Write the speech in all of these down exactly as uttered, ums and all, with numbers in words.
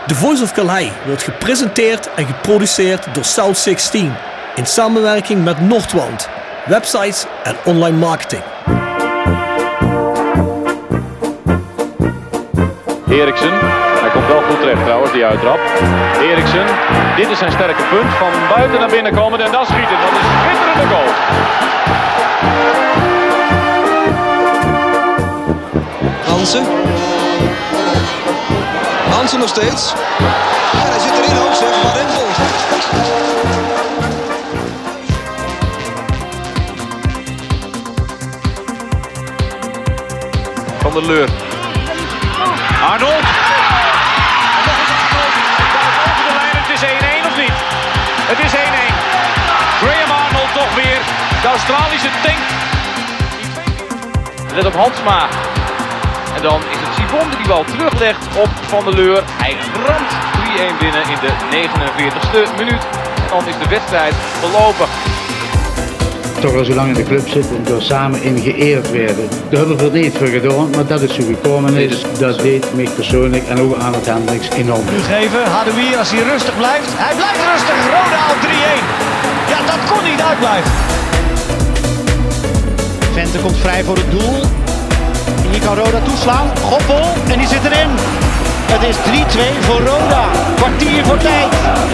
The Voice of Calais wordt gepresenteerd en geproduceerd door South zestien in samenwerking met Noordwand, websites en online marketing. Eriksen, hij komt wel goed terecht trouwens, die uittrap. Eriksen, dit is zijn sterke punt, van buiten naar binnen komen en dan schieten. Dat is een schitterende goal. Hansen. Hansen nog steeds. En hij zit erin ook, zeg. Van Rempel. Van der Leur. Arnold. Over de lijn, het is één-één of niet? Het is één-één. Graham Arnold toch weer. De Australische tank. Let op Hansma. En dan is het Sivon die die bal teruglegt op Van der Leur. Hij ramt drie-één binnen in de negenenveertigste minuut. En dan is de wedstrijd verlopen. Toch al zo lang in de club zitten en door samen in geëerd werden. Daar hebben we er niet voor gedaan, maar dat is zo gekomen is. Dat deed mij persoonlijk en ook aan het Hendricks enorm. Nu geven, Hadoui als hij rustig blijft. Hij blijft rustig, Roda op drie-één. Ja, dat kon niet uitblijven. Vente komt vrij voor het doel. En hier kan Roda toeslaan. Goppel en die zit erin. Het is drie-twee voor Roda. Kwartier voor tijd.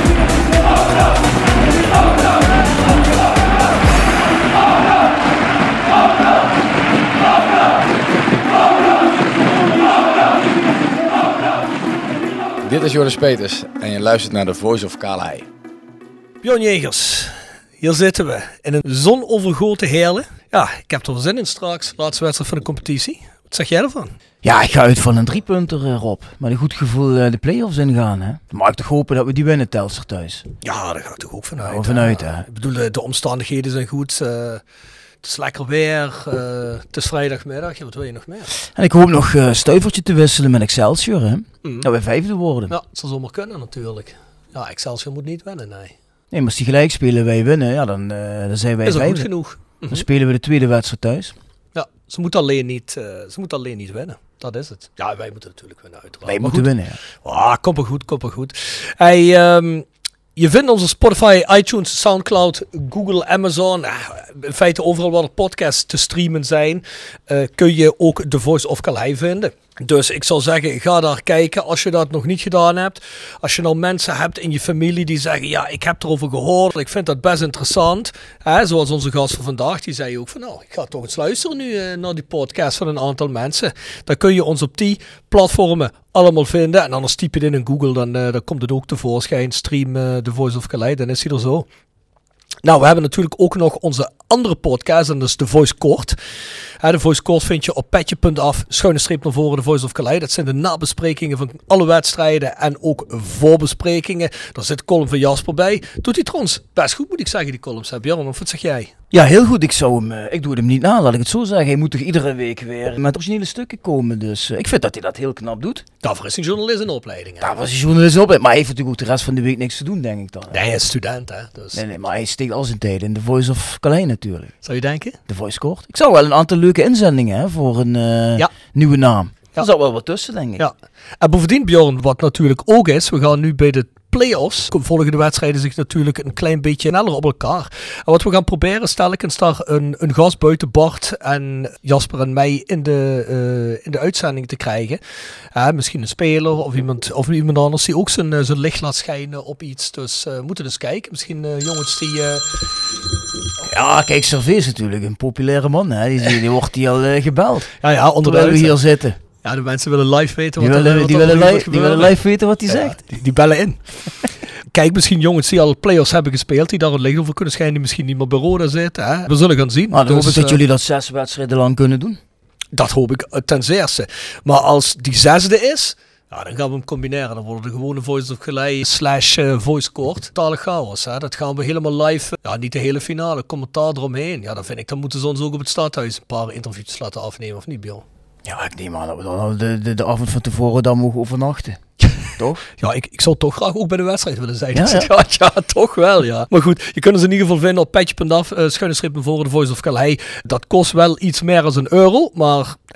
Dit is Joris Peters en je luistert naar The Voice of Calais. Bjorn Jegers, hier zitten we in een zonovergoten Heerlen. Ja, ik heb er wel zin in straks, laatste wedstrijd van de competitie. Wat zeg jij ervan? Ja, ik ga uit van een driepunter, Rob. Met een goed gevoel uh, de play-offs ingaan. Hè? Dan mag ik toch hopen dat we die winnen, Telstar thuis. Ja, daar ga ik toch ook vanuit. Ja, vanuit hè. Ik bedoel, de, de omstandigheden zijn goed. Uh, het is lekker weer. Uh, het is vrijdagmiddag. Ja, wat wil je nog meer? En ik hoop nog een uh, stuivertje te wisselen met Excelsior. Hè? Mm. Dat we vijfde worden. Ja, het zal zomaar kunnen natuurlijk. Ja, Excelsior moet niet winnen, nee. Nee, maar als die gelijk spelen wij winnen, ja, dan, uh, dan zijn wij is vijfde. Is goed genoeg. Mm-hmm. Dan spelen we de tweede wedstrijd thuis. Ja, ze moeten alleen niet, uh, ze moeten alleen niet winnen. Dat is het. Ja, wij moeten natuurlijk winnen uiteraard. Wij maar moeten goed. winnen, ja. Ah, kom maar goed, kom maar goed. Hey, um, je vindt onze Spotify, iTunes, Soundcloud, Google, Amazon. Uh, in feite overal waar er podcasts te streamen zijn, uh, kun je ook The Voice of Calais vinden. Dus ik zou zeggen, ga daar kijken als je dat nog niet gedaan hebt. Als je nou mensen hebt in je familie die zeggen, ja, ik heb erover gehoord, ik vind dat best interessant. Hè, zoals onze gast van vandaag, die zei ook van, nou, ik ga toch eens luisteren nu uh, naar die podcast van een aantal mensen. Dan kun je ons op die platformen allemaal vinden. En anders typ je het in in Google, dan, uh, dan komt het ook tevoorschijn. Stream uh, The Voice of Calais, dan is hij er zo. Nou, we hebben natuurlijk ook nog onze andere podcast en dat is The Voice Kort. Ja, de Voice Kort vind je op petje punt af, schuine streep naar voren, The Voice of Calais. Dat zijn de nabesprekingen van alle wedstrijden en ook voorbesprekingen. Daar zit de column van Jasper bij. Doet hij trouwens best goed, moet ik zeggen, die columns. Hè, Björn, of wat zeg jij? Ja, heel goed. Ik zou hem, uh, ik doe hem niet na, laat ik het zo zeggen. Hij moet toch iedere week weer met originele stukken komen. Dus uh, ik vind dat hij dat heel knap doet. Daarvoor is hij journalist in opleiding. Hè? Daar was hij journalist in opleiding. Maar hij heeft natuurlijk ook de rest van de week niks te doen, denk ik dan. Nee, hij is student, hè. Dus. Nee, nee, maar hij steekt al zijn tijd in The Voice of Calais natuurlijk. Zou je denken? The Voice Kort. Ik zou wel een aantal leuke inzendingen hè, voor een uh, ja. nieuwe naam. Ja. Er zat wel wat tussen, denk ik. Ja. En bovendien, Bjorn, wat natuurlijk ook is, we gaan nu bij de play-offs, volgende wedstrijden zich natuurlijk een klein beetje sneller op elkaar. En wat we gaan proberen, stel ik eens daar een, een gast buiten Bart en Jasper en mij in de, uh, in de uitzending te krijgen. Uh, misschien een speler of iemand, of iemand anders die ook zijn, uh, zijn licht laat schijnen op iets. Dus uh, we moeten dus kijken. Misschien uh, jongens die... Uh... Ja, kijk, Servé is natuurlijk een populaire man. Hè. Die, die wordt die al uh, gebeld. Ja, ja, terwijl we hier zitten. Ja, de mensen willen live weten wat die willen, er, wat die er willen, li- die willen live weten wat hij ja, zegt. Die, die bellen in. Kijk, misschien jongens die al play-offs hebben gespeeld, die daar het licht over kunnen schijnen, die misschien niet meer bij Roda zitten. Hè? We zullen gaan zien. Maar dan dus, hoop ik dat uh, jullie dat zes wedstrijden lang kunnen doen. Dat hoop ik uh, ten zeerste. Maar als die zesde is, ja, dan gaan we hem combineren. Dan worden de gewone Voice of Calais slash uh, Voice Kort totale chaos. Hè? Dat gaan we helemaal live, uh, ja, niet de hele finale, commentaar eromheen. Ja, dan vind ik, dan moeten ze ons ook op het stadhuis een paar interview's laten afnemen, of niet, Bjorn? Ja, ik neem aan dat we dan de, de, de avond van tevoren dan mogen overnachten. Toch? Ja, ik, ik zou toch graag ook bij de wedstrijd willen zijn. Ja, ja. ja, ja toch wel, ja. Maar goed, je kunt ons in ieder geval vinden op petje punt af, uh, schuine streep naar voren, de Voice of Calais. Dat kost wel iets meer dan een euro, maar hey,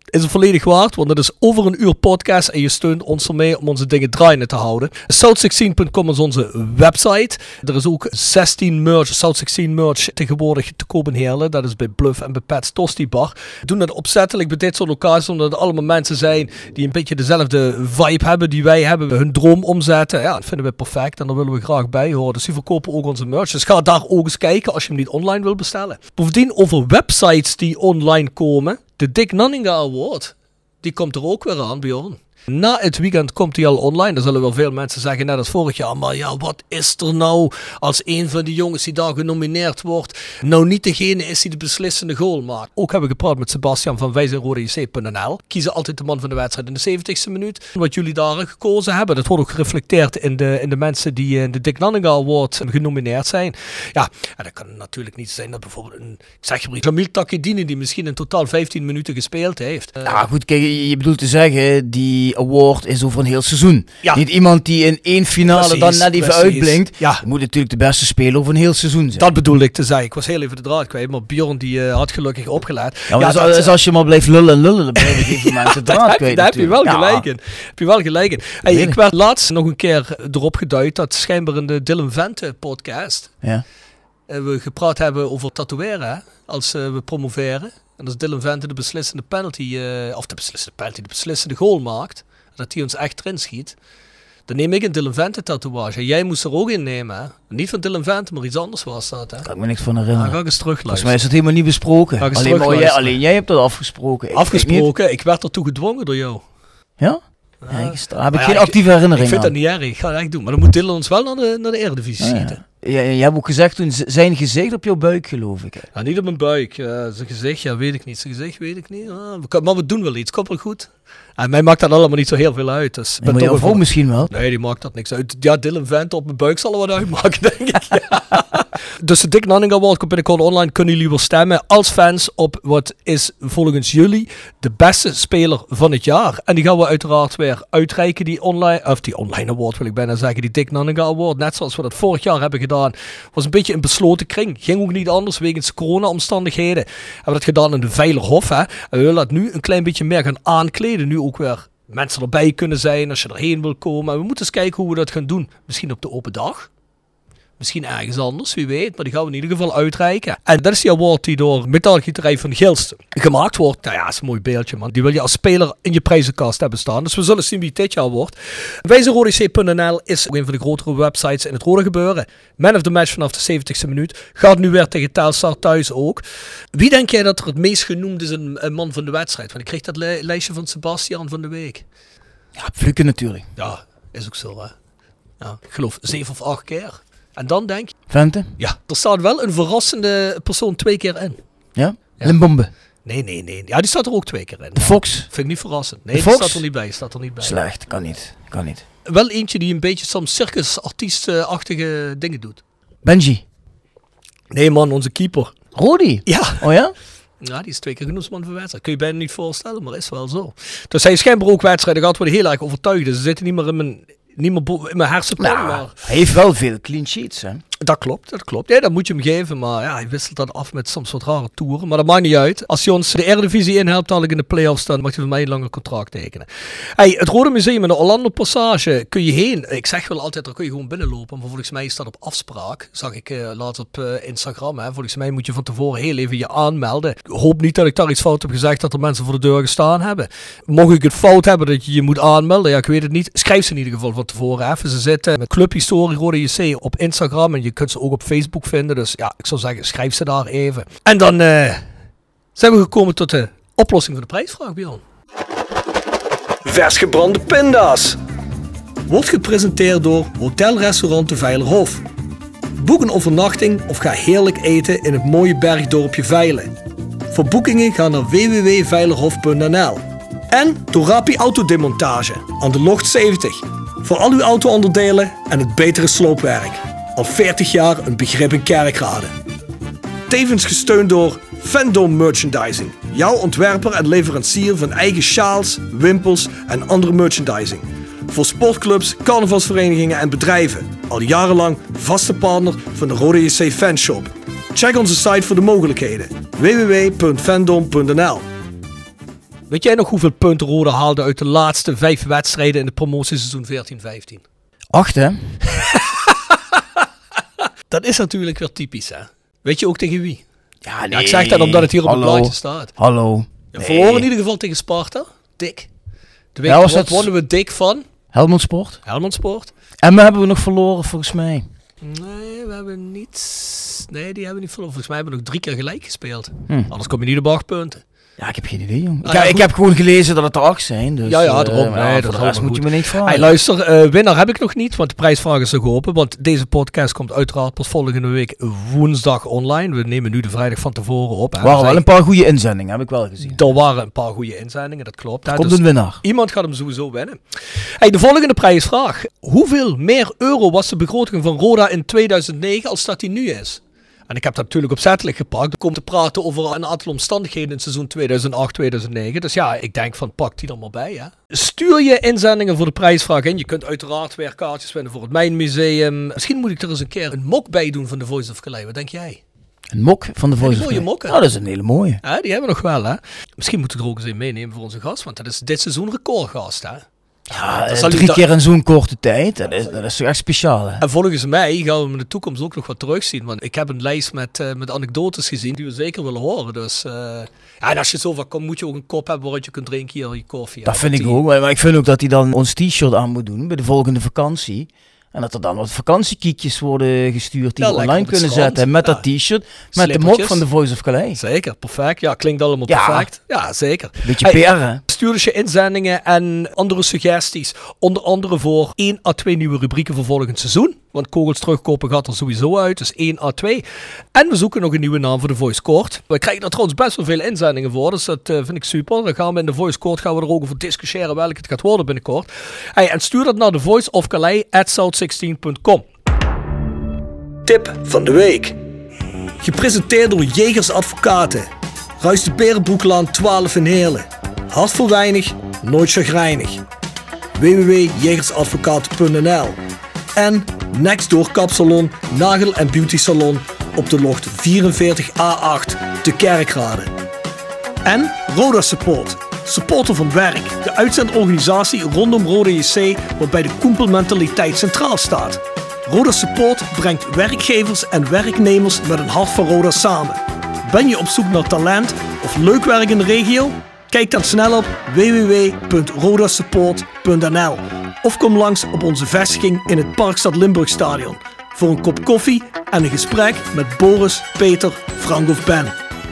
is het volledig waard, want het is over een uur podcast en je steunt ons ermee om onze dingen draaiende te houden. south zestien punt com is onze website. Er is ook zestien merch, South zestien merch tegenwoordig te koop in Heerlen. Dat is bij Bluff en bij Pat's Tosti Bar. We doen dat opzettelijk bij dit soort locaties, omdat het allemaal mensen zijn die een beetje dezelfde vibe hebben die wij hebben. Hun droom omzetten. Ja, dat vinden we perfect en daar willen we graag bij horen. Dus die verkopen ook onze merch. Dus ga daar ook eens kijken als je hem niet online wil bestellen. Bovendien over websites die online komen. De Dick Nanninga Award, die komt er ook weer aan, Bjorn. Na het weekend komt hij al online. Dan zullen wel veel mensen zeggen, net als vorig jaar. Maar ja, wat is er nou als een van die jongens die daar genomineerd wordt, nou niet degene is die de beslissende goal maakt. Ook hebben we gepraat met Sebastian van wij zijn rode j c punt n l. Kiezen altijd de man van de wedstrijd in de zeventigste minuut. Wat jullie daar gekozen hebben, dat wordt ook gereflecteerd in de, in de mensen die in de Dick Nanninga Award genomineerd zijn. Ja, en dat kan natuurlijk niet zijn dat bijvoorbeeld een, ik zeg maar, Jamil Takedini, die misschien in totaal vijftien minuten gespeeld heeft. Uh, ja goed, kijk, je bedoelt te zeggen, die award is over een heel seizoen. Ja. Niet iemand die in één finale precies, dan net even precies. uitblinkt. Ja. Je moet natuurlijk de beste speler over een heel seizoen zijn. Dat bedoelde ik te zeggen. Ik was heel even de draad kwijt, maar Bjorn die uh, had gelukkig opgeleid. Ja, maar ja, dat, dus als je maar blijft lullen en lullen, dan blijf je even mensen de draad kwijt. Daar heb je wel gelijk in. Heb je wel gelijk in. Hey, ik werd laatst nog een keer erop geduid dat schijnbaar in de Dylan Vente podcast ja. uh, we gepraat hebben over tatoeëren hè, als uh, we promoveren. En als Dylan Vente de beslissende penalty, uh, of de beslissende penalty, de beslissende goal maakt, dat hij ons echt erin schiet, dan neem ik een Dylan Vente tatoeage. Jij moest er ook in nemen, hè? Niet van Dylan Vente, maar iets anders was dat, hè? Kan ik me niks van herinneren. Dan ga ik eens terugluisteren. Volgens mij is dat helemaal niet besproken. Alleen, maar jij, alleen jij hebt dat afgesproken. Afgesproken? Ik, ik werd ertoe gedwongen door jou. Ja? Ja, ja. Daar heb ik geen ja, actieve herinnering Ik vind aan. dat niet erg, ik ga het echt doen. Maar dan moet Dylan ons wel naar de, naar de Eredivisie ja, schieten. Ja, je hebt ook gezegd toen zijn gezicht op jouw buik, geloof ik. Hè? Ja, niet op mijn buik. Uh, zijn gezicht, ja, weet ik niet. Zijn gezicht, weet ik niet. Ah, we kan, maar we doen wel iets. Komt wel goed. En mij maakt dat allemaal niet zo heel veel uit. Dus ja, maar jouw vrouw misschien wel? Nee, die maakt dat niks uit. Ja, Dylan Vente op mijn buik zal er wat uitmaken, denk ik. Ja. Dus de Dick Nanninga Award komt binnenkort online. Kunnen jullie wel stemmen als fans op wat is volgens jullie de beste speler van het jaar. En die gaan we uiteraard weer uitreiken, die online, of die online award wil ik bijna zeggen, die Dick Nanninga Award. Net zoals we dat vorig jaar hebben gedaan. Was een beetje een besloten kring. Ging ook niet anders wegens corona-omstandigheden. Hebben we dat gedaan in de Veilerhof. Hè? En we willen dat nu een klein beetje meer gaan aankleden. Nu ook weer mensen erbij kunnen zijn als je erheen wil komen. En we moeten eens kijken hoe we dat gaan doen. Misschien op de open dag. Misschien ergens anders, wie weet. Maar die gaan we in ieder geval uitreiken. En dat is die award die door Metaalgieterij van Gilst gemaakt wordt. Nou ja, dat is een mooi beeldje, man. Die wil je als speler in je prijzenkast hebben staan. Dus we zullen zien wie dit jaar wordt. wij zijn rode j c punt n l is een van de grotere websites in het rode gebeuren. Man of the match vanaf de zeventigste minuut. Gaat nu weer tegen Telstar thuis ook. Wie denk jij dat er het meest genoemd is een, een man van de wedstrijd? Want ik kreeg dat li- lijstje van Sebastian van de week. Ja, Fluke natuurlijk. Ja, is ook zo, hè. Ja, ik geloof zeven of acht keer. En dan denk je... Vente? Ja, er staat wel een verrassende persoon twee keer in. Ja? ja. Limbombe? Nee, nee, nee. Ja, die staat er ook twee keer in. De Fox? Vind ik niet verrassend. Nee, de die Fox? staat er niet bij. Staat er niet bij. Slecht, kan niet. Kan niet. Wel eentje die een beetje soms circusartiestachtige dingen doet. Benji? Nee man, onze keeper. Rodi? Ja. Oh ja? Ja, die is twee keer genoemd man van wedstrijd. Kun je bijna niet voorstellen, maar is wel zo. Dus hij is schijnbaar ook wedstrijden gehad waar hij heel erg overtuigd is. Ze zitten niet meer in mijn... Niet meer bo- in mijn hersenpan. Nou, maar... Hij heeft wel veel clean sheets, hè? Dat klopt, dat klopt. Ja, dat moet je hem geven. Maar ja, hij wisselt dat af met soms wat rare toeren. Maar dat maakt niet uit. Als hij ons de Eredivisie inhelpt, dadelijk in de play-offs, dan mag hij van mij een langer contract tekenen. Hey, het Rode Museum in de Orlando Passage kun je heen. Ik zeg wel altijd, daar kun je gewoon binnenlopen. Maar volgens mij is dat op afspraak. Zag ik uh, laatst op uh, Instagram. Hè. Volgens mij moet je van tevoren heel even je aanmelden. Ik hoop niet dat ik daar iets fout heb gezegd, dat er mensen voor de deur gestaan hebben. Mocht ik het fout hebben dat je je moet aanmelden, ja, ik weet het niet. Schrijf ze in ieder geval van tevoren even. Ze zitten met Club Historie Rode J C op Instagram en je kunt ze ook op Facebook vinden. Dus ja, ik zou zeggen, schrijf ze daar even. En dan uh, zijn we gekomen tot de oplossing van de prijsvraag, Bjorn. Vers gebrande pinda's. Wordt gepresenteerd door Hotel Restaurant de Veilerhof. Boek een overnachting of ga heerlijk eten in het mooie bergdorpje Veilen. Voor boekingen ga naar w w w punt veilerhof punt n l. En Torapi Autodemontage aan de Locht zeventig. Voor al uw auto-onderdelen en het betere sloopwerk. Al veertig jaar een begrip in Kerkrade. Tevens gesteund door Fandom Merchandising. Jouw ontwerper en leverancier van eigen sjaals, wimpels en andere merchandising. Voor sportclubs, carnavalsverenigingen en bedrijven. Al jarenlang vaste partner van de Rode J C Fanshop. Check onze site voor de mogelijkheden. w w w punt fandom punt n l. Weet jij nog hoeveel punten Roda haalde uit de laatste vijf wedstrijden in het promotieseizoen veertien vijftien? Acht, hè? Dat is natuurlijk weer typisch, hè? Weet je ook tegen wie? Ja, nee. Ja, ik zeg dat omdat het hier op Hallo. het blaadje staat. Hallo. Ja, verloren in ieder geval tegen Sparta. Dik. De week ja, erop dat... wonnen we dik van... Helmond Sport. Helmond Sport. En we hebben we nog verloren, volgens mij. Nee, we hebben niet... Nee, die hebben we niet verloren. Volgens mij hebben we nog drie keer gelijk gespeeld. Hm. Anders kom je niet op acht punten. Ja, ik heb geen idee, jong. Ah, ik, ja, ik heb gewoon gelezen dat het er acht zijn. Dus, ja, ja, daarom. Uh, nee, ja, dat voor de rest moet je me niet vragen. Hey, luister, uh, winnaar heb ik nog niet, want de prijsvraag is nog open. Want deze podcast komt uiteraard pas volgende week woensdag online. We nemen nu de vrijdag van tevoren op. Er waren wel een paar goede inzendingen, heb ik wel gezien. Er waren een paar goede inzendingen, dat klopt. Er komt dus een winnaar. Iemand gaat hem sowieso winnen. Hey, de volgende prijsvraag. Hoeveel meer euro was de begroting van Roda in tweeduizend negen als dat die nu is? En ik heb dat natuurlijk opzettelijk gepakt om te praten over een aantal omstandigheden in het seizoen tweeduizend acht tweeduizend negen. Dus ja, ik denk van pak die er maar bij. Hè. Stuur je inzendingen voor de prijsvraag in. Je kunt uiteraard weer kaartjes winnen voor het Mijnmuseum. Misschien moet ik er eens een keer een mok bij doen van The Voice of Calais. Wat denk jij? Een mok van The Voice ja, of Calais? Mok, oh, dat is een hele mooie. Ja, die hebben we nog wel. Hè. Misschien moeten we er ook eens een meenemen voor onze gast. Want dat is dit seizoen recordgast. Hè. Ja, uh, drie keer in zo'n korte tijd, dat is, dat is toch echt speciaal. Hè? En volgens mij gaan we in de toekomst ook nog wat terugzien. Want ik heb een lijst met, uh, met anekdotes gezien die we zeker willen horen. Dus uh, ja, en als je zo vaak komt, moet je ook een kop hebben waaruit je kunt drinken hier je koffie. Dat ja, vind ik die... ook, maar ik vind ook dat hij dan ons t-shirt aan moet doen bij de volgende vakantie. En dat er dan wat vakantiekiekjes worden gestuurd die ja, we online kunnen zetten. Met ja. dat t-shirt, met de mok van The Voice of Calais. Zeker, perfect. Ja, klinkt allemaal ja. perfect. Ja, zeker. Beetje hey, P R, hè? Stuur dus je inzendingen en andere suggesties. Onder andere voor één à twee nieuwe rubrieken voor volgend seizoen. Want Kogels terugkopen gaat er sowieso uit. Dus één à twee. En we zoeken nog een nieuwe naam voor de Voice Court. We krijgen er trouwens best wel veel inzendingen voor. Dus dat uh, vind ik super. Dan gaan we in de Voice Court gaan we er ook over discussiëren welke het gaat worden binnenkort. Hey, en stuur dat naar the voice of calais at south sixteen dot com. Tip van de week. Gepresenteerd door Jegers Advocaten. Ruist de Berenbroeklaan twaalf in Heerlen. Hart voor weinig, nooit chagrijnig. w w w punt jegersadvocaten punt n l. En Nextdoor Kapsalon, Nagel en Beauty Salon op de locht vierenveertig A acht te Kerkrade. En Roda Support, supporter van werk, de uitzendorganisatie rondom Roda J C waarbij de koempelmentaliteit centraal staat. Roda Support brengt werkgevers en werknemers met een hart voor Roda samen. Ben je op zoek naar talent of leuk werk in de regio? Kijk dan snel op w w w punt roda support punt n l of kom langs op onze vestiging in het Parkstad Limburg Stadion voor een kop koffie en een gesprek met Boris, Peter, Frank of Ben.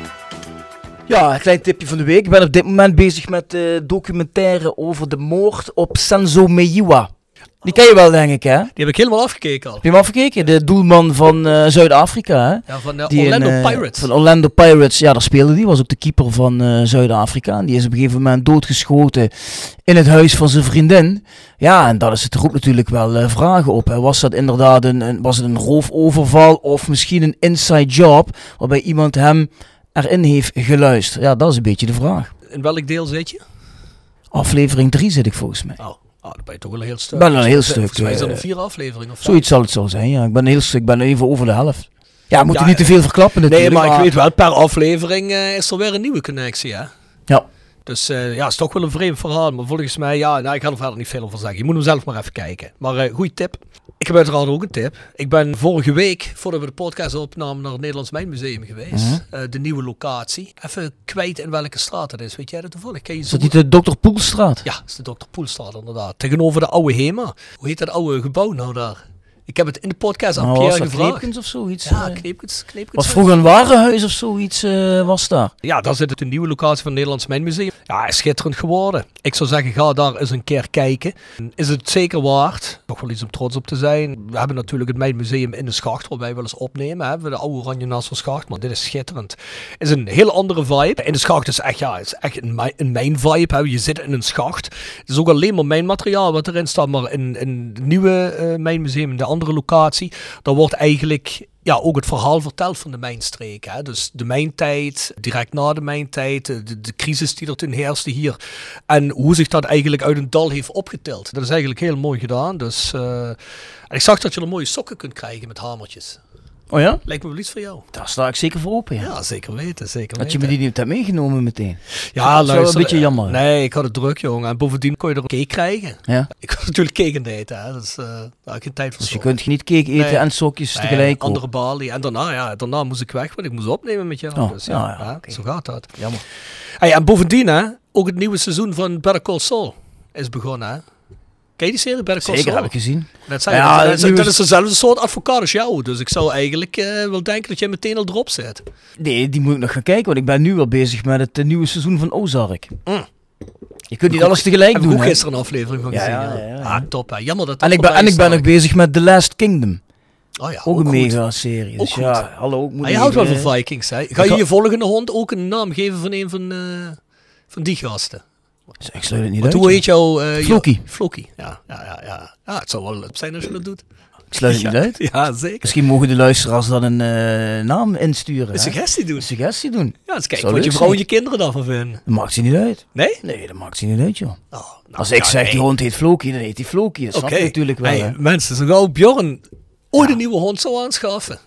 Ja, een klein tipje van de week. Ik ben op dit moment bezig met uh, documentaire over de moord op Senzo Meyiwa. Die ken je wel, denk ik, hè? Die heb ik helemaal afgekeken al. Heb je hem afgekeken? De doelman van uh, Zuid-Afrika, hè? Ja, van uh, Orlando in, uh, Pirates. Van Orlando Pirates, ja, daar speelde die. Was ook de keeper van uh, Zuid-Afrika. En die is op een gegeven moment doodgeschoten in het huis van zijn vriendin. Ja, en daar is het er ook natuurlijk wel uh, vragen op. Hè. Was dat inderdaad een, een, was het een roofoverval of misschien een inside job waarbij iemand hem erin heeft geluisterd? Ja, dat is een beetje de vraag. In welk deel zit je? Aflevering drie zit ik volgens mij. Oh. Ah, dan ben je toch wel een heel stuk. Ik ben een heel stuk. Volgens mij is dat een vier aflevering of zoiets zal het zo zijn, ja. Ik ben een heel stuk, ik ben even over de helft. Ja, moet je ja, niet te veel verklappen Nee, natuurlijk. maar, maar ik weet wel, per aflevering uh, is er weer een nieuwe connectie, hè? Ja. Dus uh, ja, het is toch wel een vreemd verhaal. Maar volgens mij, ja, nou, ik ga er verder niet veel over zeggen. Je moet hem zelf maar even kijken. Maar uh, goeie tip. Ik heb uiteraard ook een tip. Ik ben vorige week, voordat we de podcast opnamen, naar het Nederlands Mijnmuseum geweest. Mm-hmm. Uh, de nieuwe locatie. Even kwijt in welke straat het is. Weet jij dat toevallig? Ken je is dat niet de dokter Poelstraat? Ja, dat is de dokter Poelstraat inderdaad. Tegenover de oude HEMA. Hoe heet dat oude gebouw nou daar? Ik heb het in de podcast aan nou, Pierre was gevraagd. Kneepkens of zoiets? Ja, Kneepkens. Kneepkens was vroeger een warenhuis of zoiets uh, was daar? Ja, daar zit het een nieuwe locatie van het Nederlands Mijnmuseum. Ja, is schitterend geworden. Ik zou zeggen, ga daar eens een keer kijken. Is het zeker waard? Toch wel iets om trots op te zijn. We hebben natuurlijk het Mijnmuseum in de Schacht, waar wij wel eens opnemen. Hè? De oude Oranje Nassau Schacht, maar dit is schitterend. Is een hele andere vibe. In de Schacht is echt, ja, is echt een, mijn, een mijnvibe. Hè? Je zit in een schacht. Het is ook alleen maar mijnmateriaal wat erin staat, maar in, in het nieuwe uh, Mijnmuseum, in de andere locatie, daar wordt eigenlijk ja, ook het verhaal verteld van de mijnstreek. Hè? Dus de mijntijd, direct na de mijntijd, de, de crisis die er toen heerste hier. En hoe zich dat eigenlijk uit een dal heeft opgetild. Dat is eigenlijk heel mooi gedaan. Dus, uh, en ik zag dat je er mooie sokken kunt krijgen met hamertjes. Oh ja? Lijkt me wel iets voor jou. Daar sta ik zeker voor open, ja. Ja, zeker weten, zeker Had je weten. me die niet hebt meegenomen meteen? Ja, dat is wel een beetje jammer. Nee, ik had het druk, jongen. En bovendien kon je er een cake krijgen. Ja. Ik had natuurlijk cake in de eten, hè. Dus uh, daar had ik geen tijd voor. Dus je zo. kunt niet cake eten Nee. en sokjes Nee, tegelijk andere balie. En daarna, ja, daarna moest ik weg, want ik moest opnemen met jou. Oh, dus ja, ja, ja, ja, okay. zo gaat dat. Jammer. Hey, en bovendien, hè, ook het nieuwe seizoen van Better Call Saul is begonnen, hè. Ken je die serie, Better Call Zeker, Saul? heb ik gezien. Dat, zijn, Ja, dat, het dat, nieuwe- dat is dezelfde soort advocaat als jou. Dus ik zou eigenlijk uh, wel denken dat jij meteen al erop zit. Nee, die moet ik nog gaan kijken, want ik ben nu wel bezig met het uh, nieuwe seizoen van Ozark. Mm. Je kunt niet alles tegelijk Heb doen, ik ook hè. gisteren een aflevering van Ja, gezien. ja, Ja, ja, ja. Ah, top, hè. Jammer dat En dat ik, ben, en erbij ik ben nog staat. bezig met The Last Kingdom. Oh ja, Ook een goed. mega serie. Ook Dus goed. ja, hallo. ik Moet Maar je even- houdt wel van Vikings, hè? Ga Ik je ga- je volgende hond ook een naam geven van een van, uh, van die gasten? Ik sluit het niet Want uit. hoe joh. heet jouw... Uh, Floki. Floki, ja, ja, ja, ja. Ja, het zou wel leuk zijn als je dat doet. Ik sluit het ja. niet uit. Ja, zeker. Misschien mogen de luisteraars dan een uh, naam insturen. Een hè? suggestie doen. Een suggestie doen. Ja, eens kijken Zou wat je leuk vrouw en zijn. je kinderen daarvan vinden. Dat maakt ze niet uit. Nee? Nee, dat maakt ze niet uit, joh. Oh, nou, Als ik ja, zeg, nee. die hond heet Floki, dan heet hij Floki. Dat snap Oké. je natuurlijk wel. Hey, hè. mensen, zo gauw Bjorn ooit een nieuwe hond zou aanschaffen,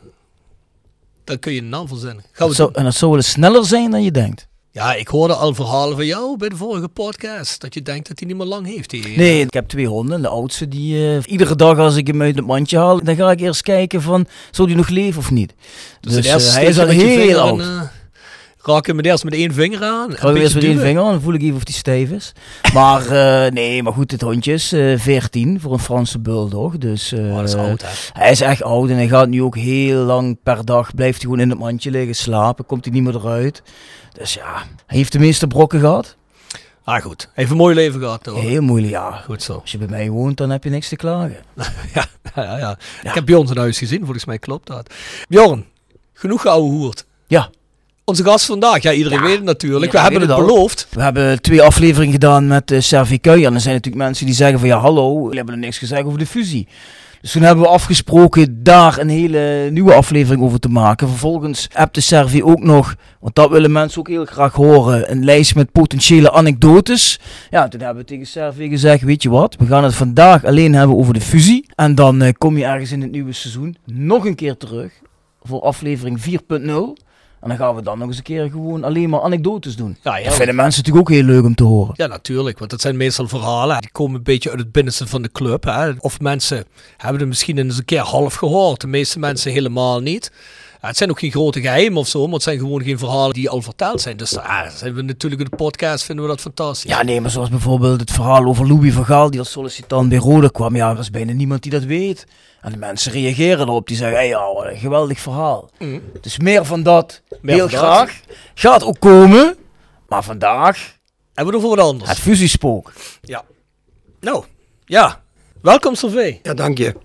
dan kun je een naam verzinnen. Gaan we Dat zou, doen. en dat zou wel eens sneller zijn dan je denkt. Ja, ik hoorde al verhalen van jou bij de vorige podcast. Dat je denkt dat hij niet meer lang heeft. Die, Nee, ik heb twee honden. De oudste, die uh, iedere dag als ik hem uit het mandje haal, dan ga ik eerst kijken van, zou die nog leven of niet? Dus, Dus, het eerste uh, hij is steekje al met je heel vinger oud. en, uh, raak hem eerst met één vinger aan. Ik ga hem eerst met één vinger aan, dan voel ik even of die stijf is. Maar uh, nee, maar goed, het hondje is uh, veertien voor een Franse bulldog. Dus uh, Oh, dat is oud, hè? hij is echt oud en hij gaat nu ook heel lang per dag, blijft hij gewoon in het mandje liggen slapen, komt hij niet meer eruit. Dus ja, hij heeft de meeste brokken gehad. Ah, goed. Hij heeft een mooi leven gehad, hoor. Heel moeilijk, ja. Goed zo. Als je bij mij woont, dan heb je niks te klagen. ja, ja, ja, ja. Ik heb Bjorn zijn huis gezien, volgens mij klopt dat. Bjorn, genoeg geouwehoerd. Ja. Onze gast vandaag, ja, iedereen Ja, weet het natuurlijk. iedereen We hebben weet het het al. beloofd. We hebben twee afleveringen gedaan met uh, Servi Kuijer. En er zijn natuurlijk mensen die zeggen van ja, hallo, jullie hebben er niks gezegd over de fusie. Dus toen hebben we afgesproken daar een hele nieuwe aflevering over te maken. Vervolgens appte Servi ook nog, want dat willen mensen ook heel graag horen, een lijst met potentiële anekdotes. Ja, toen hebben we tegen Servi gezegd, weet je wat, we gaan het vandaag alleen hebben over de fusie. En dan uh, kom je ergens in het nieuwe seizoen nog een keer terug voor aflevering vier punt nul. En dan gaan we dan nog eens een keer gewoon alleen maar anekdotes doen. Ja, ja. Dat vinden mensen natuurlijk ook heel leuk om te horen. Ja, natuurlijk, want dat zijn meestal verhalen. Die komen een beetje uit het binnenste van de club. Hè. Of mensen hebben het misschien eens een keer half gehoord. De meeste mensen helemaal niet. Ja, het zijn ook geen grote geheimen of zo, maar het zijn gewoon geen verhalen die al verteld zijn. Dus ja, zijn we natuurlijk in de podcast, vinden we dat fantastisch. Ja, nee, maar zoals bijvoorbeeld het verhaal over Louis van Gaal, die als sollicitant bij Rode kwam. Ja, er is bijna niemand die dat weet. En de mensen reageren erop. Die zeggen, hey, ja, wat een geweldig verhaal. Mm. Dus meer van dat, Meer heel van dat. graag. Gaat ook komen. Maar vandaag, Hebben we het over wat anders? het fusiespook. Ja. Nou, ja. Welkom, Servé. Ja, dank je.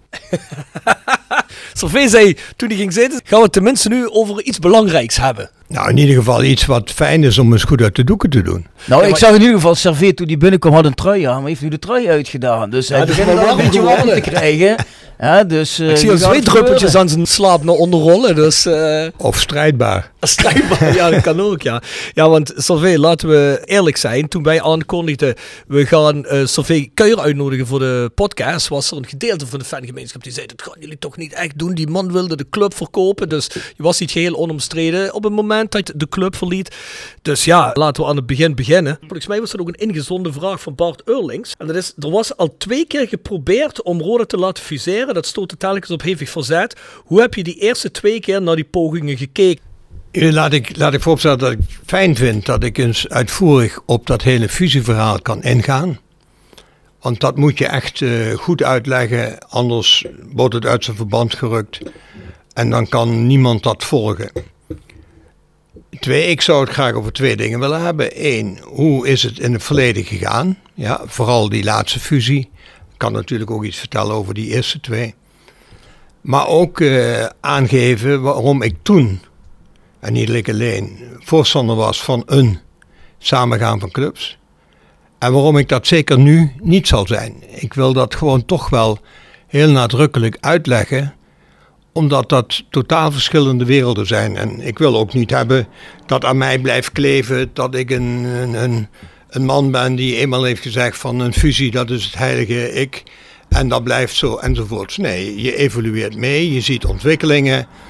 Servé zei, toen hij ging zitten, gaan we het tenminste nu over iets belangrijks hebben. Nou, in ieder geval iets wat fijn is om eens goed uit de doeken te doen. Nou, Ja, ik maar- zag in ieder geval Servet toen die binnenkwam had een trui aan, maar heeft nu de trui uitgedaan. Dus hij dat is begint wel wel een warm beetje warm geworden. te krijgen. Ja, dus, uh, Ik zie nu al gaat twee het druppeltjes gebeuren. aan zijn slaap naar onderrollen, dus... eh Of strijdbaar. Strijdbaar, ja, dat kan ook, ja. Ja, want Servé, laten we eerlijk zijn. Toen wij aankondigden, we gaan uh, Servé Kuijer uitnodigen voor de podcast, was er een gedeelte van de fangemeenschap die zei, dat gaan jullie toch niet echt doen. Die man wilde de club verkopen, dus je was niet geheel onomstreden op het moment dat je de club verliet. Dus ja, laten we aan het begin beginnen. Volgens mij was er ook een ingezonden vraag van Bart Eurlings. En dat is, er was al twee keer geprobeerd om Roda te laten fuseren. Dat stootte telkens op hevig verzet. Hoe heb je die eerste twee keer naar die pogingen gekeken? Eh, Laat ik, laat ik vooropstellen dat ik fijn vind dat ik eens uitvoerig op dat hele fusieverhaal kan ingaan. Want dat moet je echt uh, goed uitleggen, anders wordt het uit zijn verband gerukt. En dan kan niemand dat volgen. Twee, ik zou het graag over twee dingen willen hebben. Eén, hoe is het in het verleden gegaan? Ja, vooral die laatste fusie. Ik kan natuurlijk ook iets vertellen over die eerste twee. Maar ook uh, aangeven waarom ik toen, en niet ik alleen, voorstander was van een samengaan van clubs. En waarom ik dat zeker nu niet zal zijn. Ik wil dat gewoon toch wel heel nadrukkelijk uitleggen, omdat dat totaal verschillende werelden zijn. En ik wil ook niet hebben dat aan mij blijft kleven dat ik een, een, een, een man ben die eenmaal heeft gezegd van een fusie, dat is het heilige ik. En dat blijft zo enzovoorts. Nee, je evolueert mee, je ziet ontwikkelingen.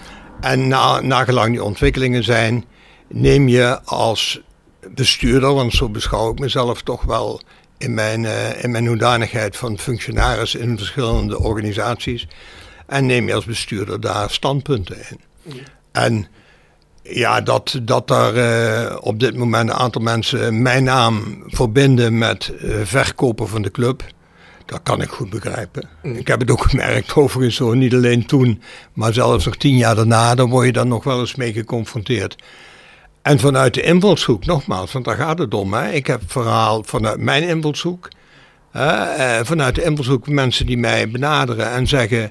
En na, nagelang die ontwikkelingen zijn, neem je als bestuurder, want zo beschouw ik mezelf toch wel in mijn, uh, in mijn hoedanigheid van functionaris in verschillende organisaties, en neem je als bestuurder daar standpunten in. Ja. En ja, dat, dat daar uh, op dit moment een aantal mensen mijn naam verbinden met uh, verkopen van de club, dat kan ik goed begrijpen. Mm. Ik heb het ook gemerkt overigens zo, niet alleen toen, maar zelfs nog tien jaar daarna, dan word je daar nog wel eens mee geconfronteerd. En vanuit de invalshoek, nogmaals, want daar gaat het om. Hè. Ik heb verhaal vanuit mijn invalshoek, uh, vanuit de invalshoek mensen die mij benaderen en zeggen,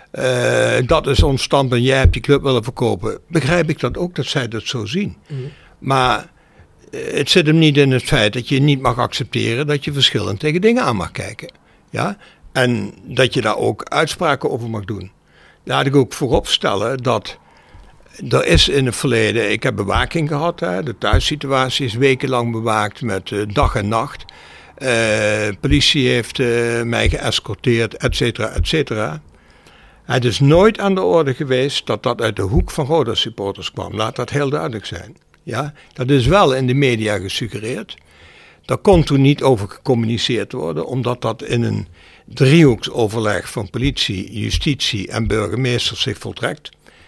Uh, dat is ons standpunt, jij hebt die club willen verkopen. Begrijp ik dat ook, dat zij dat zo zien. Mm. Maar uh, het zit hem niet in het feit dat je niet mag accepteren dat je verschillend tegen dingen aan mag kijken. Ja? En dat je daar ook uitspraken over mag doen. Laat ik ook voorop stellen dat er is in het verleden, ik heb bewaking gehad, hè, de thuissituatie is wekenlang bewaakt met uh, dag en nacht. Uh, politie heeft uh, mij geëscorteerd, et cetera, et cetera. Het is nooit aan de orde geweest dat dat uit de hoek van Roda supporters kwam. Laat dat heel duidelijk zijn. Ja, dat is wel in de media gesuggereerd. Daar kon toen niet over gecommuniceerd worden, omdat dat in een driehoeksoverleg van politie, justitie en burgemeester zich voltrekt.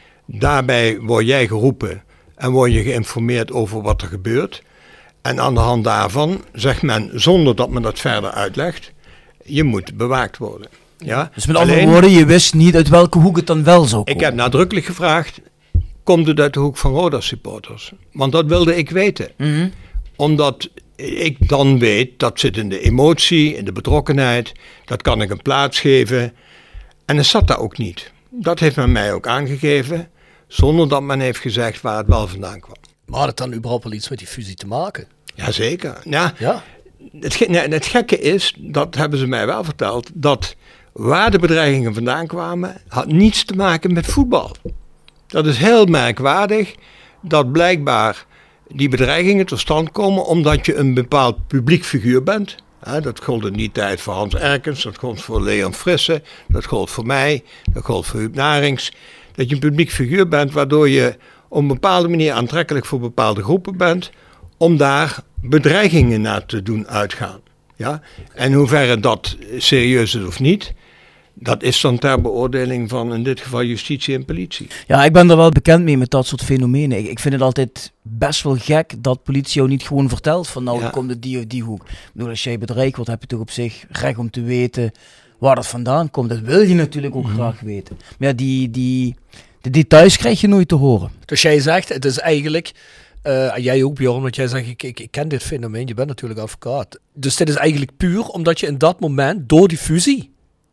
Daarbij word jij geroepen en word je geïnformeerd over wat er gebeurt. En aan de hand daarvan zegt men, zonder dat men dat verder uitlegt, je moet bewaakt worden. Ja, dus met andere woorden, je wist niet uit welke hoek het dan wel zou komen. Ik heb nadrukkelijk gevraagd, komt het uit de hoek van Roda supporters? Want dat wilde ik weten. Mm-hmm. Omdat ik dan weet, dat zit in de emotie, in de betrokkenheid, dat kan ik een plaats geven. En het zat daar ook niet. Dat heeft men mij ook aangegeven, zonder dat men heeft gezegd waar het wel vandaan kwam. Maar had het dan überhaupt wel iets met die fusie te maken? Jazeker. Ja, ja? Het, nee, het gekke is, dat hebben ze mij wel verteld, dat waar de bedreigingen vandaan kwamen, had niets te maken met voetbal. Dat is heel merkwaardig, dat blijkbaar die bedreigingen tot stand komen omdat je een bepaald publiek figuur bent. Dat gold in die tijd voor Hans Erkens, dat gold voor Leon Frisse, dat gold voor mij, dat gold voor Huub Narings. Dat je een publiek figuur bent waardoor je op een bepaalde manier aantrekkelijk voor bepaalde groepen bent, om daar bedreigingen naar te doen uitgaan. Ja? En hoeverre dat serieus is of niet, dat is dan ter beoordeling van in dit geval justitie en politie. Ja, ik ben er wel bekend mee met dat soort fenomenen. Ik, ik vind het altijd best wel gek dat politie jou niet gewoon vertelt van nou, ja. komt het die of die hoek. Ik bedoel, als jij bedreigd wordt, heb je toch op zich recht om te weten waar dat vandaan komt. Dat wil je natuurlijk ook mm-hmm. graag weten. Maar ja, die, die, de details krijg je nooit te horen. Dus jij zegt, het is eigenlijk, uh, jij ook Bjorn, want jij zegt, ik, ik, ik ken dit fenomeen, je bent natuurlijk advocaat. Dus dit is eigenlijk puur omdat je in dat moment, door die fusie,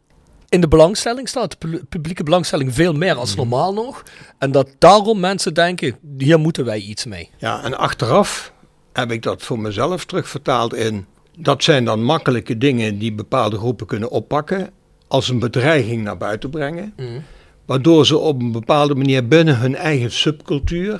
in de belangstelling staat, de publieke belangstelling veel meer als normaal nog. En dat daarom mensen denken, hier moeten wij iets mee. Ja, en achteraf heb ik dat voor mezelf terugvertaald in, dat zijn dan makkelijke dingen die bepaalde groepen kunnen oppakken, als een bedreiging naar buiten brengen. Mm. Waardoor ze op een bepaalde manier binnen hun eigen subcultuur uh,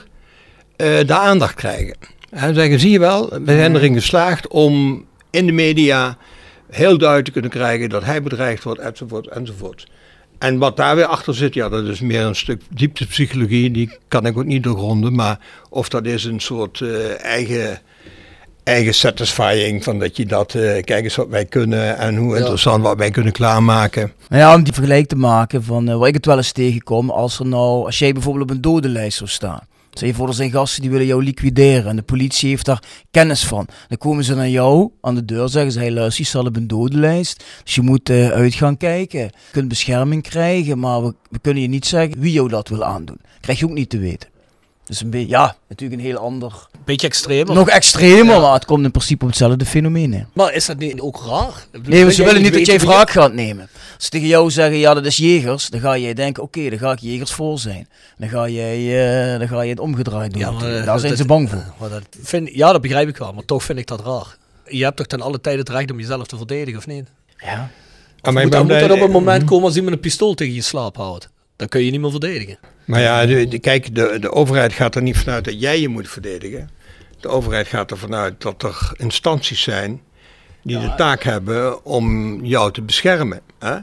de aandacht krijgen. En zeggen, zie je wel, we zijn erin geslaagd om in de media heel duidelijk te kunnen krijgen dat hij bedreigd wordt, enzovoort, enzovoort. En wat daar weer achter zit, ja, dat is meer een stuk dieptepsychologie, die kan ik ook niet doorgronden, maar of dat is een soort uh, eigen, eigen satisfying, van dat je dat, uh, kijk eens wat wij kunnen en hoe interessant ja. wat wij kunnen klaarmaken. Nou ja, om die vergelijk te maken van uh, waar ik het wel eens tegenkom, als er nou, als jij bijvoorbeeld op een dodenlijst zou staan. Stel je voor, er zijn gasten die willen jou liquideren en de politie heeft daar kennis van. Dan komen ze naar jou aan de deur, zeggen ze, hey, luister, je staat op een dodenlijst, dus je moet uh, uit gaan kijken. Je kunt bescherming krijgen, maar we, we kunnen je niet zeggen wie jou dat wil aandoen. Krijg je ook niet te weten. Dus een beetje, ja, natuurlijk een heel ander. Beetje extremer. Nog extremer, ja. Maar het komt in principe op hetzelfde fenomeen. Hè. Maar is dat niet ook raar? Nee, ze willen niet dat jij wraak gaat nemen. Als ze tegen jou zeggen, ja, dat is Jegers, dan ga jij denken, oké, okay, dan ga ik Jegers voor zijn. Dan ga jij, uh, dan ga je het omgedraaid doen. Ja, maar, uh, Daar zijn dat, ze bang voor. Uh, dat vind, ja, dat begrijp ik wel, maar toch vind ik dat raar. Je hebt toch ten alle tijde het recht om jezelf te verdedigen, of niet? Ja. Of moet, moet dat op een moment komen als iemand een pistool tegen je slaap houdt? Dan kun je niet meer verdedigen. Maar ja, de, de, kijk, de, de overheid gaat er niet vanuit dat jij je moet verdedigen. De overheid gaat er vanuit dat er instanties zijn die ja. de taak hebben om jou te beschermen. Hè?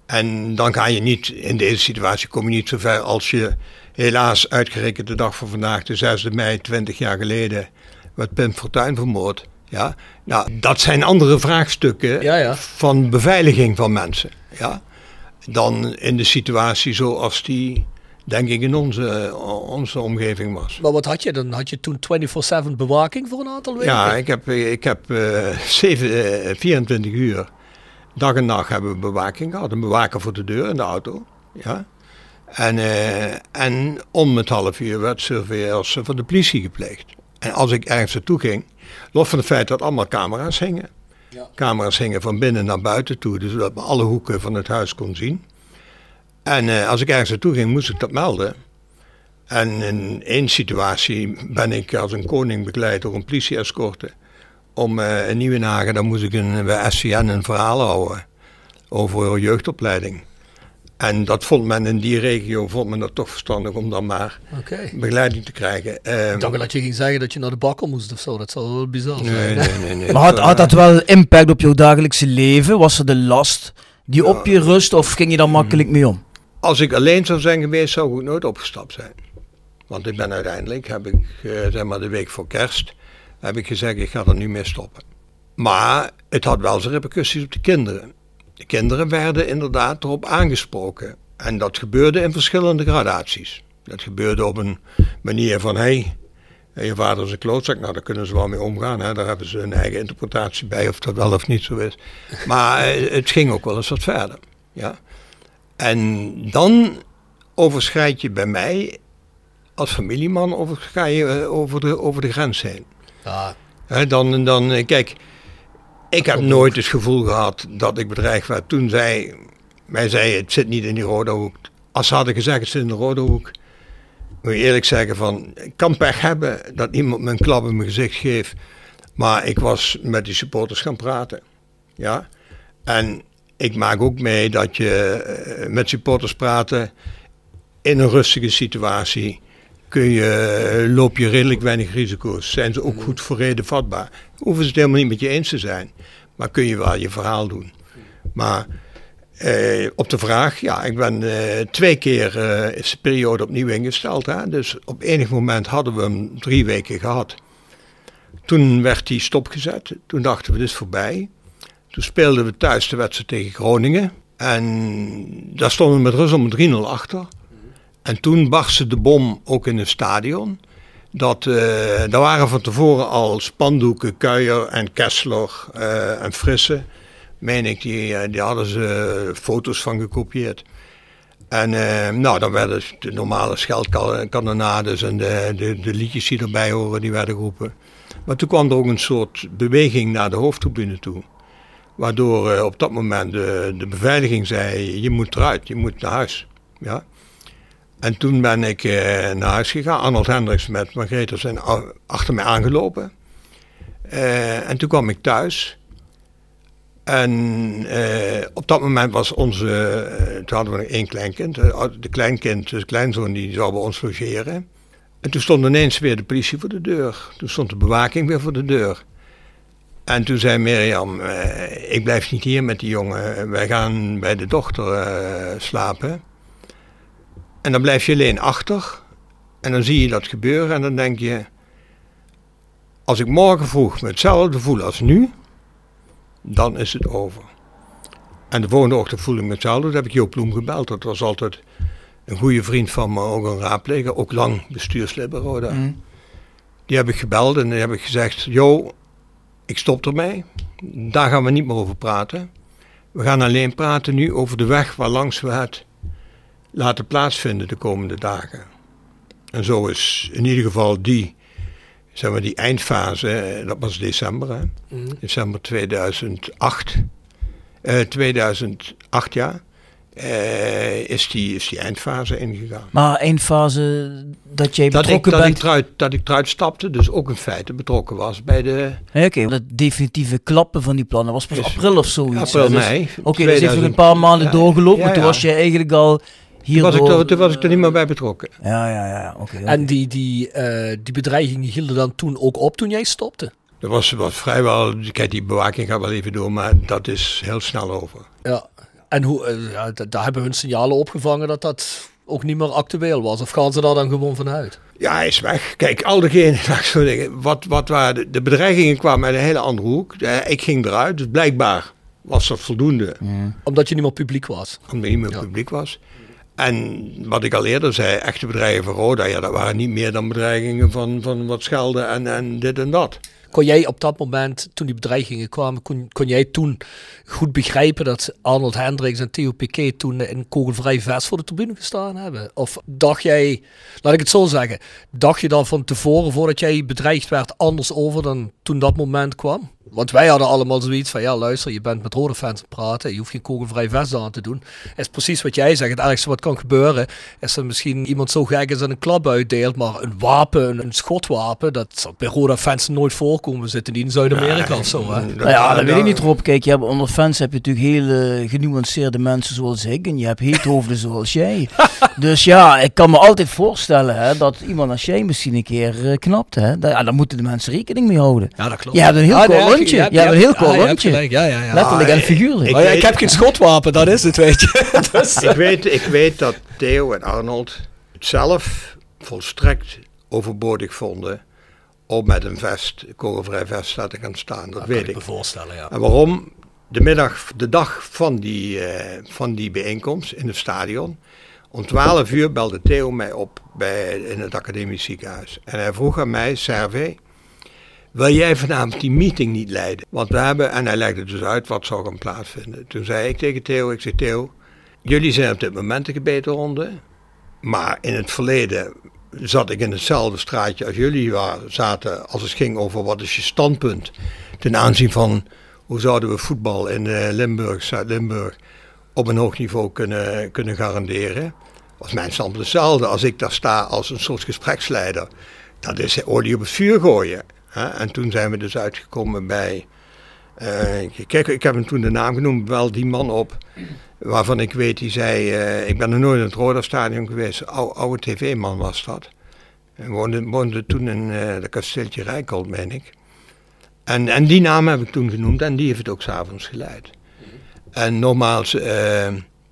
En dan ga je niet, in deze situatie kom je niet zo ver als je helaas uitgerekend de dag van vandaag, de zesde mei, twintig jaar geleden, werd Pim Fortuyn vermoord. Ja? Nou, dat zijn andere vraagstukken ja, ja. van beveiliging van mensen. Ja? Dan in de situatie zoals die, denk ik, in onze, onze omgeving was. Maar wat had je dan? Had je toen vierentwintig zeven bewaking voor een aantal weken? Ja, ik heb, ik heb uh, zeven, uh, vierentwintig uur, dag en nacht hebben we bewaking gehad. Een bewaker voor de deur in de auto. Ja? En, uh, en om het half uur werd surveillance van de politie gepleegd. En als ik ergens naartoe ging, los van het feit dat allemaal camera's hingen. Ja. Camera's hingen van binnen naar buiten toe, dus dat men alle hoeken van het huis kon zien. En uh, als ik ergens naartoe ging, moest ik dat melden. En in één situatie ben ik als een koning begeleid door een politie-escorte. Om uh, in Nieuwenhagen, dan moest ik een, bij S C N een verhaal houden over jeugdopleiding. En dat vond men in die regio, vond men dat toch verstandig om dan maar okay. begeleiding te krijgen. Uh, ik dacht wel dat je ging zeggen dat je naar de bakker moest of zo, dat zou wel bizar zijn. Nee, nee, nee, nee, maar had, had dat wel impact op jouw dagelijkse leven? Was er de last die ja. op je rust of ging je daar makkelijk mee om? Als ik alleen zou zijn geweest, zou ik nooit opgestapt zijn. Want ik ben uiteindelijk, heb ik uh, zeg maar de week voor kerst, heb ik gezegd ik ga er nu mee stoppen. Maar het had wel zijn repercussies op de kinderen. De kinderen werden inderdaad erop aangesproken. En dat gebeurde in verschillende gradaties. Dat gebeurde op een manier van, hé, hey, je vader is een klootzak, nou daar kunnen ze wel mee omgaan. Hè? Daar hebben ze hun eigen interpretatie bij of dat wel of niet zo is. Maar het ging ook wel eens wat verder. Ja? En dan overschrijd je bij mij, als familieman, over, ga je over de, over de grens heen. Ja. He, dan, dan, kijk, ik heb nooit het gevoel gehad dat ik bedreigd werd. Toen zij mij zei, het zit niet in die rode hoek. Als ze hadden gezegd, het zit in de rode hoek, moet je eerlijk zeggen van, ik kan pech hebben dat iemand me een klap in mijn gezicht geeft. Maar ik was met die supporters gaan praten. Ja? En ik maak ook mee dat je uh, met supporters praten in een rustige situatie. Kun je, loop je redelijk weinig risico's. Zijn ze ook goed voor reden vatbaar. Hoeven ze het helemaal niet met je eens te zijn. Maar kun je wel je verhaal doen. Maar eh, op de vraag, ja, ik ben eh, twee keer uh, is de periode opnieuw ingesteld. Hè? Dus op enig moment hadden we hem drie weken gehad. Toen werd hij stopgezet. Toen dachten we, dit is voorbij. Toen speelden we thuis de wedstrijd tegen Groningen. En daar stonden we met rust om drie nul achter. En toen barstte de bom ook in het stadion. Dat, uh, daar waren van tevoren al spandoeken, Kuijer en Kessler uh, en Frisse. Meen ik, die, die hadden ze uh, foto's van gekopieerd. En uh, nou, dan werden de normale scheldkanonades en de, de, de liedjes die erbij horen, die werden geroepen. Maar toen kwam er ook een soort beweging naar de hoofdtribune toe. Waardoor uh, op dat moment de, de beveiliging zei, je moet eruit, je moet naar huis. Ja. En toen ben ik uh, naar huis gegaan. Arnold Hendricks met Margrethe zijn achter mij aangelopen. Uh, en toen kwam ik thuis. En uh, op dat moment was onze, uh, toen hadden we nog één kleinkind. Uh, de kleinkind, de kleinzoon, die zou bij ons logeren. En toen stond ineens weer de politie voor de deur. Toen stond de bewaking weer voor de deur. En toen zei Mirjam, uh, ik blijf niet hier met die jongen. Wij gaan bij de dochter uh, slapen. En dan blijf je alleen achter. En dan zie je dat gebeuren. En dan denk je, als ik morgen vroeg me hetzelfde voel als nu, dan is het over. En de volgende ochtend voelde ik me hetzelfde. Toen heb ik Joop Bloem gebeld. Dat was altijd een goede vriend van me, ook een raadpleger. Ook lang bestuurslid bij Roda. Mm. Die heb ik gebeld en die heb ik gezegd, Jo, ik stop ermee. Daar gaan we niet meer over praten. We gaan alleen praten nu over de weg waarlangs we het laten plaatsvinden de komende dagen. En zo is in ieder geval die, zeg maar die eindfase, dat was december, hè? Mm. december tweeduizend acht, uh, tweeduizend acht ja, uh, is, die, is die eindfase ingegaan. Maar eindfase dat jij betrokken dat ik, dat bent? Ik eruit, dat ik eruit stapte, dus ook in feite betrokken was bij de... Oké, okay, dat definitieve klappen van die plannen was pas april of zoiets. April, mei. Oké, okay, dus heeft nog een paar maanden ja, doorgelopen, ja, ja. Toen was je eigenlijk al... Toen was, ik er, toen was ik er niet meer bij betrokken. Ja, ja, ja. Okay, okay. En die, die, uh, die bedreigingen hielden dan toen ook op toen jij stopte? Dat was, was vrijwel, kijk die bewaking gaat wel even door, maar dat is heel snel over. Ja. en hoe, uh, ja, d- daar hebben hun signalen opgevangen dat dat ook niet meer actueel was. Of gaan ze daar dan gewoon vanuit? Ja, hij is weg. Kijk, al diegenen, laat ik zo zeggen, wat, wat waren de, de bedreigingen kwamen uit een hele andere hoek. Uh, ik ging eruit, dus blijkbaar was dat voldoende. Mm. Omdat je niet meer publiek was. Omdat niet meer Ja. publiek was. En wat ik al eerder zei, echte bedreigingen van Roda, ja, dat waren niet meer dan bedreigingen van, van wat schelden en, en dit en dat. Kon jij op dat moment, toen die bedreigingen kwamen, kon, kon jij toen goed begrijpen dat Arnold Hendricks en Theo Piquet toen in kogelvrij vest voor de tribune gestaan hebben? Of dacht jij, laat ik het zo zeggen, dacht je dan van tevoren, voordat jij bedreigd werd, anders over dan toen dat moment kwam? Want wij hadden allemaal zoiets van, ja luister, je bent met rode fans aan het praten, je hoeft geen kogelvrij vest aan te doen. Is precies wat jij zegt, het ergste wat kan gebeuren, is dat misschien iemand zo gek is en een klap uitdeelt, maar een wapen, een schotwapen, dat zal bij rode fans nooit voorkomen. We zitten niet in Zuid-Amerika Ja, of zo, hè? Nou ja, dat weet ik niet, Rob. Kijk, je hebt, onder fans heb je natuurlijk hele genuanceerde mensen zoals ik. En je hebt heethoofden zoals jij. Dus ja, ik kan me altijd voorstellen hè, dat iemand als jij misschien een keer uh, knapt. Hè. Da- ja, daar moeten de mensen rekening mee houden. Ja, dat klopt. Je hebt een heel Ah, kort nee, rondje. je hebt- Je hebt een heel ah, kort je hebt rondje. gelijk. Ja, ja, ja. Letterlijk Ah, en ik- figuurlijk. ik- Oh ja, ik heb geen schotwapen, dat is het, weet je. Dus, Ik weet, ik weet dat Theo en Arnold het zelf volstrekt overbodig vonden om met een vest, kogelvrij vest, te gaan staan. Dat dat weet kan ik ik. me voorstellen, ja. En waarom? De middag, de dag van die, eh, van die bijeenkomst in het stadion, om twaalf uur belde Theo mij op bij, in het academisch ziekenhuis. En hij vroeg aan mij, Servé, wil jij vanavond die meeting niet leiden? Want we hebben, en hij legde dus uit wat zou gaan plaatsvinden. Toen zei ik tegen Theo, ik zeg Theo, jullie zijn op dit moment de gebetenronde, maar in het verleden zat ik in hetzelfde straatje als jullie waren, zaten als het ging over wat is je standpunt ten aanzien van hoe zouden we voetbal in uh, Limburg, Zuid-Limburg op een hoog niveau kunnen, kunnen garanderen. Was mijn standpunt hetzelfde. Als ik daar sta als een soort gespreksleider, dat is olie op het vuur gooien. Hè? En toen zijn we dus uitgekomen bij, uh, kijk, ik heb hem toen de naam genoemd, wel die man op, waarvan ik weet, die zei, uh, ik ben er nooit in het Roda-stadion geweest, Ou, oude tv-man was dat. En woonde, woonde toen in uh, de kasteeltje Rijkold, meen ik. En, en die naam heb ik toen genoemd en die heeft het ook 's avonds geleid. En nogmaals, uh,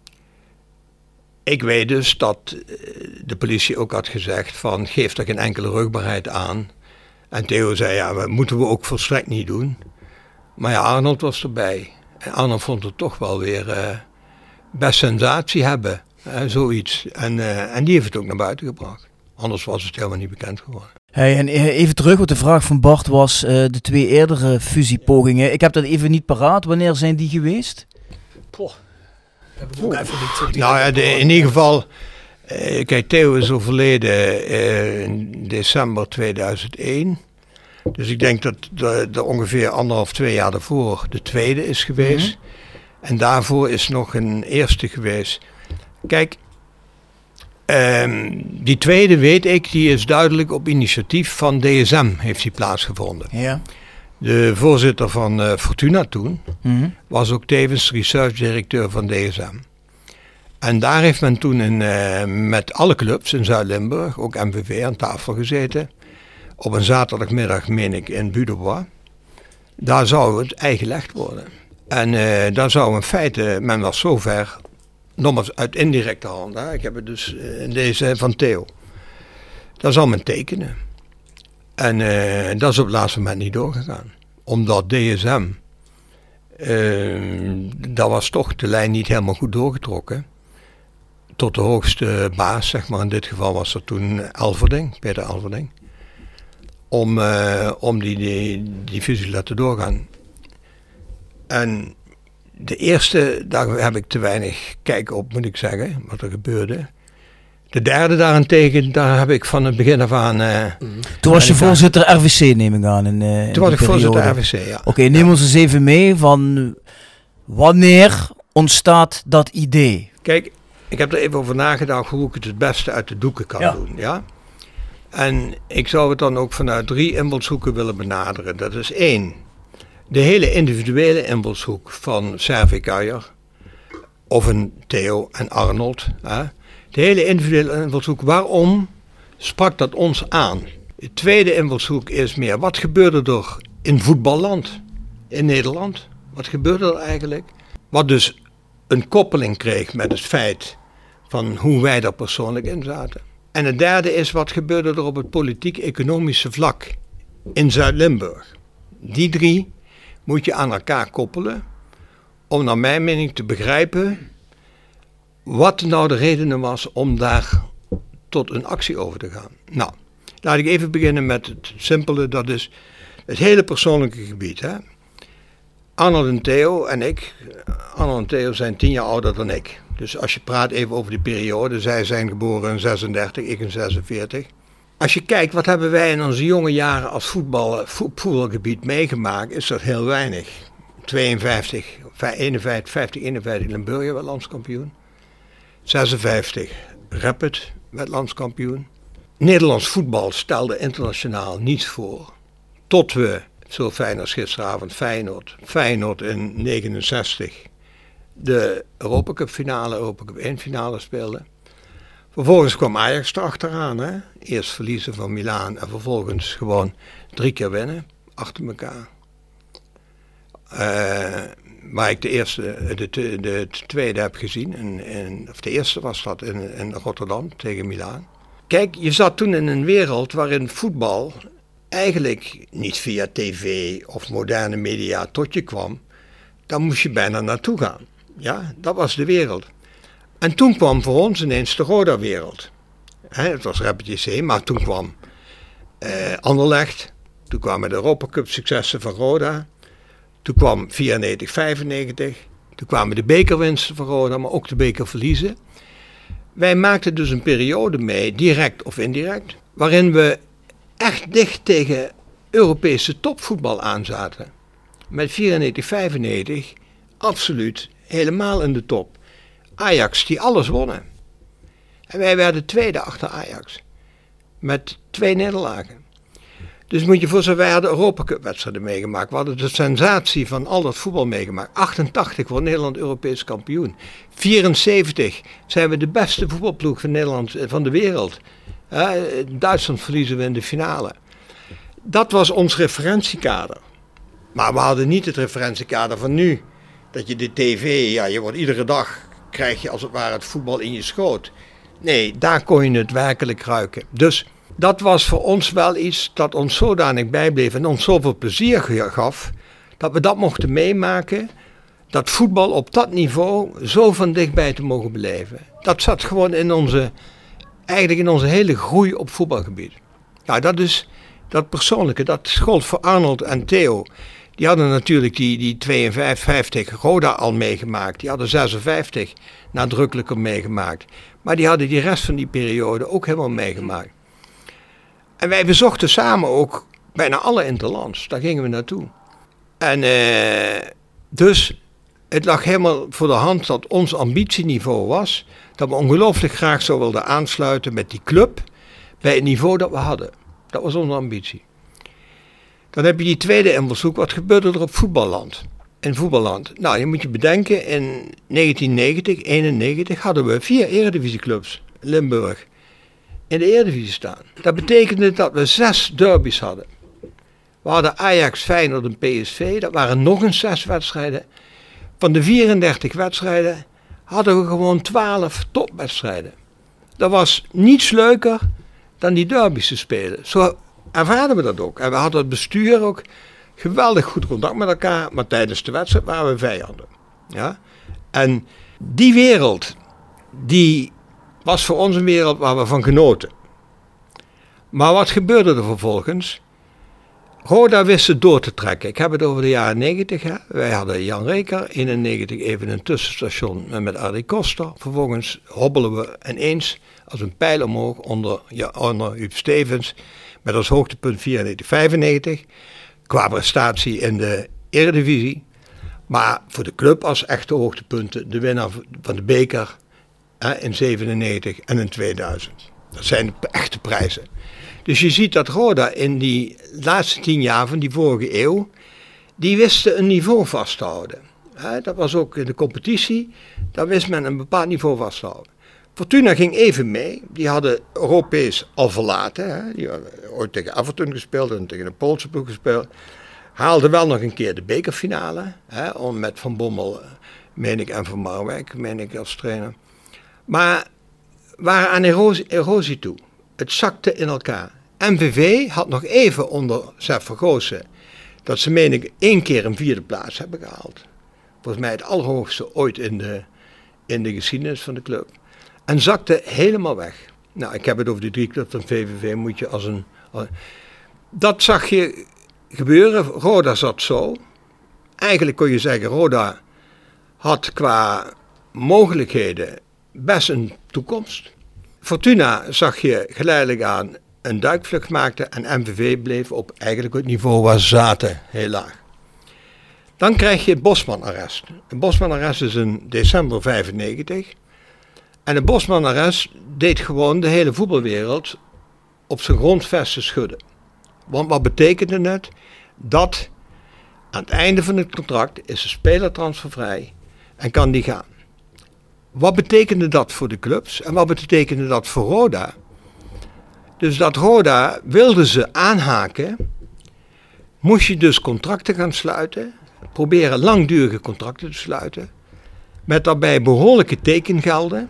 ik weet dus dat uh, de politie ook had gezegd van geef er geen enkele rugbaarheid aan. En Theo zei ja, dat moeten we ook volstrekt niet doen. Maar ja, Arnold was erbij. En Arnold vond het toch wel weer uh, best sensatie hebben, uh, zoiets. En, uh, en die heeft het ook naar buiten gebracht. Anders was het helemaal niet bekend geworden. Hey, en even terug, wat de vraag van Bart was, uh, de twee eerdere fusiepogingen. Ik heb dat even niet paraat. Wanneer zijn die geweest? Poh. Heb ik ook even niet zo direct Nou ja, de, in ieder geval, uh, kijk, Theo is overleden uh, in december tweeduizend één. Dus ik denk dat er ongeveer anderhalf, twee jaar daarvoor de tweede is geweest. Mm-hmm. En daarvoor is nog een eerste geweest. Kijk, um, die tweede weet ik, die is duidelijk op initiatief van D S M heeft die plaatsgevonden. Ja. De voorzitter van uh, Fortuna toen Mm-hmm. was ook tevens research-directeur van D S M. En daar heeft men toen in, uh, met alle clubs in Zuid-Limburg, ook M V V, aan tafel gezeten. Op een zaterdagmiddag, meen ik, in Budobois. Daar zou het eigenlegd worden. En uh, daar zou in feite, men was zover, nogmaals uit indirecte hand, hè, ik heb het dus in deze van Theo. Daar zou men tekenen. En uh, dat is op het laatste moment niet doorgegaan. Omdat D S M, uh, daar was toch de lijn niet helemaal goed doorgetrokken. Tot de hoogste baas, zeg maar, in dit geval was dat toen Elverding, Peter Elverding. Om, uh, om die, die, die fusie te laten doorgaan. En de eerste, daar heb ik te weinig kijk op, moet ik zeggen, wat er gebeurde. De derde daarentegen, daar heb ik van het begin af aan... Uh, Toen was je voorzitter R V C, neem ik aan. In, uh, toen was ik voorzitter R V C, ja. Oké, okay, neem ja. ons eens even mee van wanneer ontstaat dat idee? Kijk, ik heb er even over nagedacht hoe ik het het beste uit de doeken kan ja. doen, ja. En ik zou het dan ook vanuit drie invalshoeken willen benaderen. Dat is één, de hele individuele invalshoek van Servé Kuijer, of een Theo en Arnold. Hè? De hele individuele invalshoek, waarom sprak dat ons aan? De tweede invalshoek is meer, wat gebeurde er in voetballand, in Nederland? Wat gebeurde er eigenlijk? Wat dus een koppeling kreeg met het feit van hoe wij daar persoonlijk in zaten. En het derde is, wat gebeurde er op het politiek-economische vlak in Zuid-Limburg. Die drie moet je aan elkaar koppelen om naar mijn mening te begrijpen wat nou de reden was om daar tot een actie over te gaan. Nou, laat ik even beginnen met het simpele, dat is het hele persoonlijke gebied. Hè? Arnold en Theo en ik, Arnold en Theo zijn tien jaar ouder dan ik. Dus als je praat even over die periode, zij zijn geboren in zesendertig, ik in zesenveertig. Als je kijkt, wat hebben wij in onze jonge jaren als voetbal, voetbalgebied meegemaakt, is dat heel weinig. tweeënvijftig, eenenvijftig, vijftig, eenenvijftig Limburger werd landskampioen. zesenvijftig Rapid werd landskampioen. Nederlands voetbal stelde internationaal niets voor. Tot we, zo fijn als gisteravond, Feyenoord, Feyenoord in negenenzestig, de Europacup finale, Europacup één finale speelden. Vervolgens kwam Ajax erachteraan. Hè? Eerst verliezen van Milaan en vervolgens gewoon drie keer winnen, achter elkaar. Uh, waar ik de eerste, de, de, de tweede heb gezien, in, in, of de eerste was dat in, in Rotterdam tegen Milaan. Kijk, je zat toen in een wereld waarin voetbal eigenlijk niet via tv of moderne media tot je kwam. Daar moest je bijna naartoe gaan. Ja, dat was de wereld. En toen kwam voor ons ineens de Roda-wereld. Het was Rapid J C, maar toen kwam eh, Anderlecht. Toen kwamen de Europacup successen van Roda. Toen kwam vierennegentig, vijfennegentig. Toen kwamen de bekerwinsten van Roda, maar ook de bekerverliezen. Wij maakten dus een periode mee, direct of indirect, waarin we echt dicht tegen Europese topvoetbal aanzaten. Met vierennegentig, vijfennegentig absoluut helemaal in de top. Ajax die alles wonnen. En wij werden tweede achter Ajax. Met twee nederlagen. Dus moet je voorstellen, wij hadden Europacup wedstrijden meegemaakt. We hadden de sensatie van al dat voetbal meegemaakt. achtentachtig wordt Nederland Europees kampioen. vierenzeventig zijn we de beste voetbalploeg van Nederland, van de wereld. Uh, Duitsland verliezen we in de finale. Dat was ons referentiekader. Maar we hadden niet het referentiekader van nu. Dat je de tv, ja, je wordt iedere dag, krijg je als het ware het voetbal in je schoot. Nee, daar kon je het werkelijk ruiken. Dus dat was voor ons wel iets dat ons zodanig bijbleef en ons zoveel plezier gaf, dat we dat mochten meemaken, dat voetbal op dat niveau zo van dichtbij te mogen beleven. Dat zat gewoon in onze, eigenlijk in onze hele groei op voetbalgebied. Nou, dat is dat persoonlijke, dat gold voor Arnold en Theo. Die hadden natuurlijk die, die tweeënvijftig Roda al meegemaakt. Die hadden zesenvijftig nadrukkelijker meegemaakt. Maar die hadden die rest van die periode ook helemaal meegemaakt. En wij bezochten samen ook bijna alle interlands. Daar gingen we naartoe. En uh, dus het lag helemaal voor de hand dat ons ambitieniveau was. Dat we ongelooflijk graag zo wilden aansluiten met die club bij het niveau dat we hadden. Dat was onze ambitie. Dan heb je die tweede invalshoek. Wat gebeurde er op voetballand? In voetballand. Nou, je moet je bedenken, in negentien negentig, eenennegentig hadden we vier eredivisieclubs in Limburg in de eredivisie staan. Dat betekende dat we zes derbies hadden. We hadden Ajax, Feyenoord en P S V. Dat waren nog eens zes wedstrijden. Van de vierendertig wedstrijden hadden we gewoon twaalf topwedstrijden. Dat was niets leuker dan die derbies te spelen. Zo ervaren we dat ook. En we hadden het bestuur ook geweldig goed contact met elkaar, maar tijdens de wedstrijd waren we vijanden. Ja? En die wereld, die was voor ons een wereld waar we van genoten. Maar wat gebeurde er vervolgens? Roda wist het door te trekken. Ik heb het over de jaren negentig. Hè? Wij hadden Jan Reker, eenennegentig even een tussenstation met Arie Koster. Vervolgens hobbelen we ineens als een pijl omhoog onder, ja, onder Huub Stevens. Met als hoogtepunt vierennegentig, vijfennegentig. Qua prestatie in de Eredivisie. Maar voor de club als echte hoogtepunten de winnaar van de beker hè, in zevenennegentig en in tweeduizend. Dat zijn de echte prijzen. Dus je ziet dat Roda in die laatste tien jaar van die vorige eeuw, die wisten een niveau vasthouden. Hè, dat was ook in de competitie, daar wist men een bepaald niveau vasthouden. Fortuna ging even mee, die hadden Europees al verlaten. Hè. Die hadden ooit tegen Everton gespeeld en tegen de Poolse ploeg gespeeld. Haalden wel nog een keer de bekerfinale, hè, om met Van Bommel meen ik, en Van Marwijk, meen ik als trainer. Maar waren aan erosie, erosie toe. Het zakte in elkaar. M V V had nog even onder Sepp Vergoosen, dat ze meen ik één keer een vierde plaats hebben gehaald. Volgens mij het allerhoogste ooit in de, in de geschiedenis van de club. En zakte helemaal weg. Nou, ik heb het over die drie clubs van V V V, moet je als een... Als, dat zag je gebeuren. Roda zat zo. Eigenlijk kon je zeggen, Roda had qua mogelijkheden best een toekomst. Fortuna zag je geleidelijk aan een duikvlucht maakte en M V V bleef op eigenlijk het niveau waar ze zaten, heel laag. Dan krijg je het Bosman-arrest. Het Bosman-arrest is in december vijfennegentig. En het Bosman-arrest deed gewoon de hele voetbalwereld op zijn grondvesten schudden. Want wat betekende het? Dat aan het einde van het contract is de speler transfervrij en kan die gaan. Wat betekende dat voor de clubs en wat betekende dat voor Roda? Dus dat Roda wilde ze aanhaken, moest je dus contracten gaan sluiten, proberen langdurige contracten te sluiten, met daarbij behoorlijke tekengelden,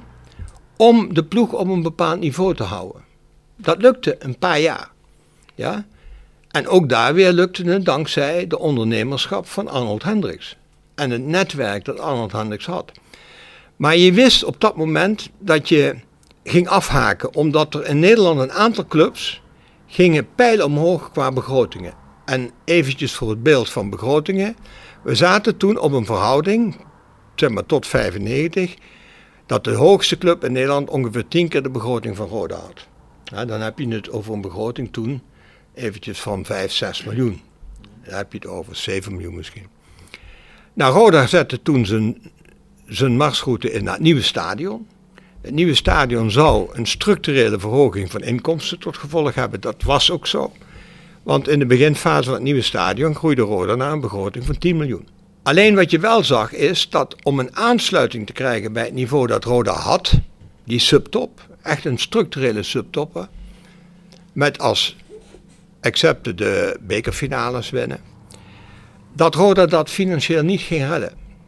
om de ploeg op een bepaald niveau te houden. Dat lukte een paar jaar. Ja? En ook daar weer lukte het dankzij de ondernemerschap van Arnold Hendricks. En het netwerk dat Arnold Hendricks had. Maar je wist op dat moment dat je ging afhaken, omdat er in Nederland een aantal clubs gingen pijlen omhoog qua begrotingen. En eventjes voor het beeld van begrotingen. We zaten toen op een verhouding, zeg maar tot vijfennegentig, dat de hoogste club in Nederland ongeveer tien keer de begroting van Roda had. Ja, dan heb je het over een begroting toen eventjes van vijf, zes miljoen. Dan heb je het over zeven miljoen misschien. Nou, Roda zette toen zijn, zijn marsroute in naar het nieuwe stadion. Het nieuwe stadion zou een structurele verhoging van inkomsten tot gevolg hebben. Dat was ook zo. Want in de beginfase van het nieuwe stadion groeide Roda naar een begroting van tien miljoen. Alleen wat je wel zag is dat om een aansluiting te krijgen bij het niveau dat Roda had, die subtop, echt een structurele subtopper, met als excepte de bekerfinales winnen, dat Roda dat financieel niet ging redden.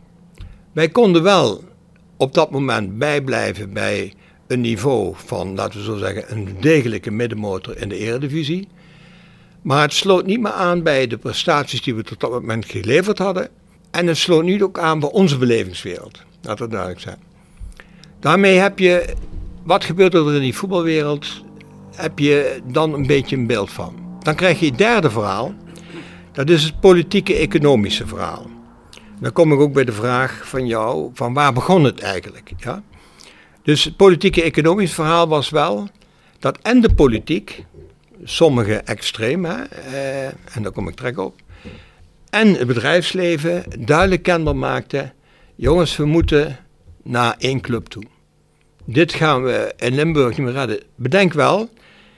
Wij konden wel op dat moment bijblijven bij een niveau van, laten we zo zeggen, een degelijke middenmotor in de Eredivisie. Maar het sloot niet meer aan bij de prestaties die we tot dat moment geleverd hadden. En het sloot niet ook aan bij onze belevingswereld. Laat dat duidelijk zijn. Daarmee heb je, wat gebeurt er in die voetbalwereld, heb je dan een beetje een beeld van. Dan krijg je het derde verhaal. Dat is het politieke-economische verhaal. Dan kom ik ook bij de vraag van jou, van waar begon het eigenlijk? Ja? Dus het politieke-economische verhaal was wel dat en de politiek, sommige extreem, hè, eh, en daar kom ik direct op, en het bedrijfsleven duidelijk kenbaar maakte, jongens, we moeten naar één club toe. Dit gaan we in Limburg niet meer redden. Bedenk wel,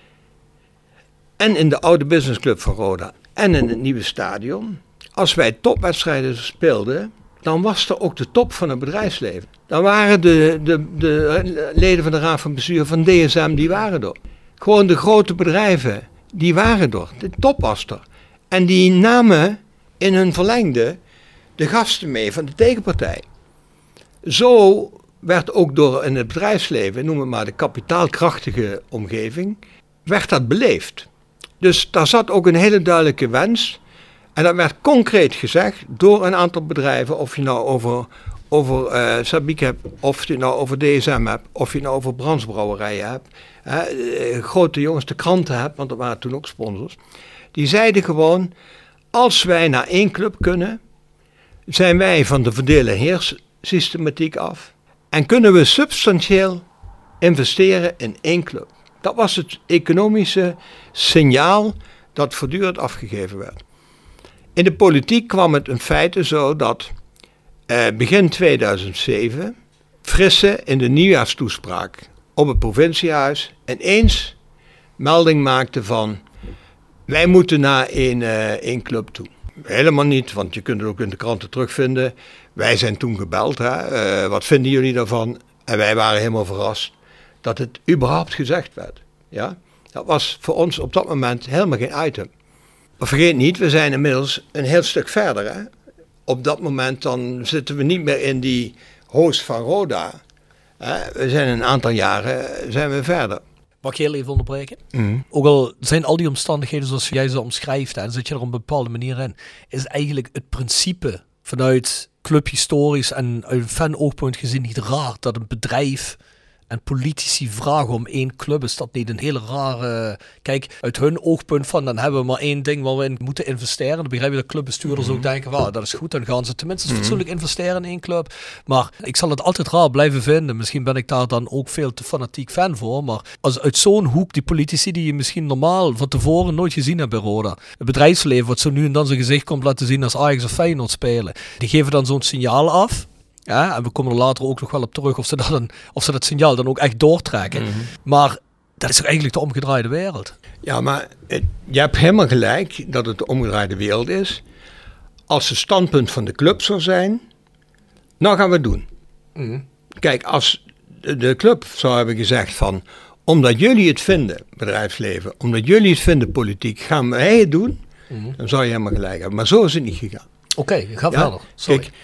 en in de oude businessclub van Roda en in het nieuwe stadion, als wij topwedstrijden speelden, dan was er ook de top van het bedrijfsleven. Dan waren de, de, de leden van de raad van bestuur van D S M, die waren er. Gewoon de grote bedrijven, die waren er. De top was er. En die namen in hun verlengde de gasten mee van de tegenpartij. Zo werd ook door in het bedrijfsleven, noem het maar de kapitaalkrachtige omgeving, werd dat beleefd. Dus daar zat ook een hele duidelijke wens. En dat werd concreet gezegd door een aantal bedrijven, of je nou over, over uh, Sabiek hebt, of je nou over D S M hebt, of je nou over brandsbrouwerijen hebt, hè, uh, grote jongens, de kranten hebt, want dat waren toen ook sponsors, die zeiden gewoon, als wij naar één club kunnen, zijn wij van de verdelen heerssystematiek af en kunnen we substantieel investeren in één club. Dat was het economische signaal dat voortdurend afgegeven werd. In de politiek kwam het in feite zo dat eh, begin tweeduizend zeven Frisse in de nieuwjaarstoespraak op het provinciehuis ineens melding maakte van wij moeten naar één, uh, één club toe. Helemaal niet, want je kunt het ook in de kranten terugvinden. Wij zijn toen gebeld, hè? Uh, wat vinden jullie daarvan? En wij waren helemaal verrast dat het überhaupt gezegd werd. Ja? Dat was voor ons op dat moment helemaal geen item. Maar vergeet niet, we zijn inmiddels een heel stuk verder. Hè? op dat moment dan zitten we niet meer in die host van Roda. Hè? We zijn een aantal jaren zijn we verder. Mag ik heel even onderbreken? Mm. Ook al zijn al die omstandigheden zoals jij ze omschrijft, en zit je er op een bepaalde manier in, is eigenlijk het principe vanuit clubhistorisch en uit een fan-oogpunt gezien niet raar dat een bedrijf en politici vragen om één club. Is dat niet een hele rare... Kijk, uit hun oogpunt van, dan hebben we maar één ding waar we in moeten investeren. Dan begrijp je dat clubbestuurders mm-hmm. ook denken, wow, dat is goed, dan gaan ze tenminste mm-hmm. fatsoenlijk investeren in één club. Maar ik zal het altijd raar blijven vinden. Misschien ben ik daar dan ook veel te fanatiek fan voor. Maar als uit zo'n hoek, die politici die je misschien normaal van tevoren nooit gezien hebt bij Roda. Het bedrijfsleven wat zo nu en dan zijn gezicht komt laten zien als Ajax of Feyenoord spelen. Die geven dan zo'n signaal af. Ja, en we komen er later ook nog wel op terug of ze dat, een, of ze dat signaal dan ook echt doortrekken. Mm-hmm. Maar dat is toch eigenlijk de omgedraaide wereld? Ja, maar het, je hebt helemaal gelijk dat het de omgedraaide wereld is. Als het standpunt van de club zou zijn, nou gaan we het doen. Mm-hmm. Kijk, als de, de club zou hebben gezegd van, omdat jullie het vinden, bedrijfsleven, omdat jullie het vinden, politiek, gaan wij het doen, mm-hmm. dan zou je helemaal gelijk hebben. Maar zo is het niet gegaan. Oké, okay, ga ja, verder. Sorry. Kijk,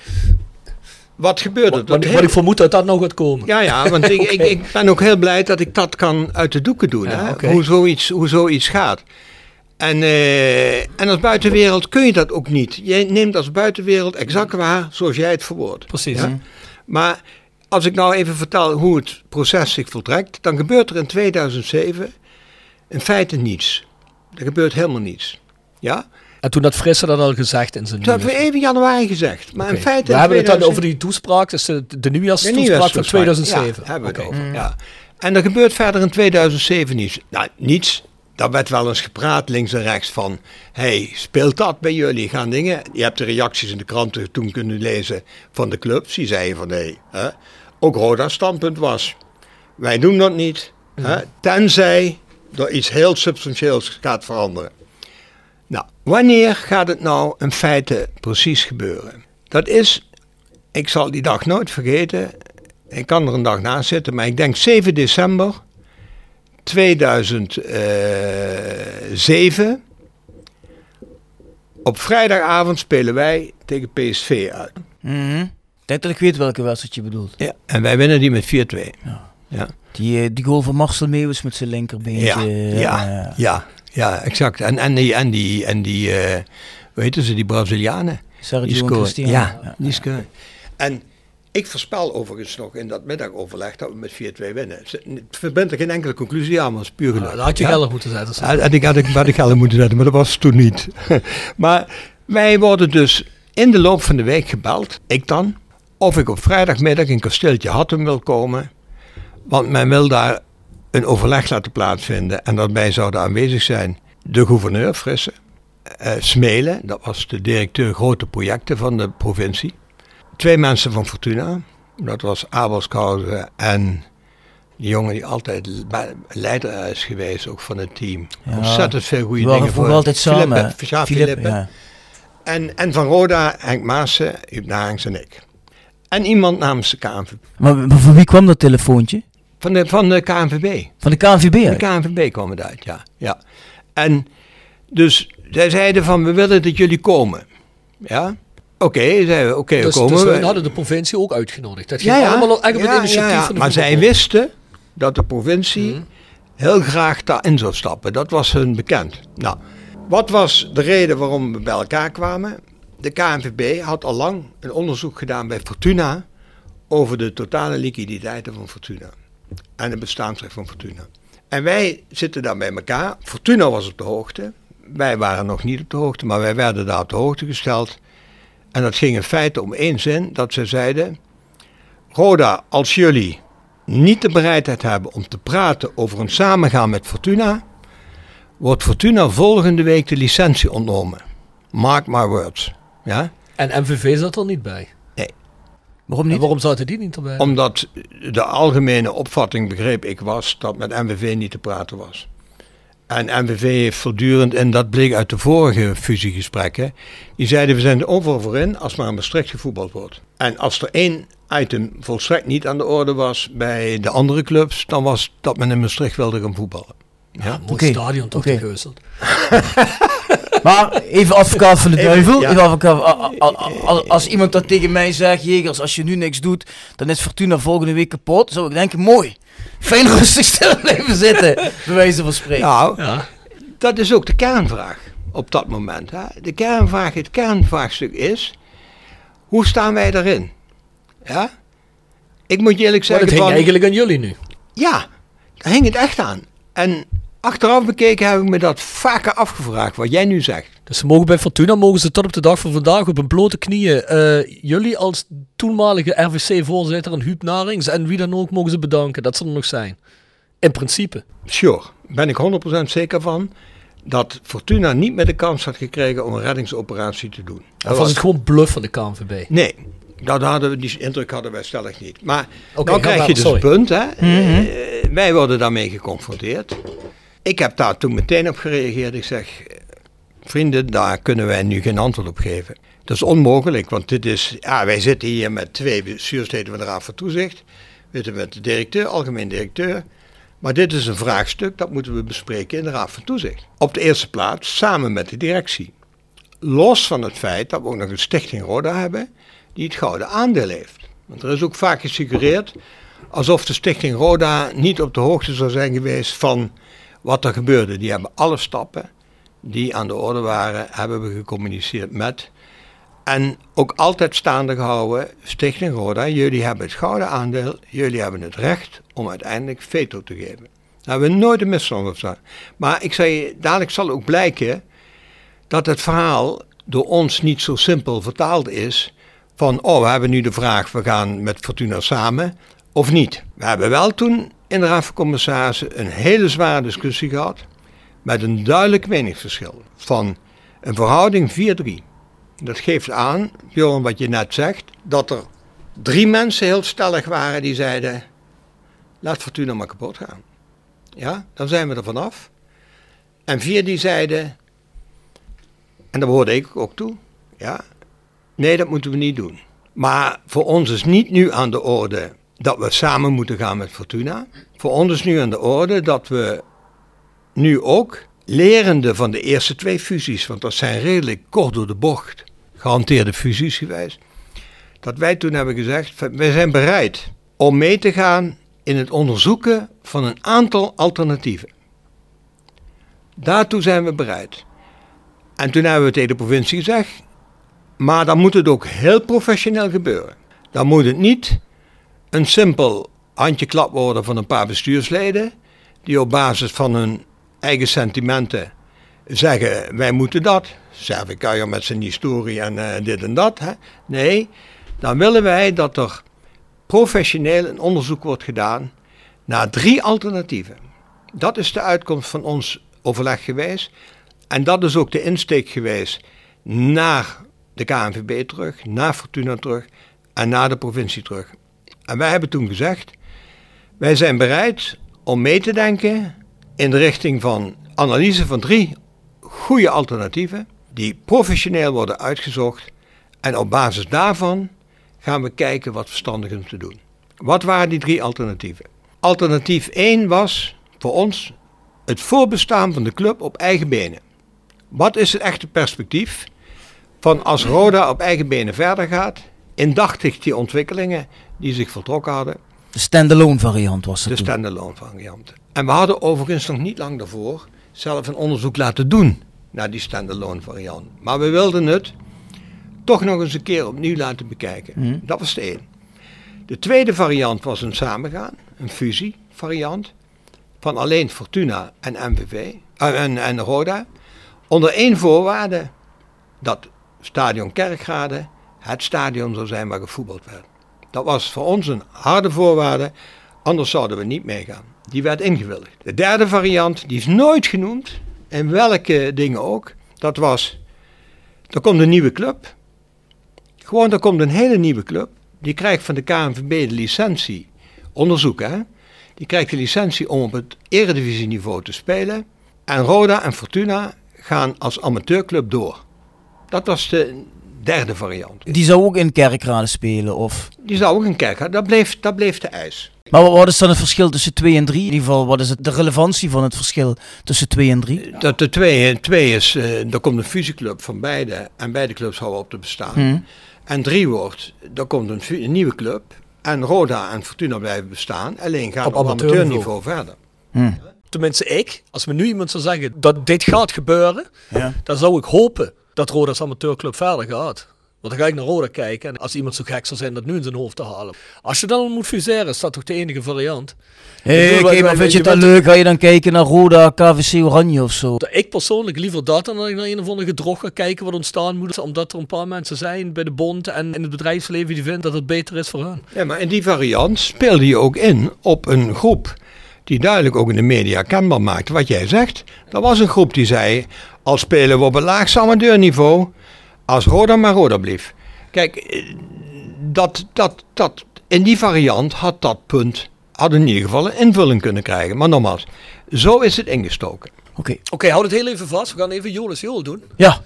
wat gebeurde er? Wat, wat ik vermoed dat dat nog gaat komen. Ja, ja, want ik, okay. ik, ik ben ook heel blij dat ik dat kan uit de doeken doen. Ja, hè? Okay. Hoe, zoiets, hoe zoiets gaat. En, uh, en als buitenwereld kun je dat ook niet. Je neemt als buitenwereld exact waar zoals jij het verwoordt. Precies. Ja? Maar als ik nou even vertel hoe het proces zich voltrekt, dan gebeurt er in tweeduizend zeven in feite niets. Er gebeurt helemaal niets. Ja? En toen had Frisse dat al gezegd in zijn Dat hebben we even januari gezegd. Maar okay. in feite... We hebben het dan over die toespraak, dus de, de nieuwjaarstoespraak van tweeduizend zeven. Ja, hebben we okay. het over, mm. ja. En er gebeurt verder in tweeduizend zeven niets. Nou, niets. Daar werd wel eens gepraat links en rechts van... hey, speelt dat bij jullie? Gaan dingen... Je hebt de reacties in de kranten toen kunnen lezen van de clubs. Die zeiden van, nee, hè, ook Roda's standpunt was... wij doen dat niet, mm. hè, tenzij er iets heel substantieels gaat veranderen. Nou, wanneer gaat het nou in feite precies gebeuren? Dat is, ik zal die dag nooit vergeten, ik kan er een dag naast zitten, maar ik denk zeven december tweeduizend zeven. Op vrijdagavond spelen wij tegen P S V uit. Mm-hmm. Ik denk dat ik weet welke wedstrijd je bedoelt. Ja, en wij winnen die met vier twee. Ja. Ja. Die, die goal van Marcel Meeuwis met zijn linkerbeentje. Ja, ja, ja. ja. Ja, exact. En, en die, en die, en die uh, hoe heten ze, die Brazilianen. Sergio Cristiano. Ja, ja, die scoren. En ik voorspel overigens nog in dat middagoverleg dat we met vier twee winnen. Het verbindt er geen enkele conclusie aan, maar het is puur geluk. Ja, dat had je ja? Gelder moeten zetten. Ja, had ik had ik, had ik gelder moeten zetten, maar dat was het toen niet. Maar wij worden dus in de loop van de week gebeld, ik dan, of ik op vrijdagmiddag in Kasteeltje Hattem wil komen. Want men wil daar een overleg laten plaatsvinden en daarbij zouden aanwezig zijn de gouverneur Frisse, uh, Smelen, dat was de directeur grote projecten van de provincie, twee mensen van Fortuna, dat was Abelskousen en die jongen die altijd leider is geweest, ook van het team. Ja, ontzettend veel goede dingen voor. altijd samen. Philippe, Philippe. Ja. En, en van Roda, Henk Maassen, Huub Narings en ik. En iemand namens de K N V B. Maar, maar voor wie kwam dat telefoontje? Van de, van de K N V B. Van de K N V B? De K N V B kwam het uit, ja. ja. En dus zij zeiden van, we willen dat jullie komen. Ja. Oké, okay, zeiden we, oké, okay, dus, we komen. Dus we hadden de provincie ook uitgenodigd. Dat ging ja, ja. allemaal eigenlijk ja, een initiatief ja, ja. van de Maar zij wisten dat de provincie hmm. heel graag daarin zou stappen. Dat was hun bekend. Nou, wat was de reden waarom we bij elkaar kwamen? De K N V B had al lang een onderzoek gedaan bij Fortuna over de totale liquiditeiten van Fortuna. En het bestaansrecht van Fortuna. En wij zitten daar bij elkaar. Fortuna was op de hoogte. Wij waren nog niet op de hoogte, maar wij werden daar op de hoogte gesteld. En dat ging in feite om één zin, dat ze zeiden... Roda, als jullie niet de bereidheid hebben om te praten over een samengaan met Fortuna... wordt Fortuna volgende week de licentie ontnomen. Mark my words. Ja? En M V V zat er niet bij? Nee. Waarom niet? En waarom zaten die niet erbij? Omdat de algemene opvatting, begreep ik, was dat met M V V niet te praten was. En M V V heeft voortdurend, en dat bleek uit de vorige fusiegesprekken, die zeiden we zijn er overal voor in als maar in Maastricht gevoetbald wordt. En als er één item volstrekt niet aan de orde was bij de andere clubs, dan was dat men in Maastricht wilde gaan voetballen. Ja, ja mooi okay. stadion toch okay. gekeuzeld. Maar even advocaat van de duivel. ja. Even advocaat, a- a- a- als iemand dat tegen mij zegt, Jegers, als je nu niks doet, dan is Fortuna volgende week kapot. Zou ik denken, mooi. Fijn rustig stil blijven zitten. Bij wijze van spreken. Nou, Ja. dat is ook de kernvraag op dat moment. Hè. De kernvraag, het kernvraagstuk is, hoe staan wij daarin? Ja? Ik moet je eerlijk Maar zeggen het hing van, eigenlijk aan jullie nu. ja, daar hing het echt aan. En achteraf bekeken heb ik me dat vaker afgevraagd, wat jij nu zegt. Dus ze mogen bij Fortuna, mogen ze tot op de dag van vandaag op hun blote knieën eh, jullie als toenmalige R V C-voorzitter en Huub Narings en wie dan ook mogen ze bedanken. Dat zal er nog zijn. In principe. Sure, ben ik honderd procent zeker van dat Fortuna niet meer de kans had gekregen om een reddingsoperatie te doen. Dat Of was het gewoon bluff van de K N V B? Nee, dat hadden we, die indruk hadden wij stellig niet. Maar Oké, dan ga krijg je verder, dus een sorry. punt. Hè? Mm-hmm. Uh, wij worden daarmee geconfronteerd. Ik heb daar toen meteen op gereageerd. Ik zeg, vrienden, daar kunnen wij nu geen antwoord op geven. Dat is onmogelijk, want dit is, ja, wij zitten hier met twee bestuursleden van de Raad van Toezicht. We zitten met de directeur, algemeen directeur. Maar dit is een vraagstuk, dat moeten we bespreken in de Raad van Toezicht. Op de eerste plaats samen met de directie. Los van het feit dat we ook nog een stichting Roda hebben die het gouden aandeel heeft. Want er is ook vaak gesuggereerd alsof de stichting Roda niet op de hoogte zou zijn geweest van wat er gebeurde. Die hebben alle stappen die aan de orde waren, hebben we gecommuniceerd met. En ook altijd staande gehouden, stichting Roda, jullie hebben het gouden aandeel, jullie hebben het recht om uiteindelijk veto te geven. Daar hebben we nooit een misstand op staan. Maar ik zei, dadelijk zal ook blijken dat het verhaal door ons niet zo simpel vertaald is van, oh, we hebben nu de vraag, we gaan met Fortuna samen, of niet. We hebben wel toen in de Raad van Commissarissen een hele zware discussie gehad, met een duidelijk meningsverschil van een verhouding vier drie. Dat geeft aan, Bjorn, wat je net zegt, dat er drie mensen heel stellig waren die zeiden, laat Fortuna maar kapot gaan. Ja, dan zijn we er vanaf. En vier die zeiden, en daar behoorde ik ook toe, ja, nee, dat moeten we niet doen. Maar voor ons is niet nu aan de orde dat we samen moeten gaan met Fortuna. Voor ons is nu aan de orde dat we nu ook, lerende van de eerste twee fusies, want dat zijn redelijk kort door de bocht gehanteerde fusies geweest, dat wij toen hebben gezegd, wij zijn bereid om mee te gaan in het onderzoeken van een aantal alternatieven. Daartoe zijn we bereid. En toen hebben we tegen de provincie gezegd, maar dan moet het ook heel professioneel gebeuren. Dan moet het niet een simpel handjeklap worden van een paar bestuursleden, die op basis van hun eigen sentimenten zeggen, wij moeten dat. Servicaier met zijn historie en uh, dit en dat. Hè. Nee, dan willen wij dat er professioneel een onderzoek wordt gedaan naar drie alternatieven. Dat is de uitkomst van ons overleg geweest. En dat is ook de insteek geweest naar de K N V B terug, naar Fortuna terug en naar de provincie terug. En wij hebben toen gezegd, wij zijn bereid om mee te denken in de richting van analyse van drie goede alternatieven die professioneel worden uitgezocht en op basis daarvan gaan we kijken wat verstandig is om te doen. Wat waren die drie alternatieven? Alternatief één was voor ons het voorbestaan van de club op eigen benen. Wat is het echte perspectief van als Roda op eigen benen verder gaat, indachtig die ontwikkelingen die zich voltrokken hadden? De standalone variant was het De toen. standalone variant. En we hadden overigens nog niet lang daarvoor zelf een onderzoek laten doen naar die standalone variant. Maar we wilden het toch nog eens een keer opnieuw laten bekijken. Mm. Dat was de één. De tweede variant was een samengaan, een fusievariant van alleen Fortuna en M V V uh, en, en Roda. Onder één voorwaarde, dat stadion Kerkrade het stadion zou zijn waar gevoetbald werd. Dat was voor ons een harde voorwaarde, anders zouden we niet meegaan. Die werd ingewilligd. De derde variant, die is nooit genoemd, in welke dingen ook, dat was, er komt een nieuwe club. Gewoon, er komt een hele nieuwe club. Die krijgt van de K N V B de licentie, onderzoek hè. Die krijgt de licentie om op het eredivisieniveau te spelen. En Roda en Fortuna gaan als amateurclub door. Dat was de derde variant. Die zou ook in Kerkrade spelen, of? Die zou ook in Kerkrade, dat bleef, dat bleef de eis. Maar wat, wat is dan het verschil tussen twee en drie? In ieder geval, wat is het, de relevantie van het verschil tussen twee en drie? Dat de twee, twee is, uh, er komt een fusieclub van beide en beide clubs houden op te bestaan. Hmm. En drie wordt, er komt een, fu- een nieuwe club en Roda en Fortuna blijven bestaan. Alleen gaat op, op amateurniveau verder. Hmm. Tenminste ik, als me nu iemand zou zeggen dat dit gaat gebeuren, Ja. dan zou ik hopen dat Roda's amateurclub verder gaat. Want dan ga ik naar Roda kijken en als iemand zo gek zou zijn dat nu in zijn hoofd te halen. Als je dan moet fuseren, is dat toch de enige variant. Hey, bedoel, oké, wij- maar wij- vind je je het dan bent- leuk? Ga je dan kijken naar Roda, K V C Oranje of zo? Ik persoonlijk liever dat dan dat ik naar een of ander gedrog ga kijken wat ontstaan moet. Omdat er een paar mensen zijn bij de bond en in het bedrijfsleven die vinden dat het beter is voor hen. Ja, maar in die variant speelde je ook in op een groep die duidelijk ook in de media kenbaar maakte. Wat jij zegt, dat was een groep die zei, al spelen we op een laagste amateurniveau, als Roda maar Roda bleef. Kijk, eh, dat, dat, dat, in die variant had dat punt, had in ieder geval een invulling kunnen krijgen. Maar nogmaals, zo is het ingestoken. Oké. Oké, okay, houd het heel even vast. We gaan even Jolis Jol doen. Ja.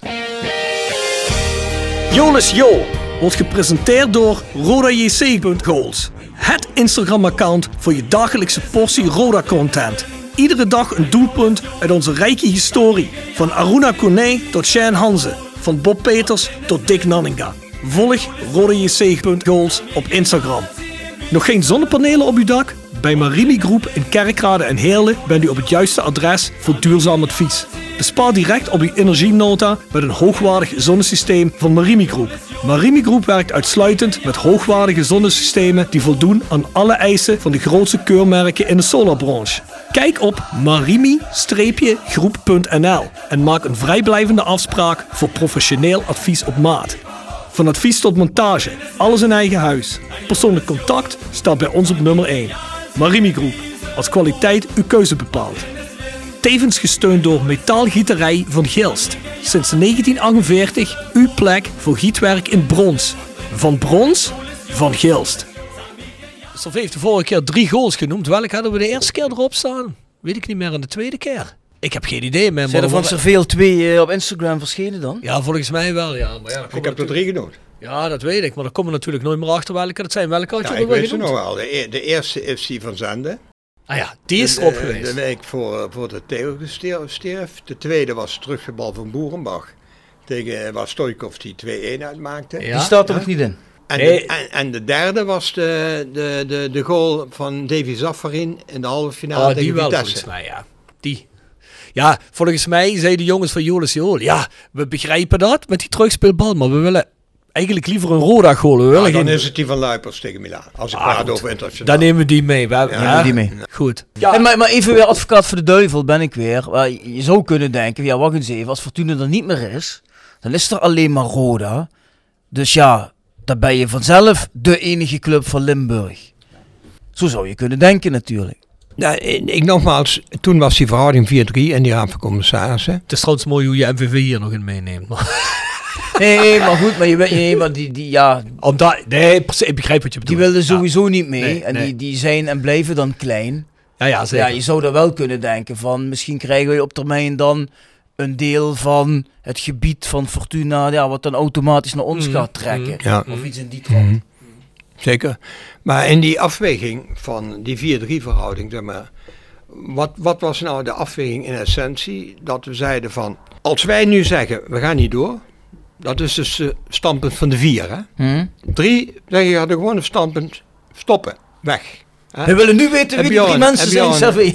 Jolis Jol wordt gepresenteerd door Roda J C punt goals. Het Instagram-account voor je dagelijkse portie Roda-content. Iedere dag een doelpunt uit onze rijke historie. Van Aruna Kone tot Shane Hanze. Van Bob Peters tot Dick Nanninga. Volg Roda J C punt goals op Instagram. Nog geen zonnepanelen op uw dak? Bij Marimi Groep in Kerkrade en Heerlen bent u op het juiste adres voor duurzaam advies. Bespaar direct op uw energienota met een hoogwaardig zonnesysteem van Marimi Groep. Marimi Groep werkt uitsluitend met hoogwaardige zonnesystemen die voldoen aan alle eisen van de grootste keurmerken in de solarbranche. Kijk op marimi groep punt n l en maak een vrijblijvende afspraak voor professioneel advies op maat. Van advies tot montage, alles in eigen huis. Persoonlijk contact staat bij ons op nummer één. Marimi Groep, als kwaliteit uw keuze bepaalt. Tevens gesteund door Metaalgieterij van Gilst. Sinds negentien achtenveertig uw plek voor gietwerk in brons. Van brons, van Gilst. Stof heeft de vorige keer drie goals genoemd. Welke hadden we de eerste keer erop staan? Weet ik niet meer, en de tweede keer. Ik heb geen idee meer. Zijn er van zoveel twee uh, op Instagram verschenen dan? Ja, volgens mij wel, ja. Maar ja, Ik heb er drie genoemd. Ja, dat weet ik. Maar dan komen we natuurlijk nooit meer achter welke dat zijn. Welke had je Ja, er ik wel weet ze genoemd? nog wel. De, e- de eerste is die van Zende. Ah ja, die is de, erop de, geweest. De week voor, voor de Theo stierf. De tweede was teruggebal van Boerenbach. Tegen waar Stoikov die twee-een uitmaakte. Ja. Die staat er Ja. nog niet in. En, Nee. de, en, en de derde was de, de, de, de goal van Davy Zaffarin in de halve finale Oh, die tegen wel Vitesse. volgens mij, ja. Die. Ja, volgens mij zeiden de jongens van Jolis Jool, ja, we begrijpen dat met die terugspeelbal, maar we willen eigenlijk liever een Roda goal. We willen Ja, dan geen... is het die van Luipers tegen Milaan. Als ik Ah, praat goed. over internationaal. Dan nemen we die mee. We hebben, Ja, ja, nemen we die mee. Goed. Ja. En maar, maar even weer advocaat voor de duivel ben ik weer. Maar je zou kunnen denken, ja wacht eens even, als Fortuna er niet meer is, dan is er alleen maar Roda. Dus ja, dan ben je vanzelf de enige club van Limburg. Zo zou je kunnen denken natuurlijk. Nou, ik, ik nogmaals, toen was die verhouding vier drie in die raad van commissarissen. Het is trouwens mooi hoe je M V V hier nog in meeneemt. Maar, Nee, maar goed, maar je weet nee, maar die, die, ja, omdat, nee, precies, ik begrijp wat je die bedoelt. wilden sowieso niet mee. Nee, en nee. Die, die zijn en blijven dan klein. Ja, ja, zeker. Ja, je zou er wel kunnen denken van, misschien krijgen we op termijn dan een deel van het gebied van Fortuna, ja, wat dan automatisch naar ons Mm, gaat trekken. mm. Ja. Of iets in die trant. Mhm. Zeker. Maar in die afweging van die vier drie verhouding, zeg maar, wat, wat was nou de afweging in essentie? Dat we zeiden van, als wij nu zeggen, we gaan niet door, dat is dus het standpunt van de vier. Hè? Hm? Drie, zeg je, hadden gewoon een standpunt, stoppen, weg. Hè? We willen nu weten Heb wie je die drie al een- mensen heb je zijn, al Savi.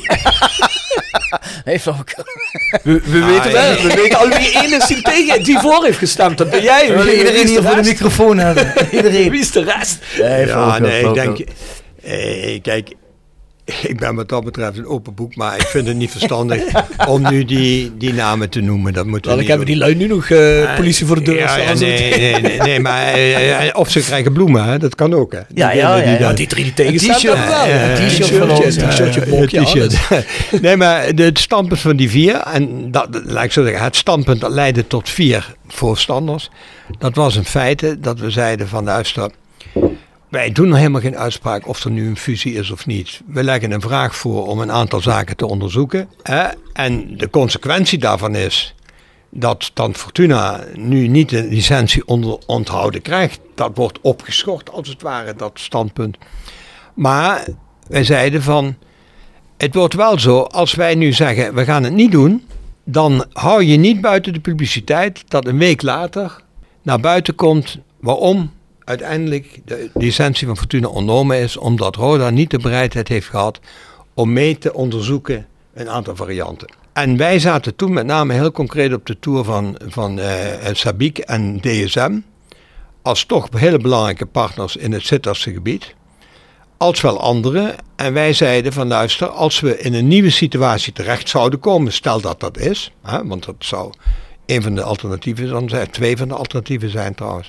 Nee, flauwekul. We, we Ah, weten wel. ja. We weten al wie één is die tegen, die voor heeft gestemd. Dat ben jij. We willen Wie iedereen is hier voor de rest? microfoon hebben. Iedereen. Wie is de rest? Nee, Ja, flauwekul, nee, ik flauwekul. denk, eh, kijk, ik ben wat dat betreft een open boek, maar ik vind het niet verstandig om nu die, die namen te noemen. Dat moeten we Wel, ik niet heb doen. die lui nu nog uh, politie voor de deur Ja, staan. ja, Als nee, het- nee, nee, nee, maar eh, eh, of ze krijgen bloemen, hè, dat kan ook. Hè. Ja, Die ja, die ja, ja. dan- Ja, die drie die tegen Een t-shirt wel. Ja, Een t-shirt t-shirtje, van ons. een t-shirtje, Eh, blokje, het t-shirt. Nee, maar het standpunt van die vier, en dat, laat ik zo zeggen, het standpunt dat leidde tot vier voorstanders, dat was in feite dat we zeiden van luister, wij doen nog helemaal geen uitspraak of er nu een fusie is of niet. We leggen een vraag voor om een aantal zaken te onderzoeken. Hè? En de consequentie daarvan is dat dan Fortuna nu niet de licentie onder onthouden krijgt. Dat wordt opgeschort als het ware, dat standpunt. Maar wij zeiden van, het wordt wel zo, als wij nu zeggen we gaan het niet doen, dan hou je niet buiten de publiciteit dat een week later naar buiten komt waarom uiteindelijk de licentie van Fortuna ontnomen is, omdat Roda niet de bereidheid heeft gehad om mee te onderzoeken een aantal varianten. En wij zaten toen met name heel concreet op de tour van, van uh, Sabiek en D S M als toch hele belangrijke partners in het Sitterse gebied, als wel anderen. En wij zeiden van luister, als we in een nieuwe situatie terecht zouden komen, stel dat dat is, hè, want dat zou een van de alternatieven dan zijn, twee van de alternatieven zijn trouwens,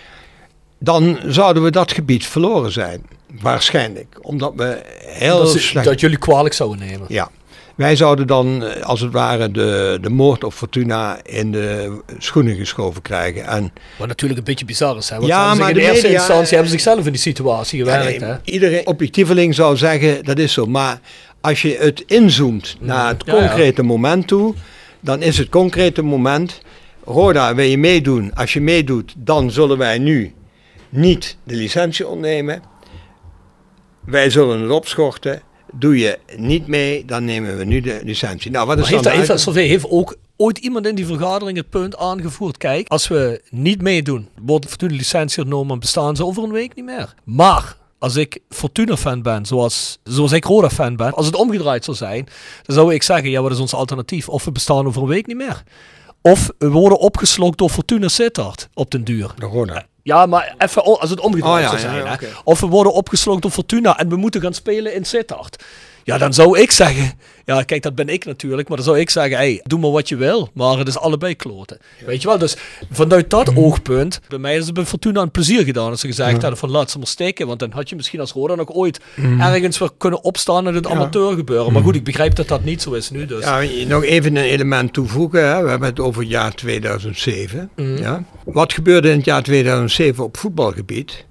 dan zouden we dat gebied verloren zijn, waarschijnlijk, omdat we heel dat, ze, slecht... dat jullie kwalijk zouden nemen. Ja. Wij zouden dan, als het ware, de, de moord op Fortuna in de schoenen geschoven krijgen. En wat natuurlijk een beetje bizar is. Hè? Want ja, maar in de de eerste media, instantie hebben ze zichzelf in die situatie gewerkt. ja, nee, hè? iedere objectieveling zou zeggen, dat is zo. Maar als je het inzoomt naar het ja, concrete ja. moment toe, dan is het concrete moment, Roda, wil je meedoen? Als je meedoet, dan zullen wij nu niet de licentie ontnemen. Wij zullen het opschorten. Doe je niet mee, dan nemen we nu de licentie. Nou, wat is maar dan heeft, uit... heeft, heeft ook ooit iemand in die vergadering het punt aangevoerd? Kijk, als we niet meedoen, wordt Fortuna licentie ontnomen en bestaan ze over een week niet meer. Maar als ik Fortuna-fan ben, zoals, zoals ik Roda-fan ben, als het omgedraaid zou zijn, dan zou ik zeggen, ja, wat is ons alternatief? Of we bestaan over een week niet meer. Of we worden opgeslokt door Fortuna Sittard op den duur. De Roda. Ja, maar even als het omgedraaid Oh, ja, zou zijn. ja, Hè? okay. Of we worden opgeslokt door Fortuna en we moeten gaan spelen in Sittard. Ja, dan zou ik zeggen... Ja, kijk, dat ben ik natuurlijk. Maar dan zou ik zeggen, hey, doe maar wat je wil. Maar het is allebei kloten. Ja. Weet je wel? Dus vanuit dat oogpunt... Bij mij is het bij Fortuna een plezier gedaan. Als ze gezegd ja. hadden van laat ze maar steken. Want dan had je misschien als Roda nog ooit... Mm. ergens weer kunnen opstaan in het ja. amateurgebeuren. Mm. Maar goed, ik begrijp dat dat niet zo is nu. Dus. Ja, nog even een element toevoegen. Hè. We hebben het over het jaar tweeduizend zeven. Mm. Ja. Wat gebeurde in het jaar tweeduizend zeven op voetbalgebied?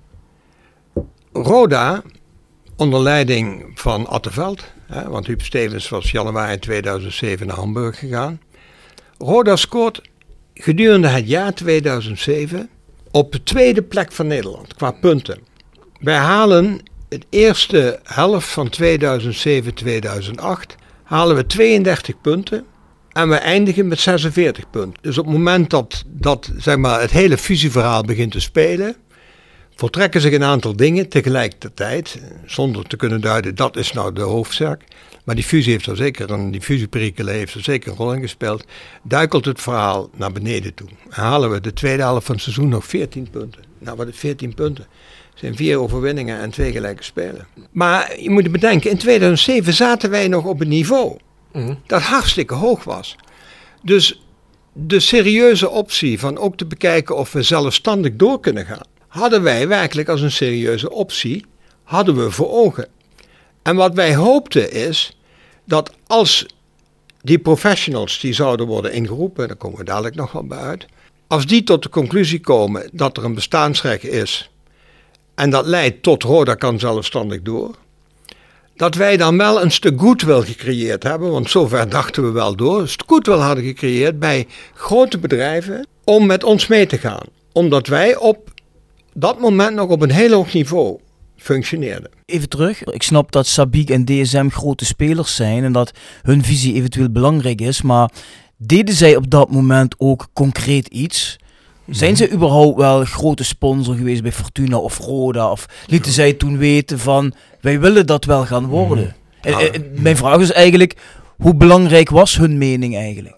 Roda... onder leiding van Atteveld, hè, want Huub Stevens was januari tweeduizend zeven naar Hamburg gegaan. Roda scoort gedurende het jaar tweeduizend zeven op de tweede plek van Nederland qua punten. Wij halen het eerste helft van tweeduizend zeven tweeduizend acht halen we tweeëndertig punten en we eindigen met zesenveertig punten. Dus op het moment dat, dat zeg maar, het hele fusieverhaal begint te spelen, voltrekken zich een aantal dingen tegelijkertijd, zonder te kunnen duiden dat is nou de hoofdzaak. Maar die fusie heeft er zeker een, die fusieperikelen heeft er zeker een rol in gespeeld. Duikelt het verhaal naar beneden toe. En halen we de tweede helft van het seizoen nog veertien punten. Nou, wat is veertien punten? Het zijn vier overwinningen en twee gelijke spelen. Maar je moet bedenken, in tweeduizend zeven zaten wij nog op een niveau mm. dat hartstikke hoog was. Dus de serieuze optie van ook te bekijken of we zelfstandig door kunnen gaan, hadden wij werkelijk als een serieuze optie, hadden we voor ogen. En wat wij hoopten is, dat als die professionals die zouden worden ingeroepen, daar komen we dadelijk nog wel bij uit, als die tot de conclusie komen dat er een bestaansrecht is, en dat leidt tot Roda kan zelfstandig door, dat wij dan wel een stuk goodwill gecreëerd hebben, want zover dachten we wel door, een stuk goodwill hadden gecreëerd bij grote bedrijven om met ons mee te gaan. Omdat wij op dat moment nog op een heel hoog niveau functioneerde. Even terug, ik snap dat Sabiek en D S M grote spelers zijn en dat hun visie eventueel belangrijk is, maar deden zij op dat moment ook concreet iets? Zijn zij überhaupt wel grote sponsor geweest bij Fortuna of Roda? Of lieten zij toen weten van, wij willen dat wel gaan worden? En, en, mijn vraag is eigenlijk, hoe belangrijk was hun mening eigenlijk?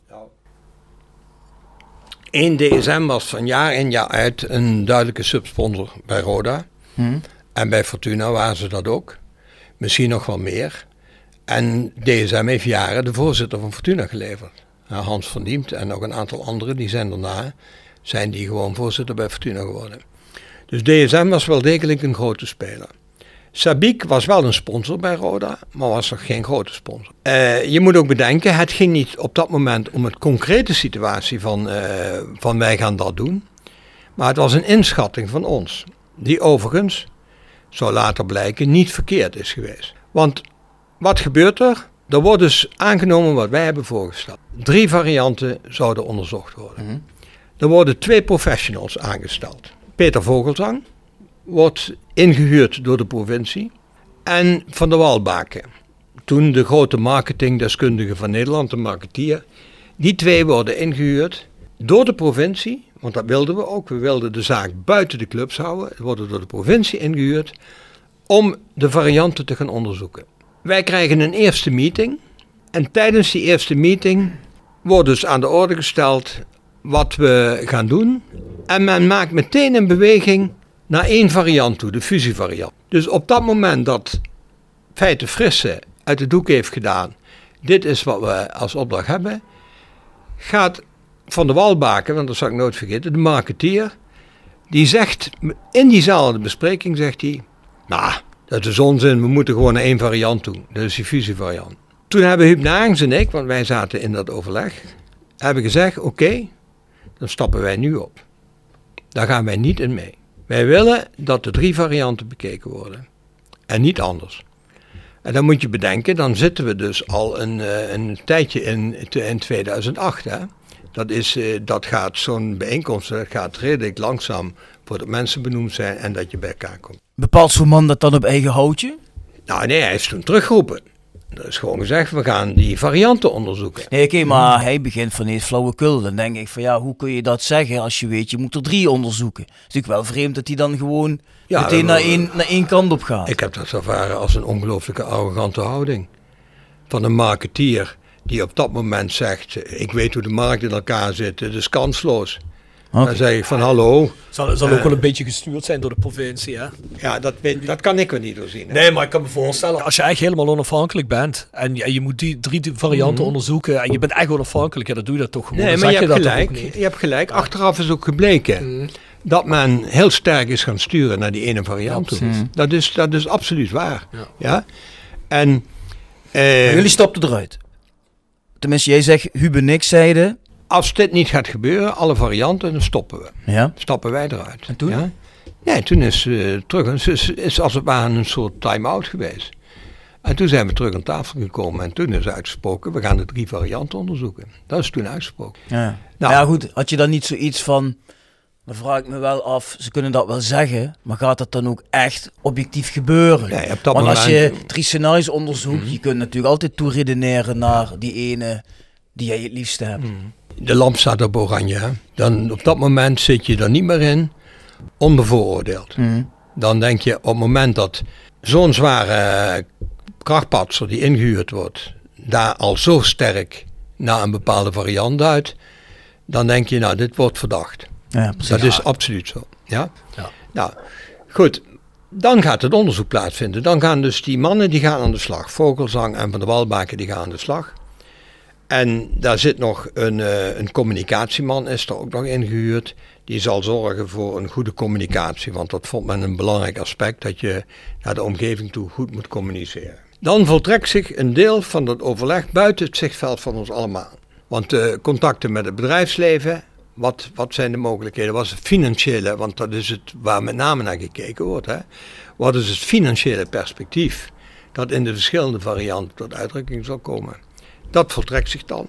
Eén D S M was van jaar in jaar uit een duidelijke subsponsor bij Roda. Hmm. En bij Fortuna waren ze dat ook. Misschien nog wel meer. En D S M heeft jaren de voorzitter van Fortuna geleverd. Hans van Diemt en nog een aantal anderen, die zijn daarna, zijn die gewoon voorzitter bij Fortuna geworden. Dus D S M was wel degelijk een grote speler. Sabiek was wel een sponsor bij Roda, maar was nog geen grote sponsor. Uh, je moet ook bedenken, het ging niet op dat moment om het concrete situatie van, uh, van wij gaan dat doen. Maar het was een inschatting van ons, die overigens, zou later blijken, niet verkeerd is geweest. Want wat gebeurt er? er wordt dus aangenomen wat wij hebben voorgesteld. Drie varianten zouden onderzocht worden. Mm-hmm. Er worden twee professionals aangesteld. Peter Vogelsang wordt ingehuurd door de provincie. En Van der Walbaken, toen de grote marketingdeskundige van Nederland, de marketeer. Die twee worden ingehuurd door de provincie, want dat wilden we ook. We wilden de zaak buiten de clubs houden. Ze worden door de provincie ingehuurd om de varianten te gaan onderzoeken. Wij krijgen een eerste meeting. En tijdens die eerste meeting wordt dus aan de orde gesteld wat we gaan doen. En men maakt meteen een beweging naar één variant toe, de fusievariant. Dus op dat moment dat Feite Frisse uit de doek heeft gedaan, dit is wat we als opdracht hebben, gaat Van der Walbaken, want dat zal ik nooit vergeten, de marketeer, die zegt in diezelfde bespreking, zegt hij, nou, dat is onzin, we moeten gewoon naar één variant toe. Dat is die fusievariant. Toen hebben Huub Nagens en ik, want wij zaten in dat overleg, hebben gezegd, oké, okay, dan stappen wij nu op. Daar gaan wij niet in mee. Wij willen dat de drie varianten bekeken worden. En niet anders. En dan moet je bedenken, dan zitten we dus al een, een tijdje in, in tweeduizend acht. Hè? Dat, is, dat gaat zo'n bijeenkomst, dat gaat redelijk langzaam voordat mensen benoemd zijn en dat je bij elkaar komt. Bepaalt zo'n man dat dan op eigen houtje? Nou nee, hij heeft toen teruggeroepen. Er is gewoon gezegd, we gaan die varianten onderzoeken. Nee, oké, okay, maar hij begint van eens flauwekul. Dan denk ik van ja, hoe kun je dat zeggen als je weet, je moet er drie onderzoeken. Het is natuurlijk wel vreemd dat hij dan gewoon ja, meteen naar één, naar één kant op gaat. Ik heb dat ervaren als een ongelooflijke arrogante houding. Van een marketeer die op dat moment zegt, ik weet hoe de markt in elkaar zit, het is kansloos. Okay. Dan zeg ik van hallo. Zal, zal ook uh, wel een beetje gestuurd zijn door de provincie, hè? Ja, dat, weet, dat kan ik wel niet doorzien. Hè? Nee, maar ik kan me voorstellen, als je eigenlijk helemaal onafhankelijk bent en je, en je moet die drie varianten mm-hmm. onderzoeken en je bent echt onafhankelijk, ja, dan doe je dat toch gewoon. Nee, dan maar je, je, hebt dat gelijk, ook niet. je hebt gelijk. Achteraf is ook gebleken mm. dat men heel sterk is gaan sturen naar die ene variant toe. Mm. Dat, is, dat is absoluut waar. Ja. Ja? En, uh, jullie stapten eruit. Tenminste, jij zegt, Huub en ik zeiden, als dit niet gaat gebeuren, alle varianten, dan stoppen we. Ja. Stappen wij eruit. En toen? Ja? Nee, toen is uh, terug, is, is als het ware een soort time-out geweest. En toen zijn we terug aan tafel gekomen en toen is uitgesproken, we gaan de drie varianten onderzoeken. Dat is toen uitgesproken. Ja, nou, ja goed, had je dan niet zoiets van, dan vraag ik me wel af, ze kunnen dat wel zeggen, maar gaat dat dan ook echt objectief gebeuren? Nee, op dat Want moment, als je drie scenario's onderzoekt, mm-hmm. je kunt natuurlijk altijd toeredeneren naar die ene die jij het liefste hebt. Mm. De lamp staat op oranje. Hè? Dan, op dat moment zit je er niet meer in, onbevooroordeeld. Mm. Dan denk je op het moment dat zo'n zware krachtpatser die ingehuurd wordt, daar al zo sterk naar een bepaalde variant duidt, dan denk je, nou, dit wordt verdacht. Ja, dat ja. is absoluut zo. Ja? Ja. Nou, goed. Dan gaat het onderzoek plaatsvinden. Dan gaan dus die mannen die gaan aan de slag. Vogelsang en Van der Walbaken die gaan aan de slag. En daar zit nog een, uh, een communicatieman, is er ook nog ingehuurd. Die zal zorgen voor een goede communicatie. Want dat vond men een belangrijk aspect, dat je naar de omgeving toe goed moet communiceren. Dan voltrekt zich een deel van dat overleg buiten het zichtveld van ons allemaal. Want uh, contacten met het bedrijfsleven, wat, wat zijn de mogelijkheden? Wat is het financiële, want dat is het waar met name naar gekeken wordt. Hè? Wat is het financiële perspectief dat in de verschillende varianten tot uitdrukking zal komen? Dat voltrekt zich dan.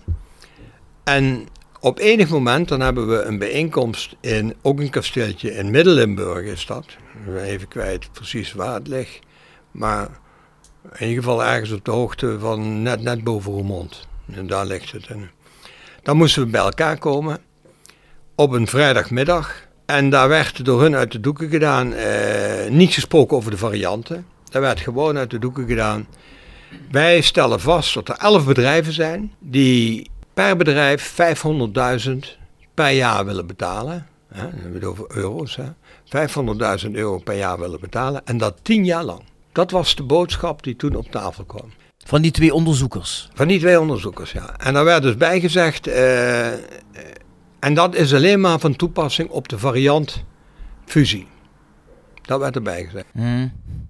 En op enig moment, dan hebben we een bijeenkomst in, ook een kasteeltje in Midden-Limburg is dat. Ik ben even kwijt precies waar het ligt. Maar in ieder geval ergens op de hoogte van net, net boven Roermond. En daar ligt het. En dan moesten we bij elkaar komen op een vrijdagmiddag. En daar werd door hun uit de doeken gedaan, eh, niet gesproken over de varianten. Daar werd gewoon uit de doeken gedaan. Wij stellen vast dat er elf bedrijven zijn die per bedrijf vijfhonderdduizend per jaar willen betalen. Hè, dan hebben we het over euro's. Hè. vijfhonderdduizend euro per jaar willen betalen en dat tien jaar lang. Dat was de boodschap die toen op tafel kwam. Van die twee onderzoekers? Van die twee onderzoekers, ja. En daar werd dus bijgezegd, uh, en dat is alleen maar van toepassing op de variant fusie. Dat werd erbij gezegd. Hmm.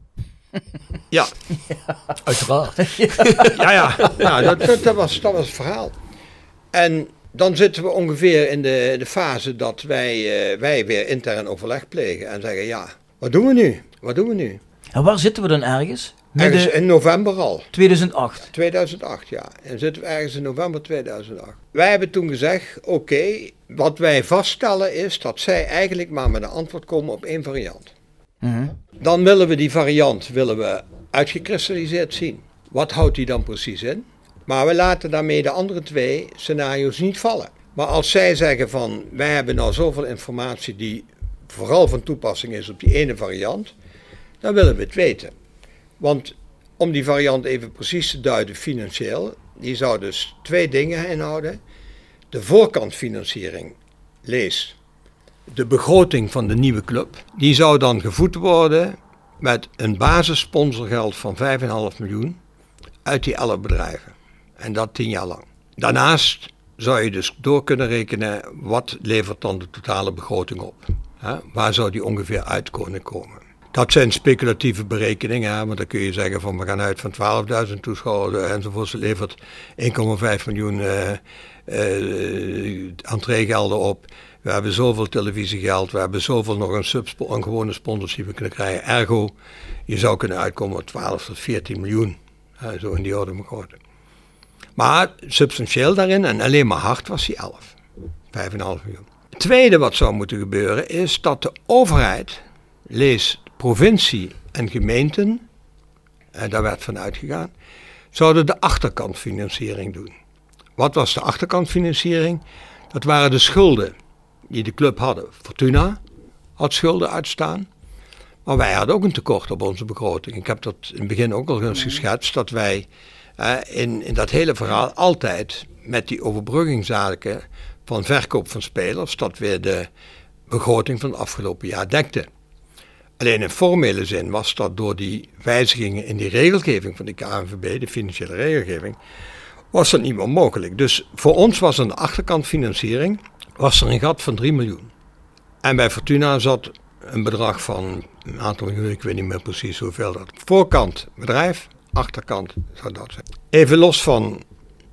Ja. ja. Uiteraard. ja, ja. ja dat, dat, dat, was, dat was het verhaal. En dan zitten we ongeveer in de, de fase dat wij, uh, wij weer intern overleg plegen en zeggen, ja, wat doen we nu? Wat doen we nu? En waar zitten we dan ergens? Midden Ergens in november al. tweeduizend acht. tweeduizend acht, ja. En zitten we ergens in november tweeduizend acht. Wij hebben toen gezegd, oké, okay, wat wij vaststellen is dat zij eigenlijk maar met een antwoord komen op één variant. Mm-hmm. Dan willen we die variant willen we uitgekristalliseerd zien. Wat houdt die dan precies in? Maar we laten daarmee de andere twee scenario's niet vallen. Maar als zij zeggen van, wij hebben nou zoveel informatie die vooral van toepassing is op die ene variant, dan willen we het weten. Want om die variant even precies te duiden financieel, die zou dus twee dingen inhouden. De voorkantfinanciering, lees de begroting van de nieuwe club, die zou dan gevoed worden met een basissponsorgeld van vijf komma vijf miljoen uit die elf bedrijven. En dat tien jaar lang. Daarnaast zou je dus door kunnen rekenen, wat levert dan de totale begroting op? Hè? Waar zou die ongeveer uit kunnen komen? Dat zijn speculatieve berekeningen, hè? Want dan kun je zeggen van we gaan uit van twaalfduizend toeschouwers enzovoort. Ze levert één komma vijf miljoen uh, uh, entreegelden op. We hebben zoveel televisiegeld, we hebben zoveel nog een, subspo- een gewone sponsors die we kunnen krijgen. Ergo, je zou kunnen uitkomen op twaalf tot veertien miljoen. Hè? Zo in die orde begroting. Maar substantieel daarin en alleen maar hard was die elf. vijf komma vijf miljoen. Het tweede wat zou moeten gebeuren is dat de overheid, lees provincie en gemeenten, en daar werd van uitgegaan, zouden de achterkantfinanciering doen. Wat was de achterkantfinanciering? Dat waren de schulden die de club hadden. Fortuna had schulden uitstaan, maar wij hadden ook een tekort op onze begroting. Ik heb dat in het begin ook al eens geschetst, dat wij uh, in, in dat hele verhaal altijd met die overbruggingszaken van verkoop van spelers, dat weer de begroting van het afgelopen jaar dekte. Alleen in formele zin was dat door die wijzigingen in die regelgeving van de K N V B, de financiële regelgeving, was dat niet meer mogelijk. Dus voor ons was aan de achterkant financiering, was er een gat van drie miljoen. En bij Fortuna zat een bedrag van een aantal miljoen, ik weet niet meer precies hoeveel dat. Voorkant bedrijf, achterkant zou dat zijn. Even los van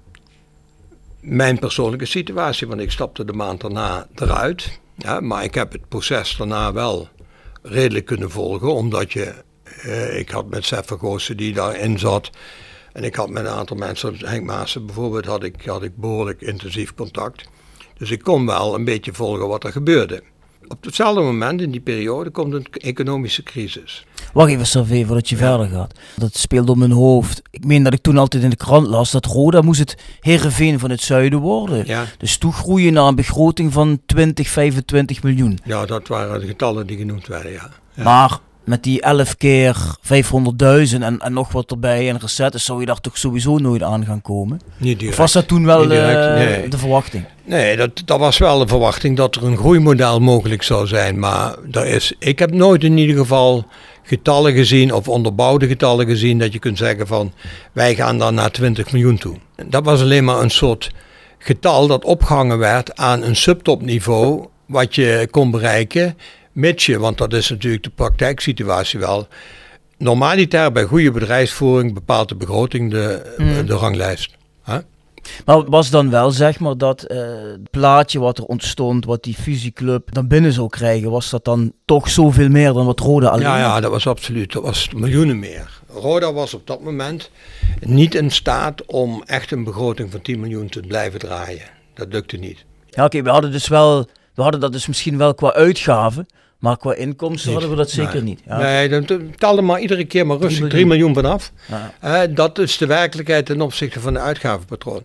mijn persoonlijke situatie, want ik stapte de maand daarna eruit. Ja, maar ik heb het proces daarna wel redelijk kunnen volgen, omdat je, eh, ik had met Sef Vergoosen die daarin zat, en ik had met een aantal mensen, Henk Maassen bijvoorbeeld, had ik, had ik behoorlijk intensief contact. Dus ik kon wel een beetje volgen wat er gebeurde. Op hetzelfde moment in die periode komt een economische crisis. Wacht even, Servé, voordat je ja. verder gaat. Dat speelde op mijn hoofd. Ik meen dat ik toen altijd in de krant las dat Roda moest het Heerenveen van het zuiden worden. Ja. Dus toegroeien naar een begroting van twintig, vijfentwintig miljoen. Ja, dat waren de getallen die genoemd werden, ja. ja. Maar met die elf keer vijfhonderdduizend en, en nog wat erbij en recettes zou je daar toch sowieso nooit aan gaan komen? Niet direct. Of was dat toen wel uh, nee. de verwachting? Nee, dat, dat was wel de verwachting dat er een groeimodel mogelijk zou zijn. Maar er is, ik heb nooit in ieder geval getallen gezien of onderbouwde getallen gezien dat je kunt zeggen van wij gaan dan naar twintig miljoen toe. Dat was alleen maar een soort getal dat opgehangen werd aan een subtopniveau wat je kon bereiken. Mits je, want dat is natuurlijk de praktijksituatie wel, normaliter bij goede bedrijfsvoering bepaalt de begroting de, mm. de ranglijst. Huh? Maar was dan wel zeg maar dat uh, het plaatje wat er ontstond, wat die fusieclub dan binnen zou krijgen, was dat dan toch zoveel meer dan wat Roda alleen? Ja, ja, dat was absoluut, dat was miljoenen meer. Roda was op dat moment niet in staat om echt een begroting van tien miljoen te blijven draaien. Dat lukte niet. Ja, oké, okay, we hadden dus wel, we hadden dat dus misschien wel qua uitgaven. Maar qua inkomsten niet. Hadden we dat zeker nee. niet. Ja. Nee, dan telde maar iedere keer maar rustig drie miljoen vanaf. Ja. Uh, dat is de werkelijkheid ten opzichte van de uitgavenpatroon.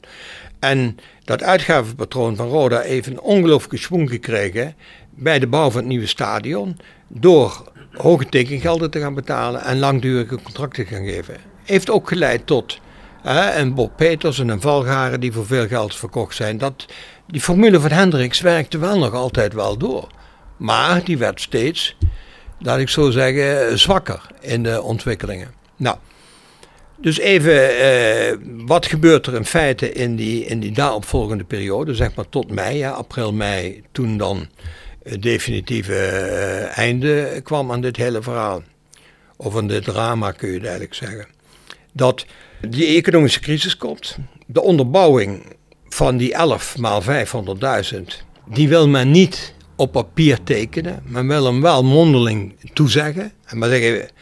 En dat uitgavenpatroon van Roda heeft een ongelooflijke schwung gekregen bij de bouw van het nieuwe stadion. Door hoge tekengelden te gaan betalen en langdurige contracten te gaan geven. Heeft ook geleid tot uh, een Bob Peters en een Valgaren die voor veel geld verkocht zijn. Dat, die formule van Hendricks werkte wel nog altijd wel door. Maar die werd steeds, laat ik zo zeggen, zwakker in de ontwikkelingen. Nou, dus even, eh, wat gebeurt er in feite in die, in die daaropvolgende periode, zeg maar tot mei, ja, april, mei, toen dan het definitieve eh, einde kwam aan dit hele verhaal. Of aan dit drama kun je het eigenlijk zeggen. Dat die economische crisis komt, de onderbouwing van die elf maal vijfhonderdduizend, die wil men niet op papier tekenen, maar wil hem wel mondeling toezeggen. En maar zeggen,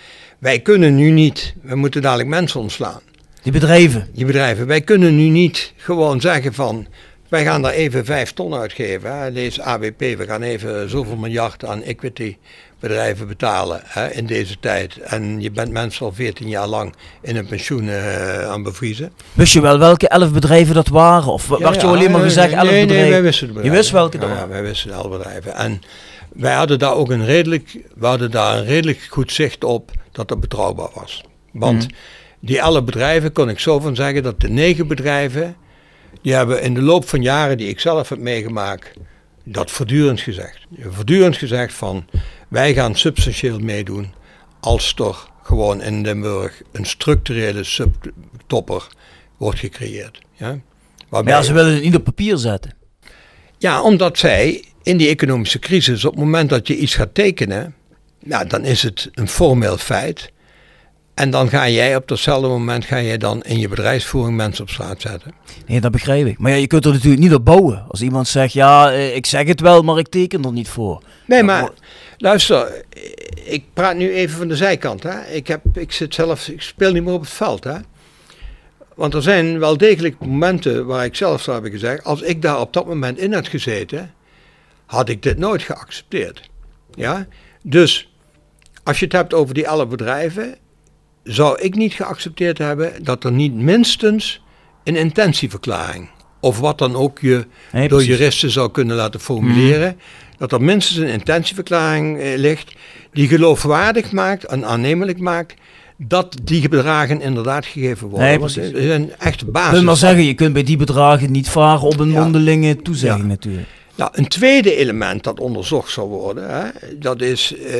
wij kunnen nu niet, we moeten dadelijk mensen ontslaan. Die bedrijven. Die bedrijven. Wij kunnen nu niet gewoon zeggen van, wij gaan daar even vijf ton uitgeven. Hè. Deze A B P, we gaan even zoveel miljard aan equity bedrijven betalen hè, in deze tijd. En je bent mensen al veertien jaar lang in een pensioen uh, aan bevriezen. Wist je wel welke elf bedrijven dat waren? Of ja, werd je ja, alleen maar gezegd elf nee, bedrijven? Nee, wij wisten de bedrijven. Je wist welke dat ja, waren? Ja, wij wisten elf bedrijven. En wij hadden daar ook een redelijk, we hadden daar een redelijk goed zicht op dat dat betrouwbaar was. Want mm. die elf bedrijven, kon ik zo van zeggen, dat de negen bedrijven, die hebben in de loop van jaren die ik zelf heb meegemaakt, dat voortdurend gezegd. Voortdurend gezegd van, wij gaan substantieel meedoen als er gewoon in Limburg een structurele subtopper wordt gecreëerd. Ja? Waarbij, ja, ze willen het niet op papier zetten. Ja, omdat zij in die economische crisis, op het moment dat je iets gaat tekenen, ja, dan is het een formeel feit. En dan ga jij op datzelfde moment ga je dan in je bedrijfsvoering mensen op straat zetten. Nee, dat begrijp ik. Maar ja, je kunt er natuurlijk niet op bouwen. Als iemand zegt, ja, ik zeg het wel, maar ik teken er niet voor. Nee, maar luister, ik praat nu even van de zijkant. Hè. Ik, heb, ik zit zelf, ik speel niet meer op het veld. Hè. Want er zijn wel degelijk momenten waar ik zelf zou hebben gezegd, als ik daar op dat moment in had gezeten, had ik dit nooit geaccepteerd. Ja? Dus, als je het hebt over die elf bedrijven, zou ik niet geaccepteerd hebben dat er niet minstens een intentieverklaring, of wat dan ook je nee, door juristen zou kunnen laten formuleren, mm. dat er minstens een intentieverklaring eh, ligt die geloofwaardig maakt en aannemelijk maakt dat die bedragen inderdaad gegeven worden. Nee, precies. Dat is een echt basis. Ik wil maar zeggen, je kunt bij die bedragen niet varen op een ja. mondelinge toezegging ja. natuurlijk. Nou, een tweede element dat onderzocht zal worden, hè, dat is uh,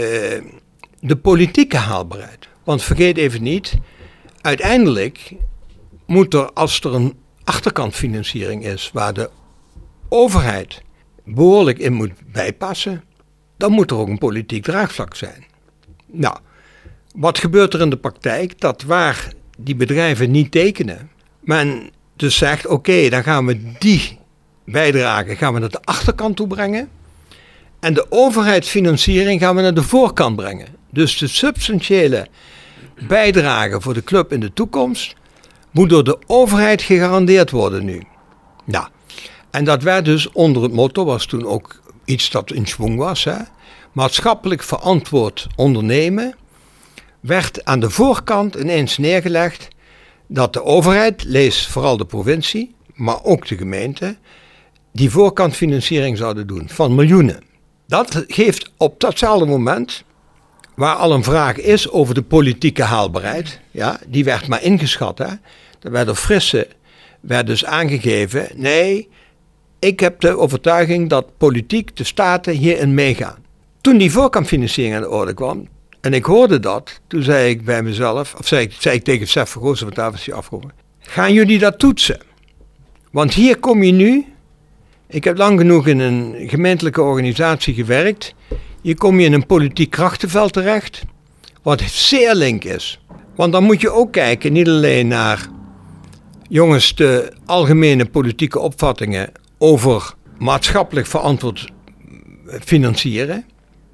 de politieke haalbaarheid. Want vergeet even niet, uiteindelijk moet er, als er een achterkantfinanciering is waar de overheid behoorlijk in moet bijpassen, dan moet er ook een politiek draagvlak zijn. Nou, wat gebeurt er in de praktijk? Dat waar die bedrijven niet tekenen, men dus zegt, oké, okay, dan gaan we die bijdrage gaan we naar de achterkant toe brengen en de overheidsfinanciering gaan we naar de voorkant brengen. Dus de substantiële bijdrage voor de club in de toekomst moet door de overheid gegarandeerd worden nu. Nou, en dat werd dus onder het motto, was toen ook iets dat in schwung was, hè, maatschappelijk verantwoord ondernemen, werd aan de voorkant ineens neergelegd dat de overheid, lees vooral de provincie, maar ook de gemeente, die voorkantfinanciering zouden doen van miljoenen. Dat geeft op datzelfde moment, waar al een vraag is over de politieke haalbaarheid, ja, die werd maar ingeschat. Hè. Er werd er frisse, werd dus aangegeven, nee, ik heb de overtuiging dat politiek, de staten hierin meegaan. Toen die voorkantfinanciering aan de orde kwam, en ik hoorde dat, toen zei ik bij mezelf, of zei ik, zei ik tegen Sef Vergozen, want daar was hij afgekomen, gaan jullie dat toetsen? Want hier kom je nu, ik heb lang genoeg in een gemeentelijke organisatie gewerkt, hier kom je in een politiek krachtenveld terecht, wat zeer link is. Want dan moet je ook kijken, niet alleen naar, jongens, de algemene politieke opvattingen over maatschappelijk verantwoord financieren.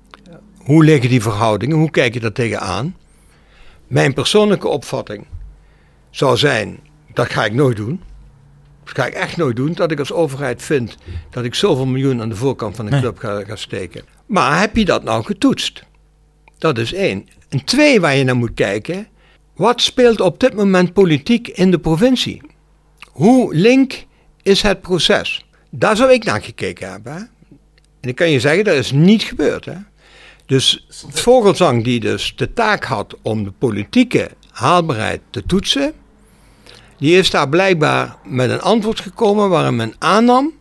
Hoe liggen die verhoudingen? Hoe kijk je daar tegenaan? Mijn persoonlijke opvatting zou zijn, dat ga ik nooit doen. Dat ga ik echt nooit doen, dat ik als overheid vind dat ik zoveel miljoen aan de voorkant van een club ga, ga steken. Maar heb je dat nou getoetst? Dat is één. En twee, waar je naar moet kijken, wat speelt op dit moment politiek in de provincie? Hoe link is het proces? Daar zou ik naar gekeken hebben. Hè? En ik kan je zeggen, dat is niet gebeurd. Hè? Dus Vogelzang, die dus de taak had om de politieke haalbaarheid te toetsen, die is daar blijkbaar met een antwoord gekomen waarin men aannam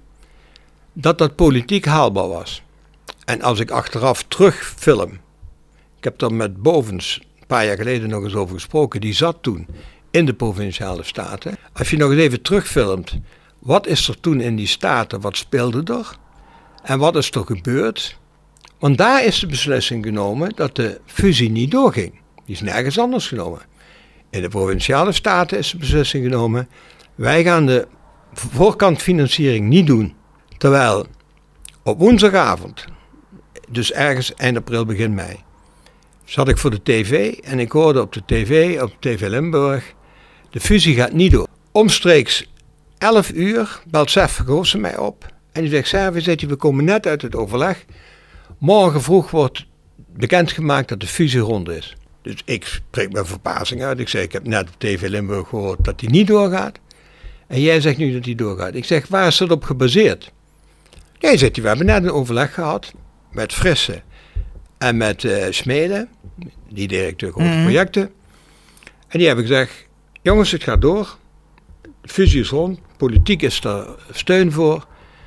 dat dat politiek haalbaar was. En als ik achteraf terugfilm, ik heb daar met Bovens een paar jaar geleden nog eens over gesproken, die zat toen in de Provinciale Staten. Als je nog eens even terugfilmt, wat is er toen in die staten, wat speelde er? En wat is er gebeurd? Want daar is de beslissing genomen dat de fusie niet doorging. Die is nergens anders genomen. In de Provinciale Staten is de beslissing genomen, wij gaan de voorkantfinanciering niet doen. Terwijl op woensdagavond, dus ergens eind april, begin mei, zat ik voor de tv en ik hoorde op de tv, op T V Limburg, de fusie gaat niet door. Omstreeks elf uur belt Sef Vergozen mij op en die zegt, Servie, zegt hij, we komen net uit het overleg. Morgen vroeg wordt bekendgemaakt dat de fusie rond is. Dus ik spreek mijn verbazing uit. Ik zeg, ik heb net op T V Limburg gehoord dat die niet doorgaat. En jij zegt nu dat die doorgaat. Ik zeg, waar is dat op gebaseerd? Jij zegt, we hebben net een overleg gehad met Frisse en met uh, Smeden, die directeur grote mm-hmm. projecten. En die hebben gezegd, jongens, het gaat door. De fusie is rond. Politiek is er steun voor.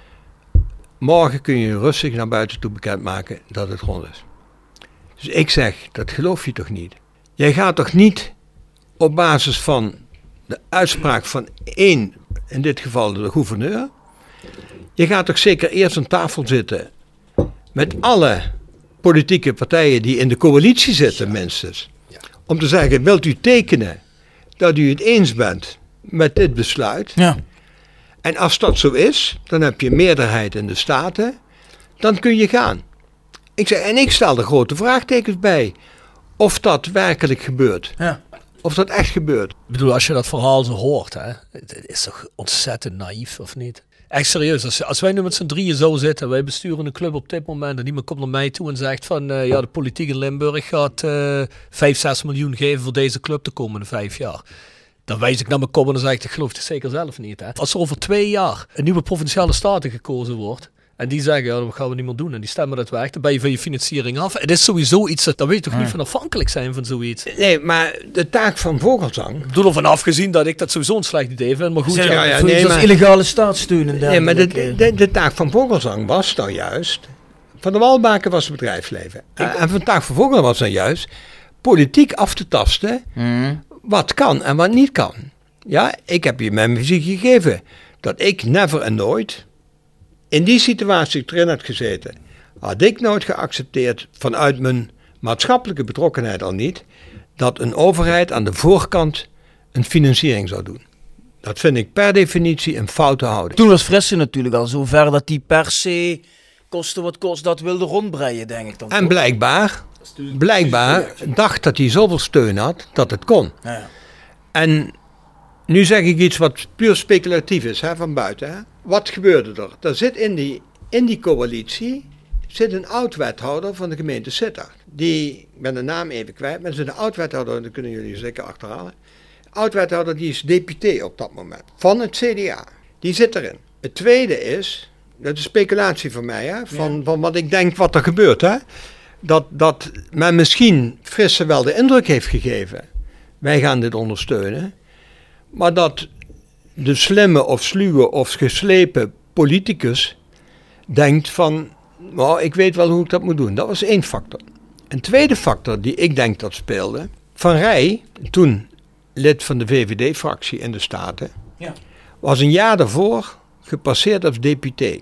Morgen kun je rustig naar buiten toe bekendmaken dat het rond is. Dus ik zeg, dat geloof je toch niet? Jij gaat toch niet op basis van de uitspraak van één, in dit geval de gouverneur. Je gaat toch zeker eerst aan tafel zitten met alle politieke partijen die in de coalitie zitten, ja. minstens. Ja. Om te zeggen, wilt u tekenen dat u het eens bent met dit besluit? Ja. En als dat zo is, dan heb je meerderheid in de Staten, dan kun je gaan. Ik zeg, en ik stel er grote vraagtekens bij of dat werkelijk gebeurt. Ja. Of dat echt gebeurt. Ik bedoel, als je dat verhaal zo hoort, hè, het is toch ontzettend naïef, of niet? Echt serieus, als, als wij nu met z'n drieën zo zitten, wij besturen een club op dit moment en iemand komt naar mij toe en zegt van, uh, ja, de politiek in Limburg gaat uh, vijf, zes miljoen geven voor deze club de komende vijf jaar. Dan wijs ik naar mijn kop en dan zeg ik, dat geloof ik zeker zelf niet. Hè? Als er over twee jaar een nieuwe provinciale staten gekozen wordt, en die zeggen, ja, dat gaan we niet meer doen. En die stemmen dat weg. Dan ben je van je financiering af. Het is sowieso iets, dat, daar weet je toch niet van afhankelijk zijn van zoiets. Nee, maar de taak van Vogelzang... Ik bedoel ervan afgezien dat ik dat sowieso een slecht idee vind. Maar goed, ja, ja, ja, ja, nee, maar, illegale staatssteun en nee, maar de, de, de taak van Vogelzang was nou juist... Van de Walbaken was het bedrijfsleven. Ik, en van de taak van Vogelzang was dan juist... politiek af te tasten... Mm. wat kan en wat niet kan. Ja, ik heb je mijn visie gegeven... dat ik never en nooit... in die situatie erin had gezeten, had ik nooit geaccepteerd, vanuit mijn maatschappelijke betrokkenheid al niet, dat een overheid aan de voorkant een financiering zou doen. Dat vind ik per definitie een foute houding. Toen was Frisse natuurlijk al zover dat die per se, koste wat kost, dat wilde rondbreien, denk ik dan. En blijkbaar, blijkbaar dacht dat hij zoveel steun had, dat het kon. Ja, ja. En nu zeg ik iets wat puur speculatief is, hè, van buiten. Hè. Wat gebeurde er? Er zit in die, in die coalitie zit een oud-wethouder van de gemeente Sittard. Die, ik ben de naam even kwijt, maar er zit een oud-wethouder, dat kunnen jullie zeker achterhalen. Oud-wethouder die is deputé op dat moment, van het C D A. Die zit erin. Het tweede is, dat is speculatie van mij, hè, van, ja. van wat ik denk wat er gebeurt. Hè, dat, dat men misschien Frisse wel de indruk heeft gegeven, wij gaan dit ondersteunen. Maar dat de slimme of sluwe of geslepen politicus denkt van, nou, ik weet wel hoe ik dat moet doen. Dat was één factor. Een tweede factor die ik denk dat speelde. Van Rij, toen lid van de V V D-fractie in de Staten, ja. was een jaar daarvoor gepasseerd als deputé.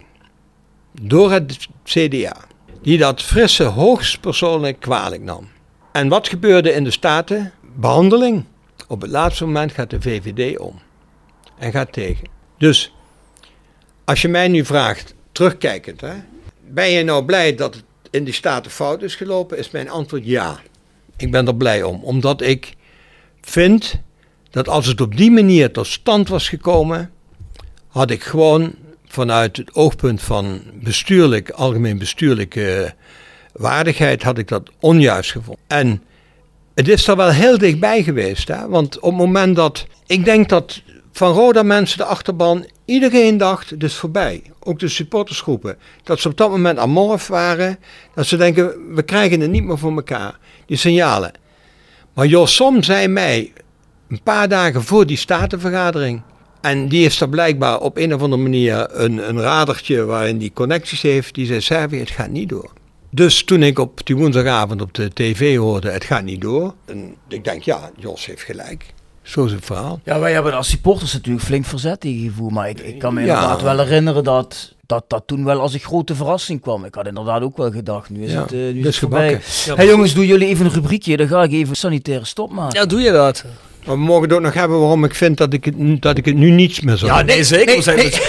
Door het C D A. Die dat Frisse hoogstpersoonlijk kwalijk nam. En wat gebeurde in de Staten? Behandeling. Op het laatste moment gaat de V V D om. En gaat tegen. Dus, als je mij nu vraagt, terugkijkend, hè, ben je nou blij dat het in die Staten fout is gelopen? Is mijn antwoord ja. Ik ben er blij om. Omdat ik vind dat als het op die manier tot stand was gekomen, had ik gewoon vanuit het oogpunt van bestuurlijk, algemeen bestuurlijke waardigheid, had ik dat onjuist gevonden. En het is er wel heel dichtbij geweest, hè? Want op het moment dat, ik denk dat van Roda mensen, de achterban, iedereen dacht, het is voorbij. Ook de supportersgroepen. Dat ze op dat moment amorf waren. Dat ze denken, we krijgen het niet meer voor elkaar. Die signalen. Maar Jos Som zei mij, een paar dagen voor die statenvergadering. En die heeft er blijkbaar op een of andere manier een, een radertje waarin die connecties heeft. Die zei, Servie, het gaat niet door. Dus toen ik op die woensdagavond op de tv hoorde, het gaat niet door. En ik denk, ja, Jos heeft gelijk. Zo is het verhaal. Ja, wij hebben als supporters natuurlijk flink verzet tegengevoerd. Maar ik, ik kan me ja. inderdaad wel herinneren dat, dat dat toen wel als een grote verrassing kwam. Ik had inderdaad ook wel gedacht, nu is ja, het, uh, nu is het voorbij. Ja, hey jongens, doe jullie even een rubriekje. Dan ga ik even sanitaire stop maken. Ja, doe je dat? Maar we mogen het ook nog hebben waarom ik vind dat ik het, dat ik het nu niets meer zou Ja, nee, zeker. Nee, nee.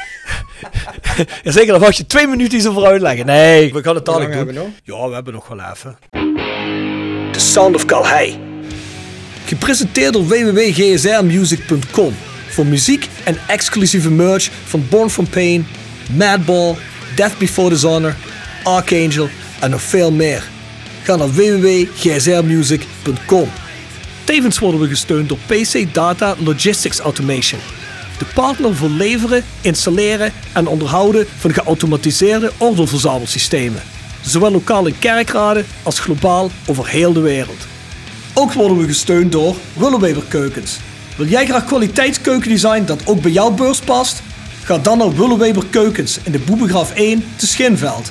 Ja, zeker, dan mag je twee minuten iets over uitleggen. Nee, we gaan het dadelijk doen. Hebben we nog? Ja, we hebben nog wel even. The Sound of Calhei. Gepresenteerd door w w w punt g s r music punt com voor muziek en exclusieve merch van Born From Pain, Madball, Death Before Dishonor, Archangel en nog veel meer. Ga naar w w w punt g s r music punt com. Tevens worden we gesteund door P C Data Logistics Automation. De partner voor leveren, installeren en onderhouden van geautomatiseerde ordeelverzamelsystemen. Zowel lokaal in Kerkrade als globaal over heel de wereld. Ook worden we gesteund door Willeweber Keukens. Wil jij graag kwaliteitskeukendesign dat ook bij jouw beurs past? Ga dan naar Willeweber Keukens in de Boebegraaf één te Schinveld.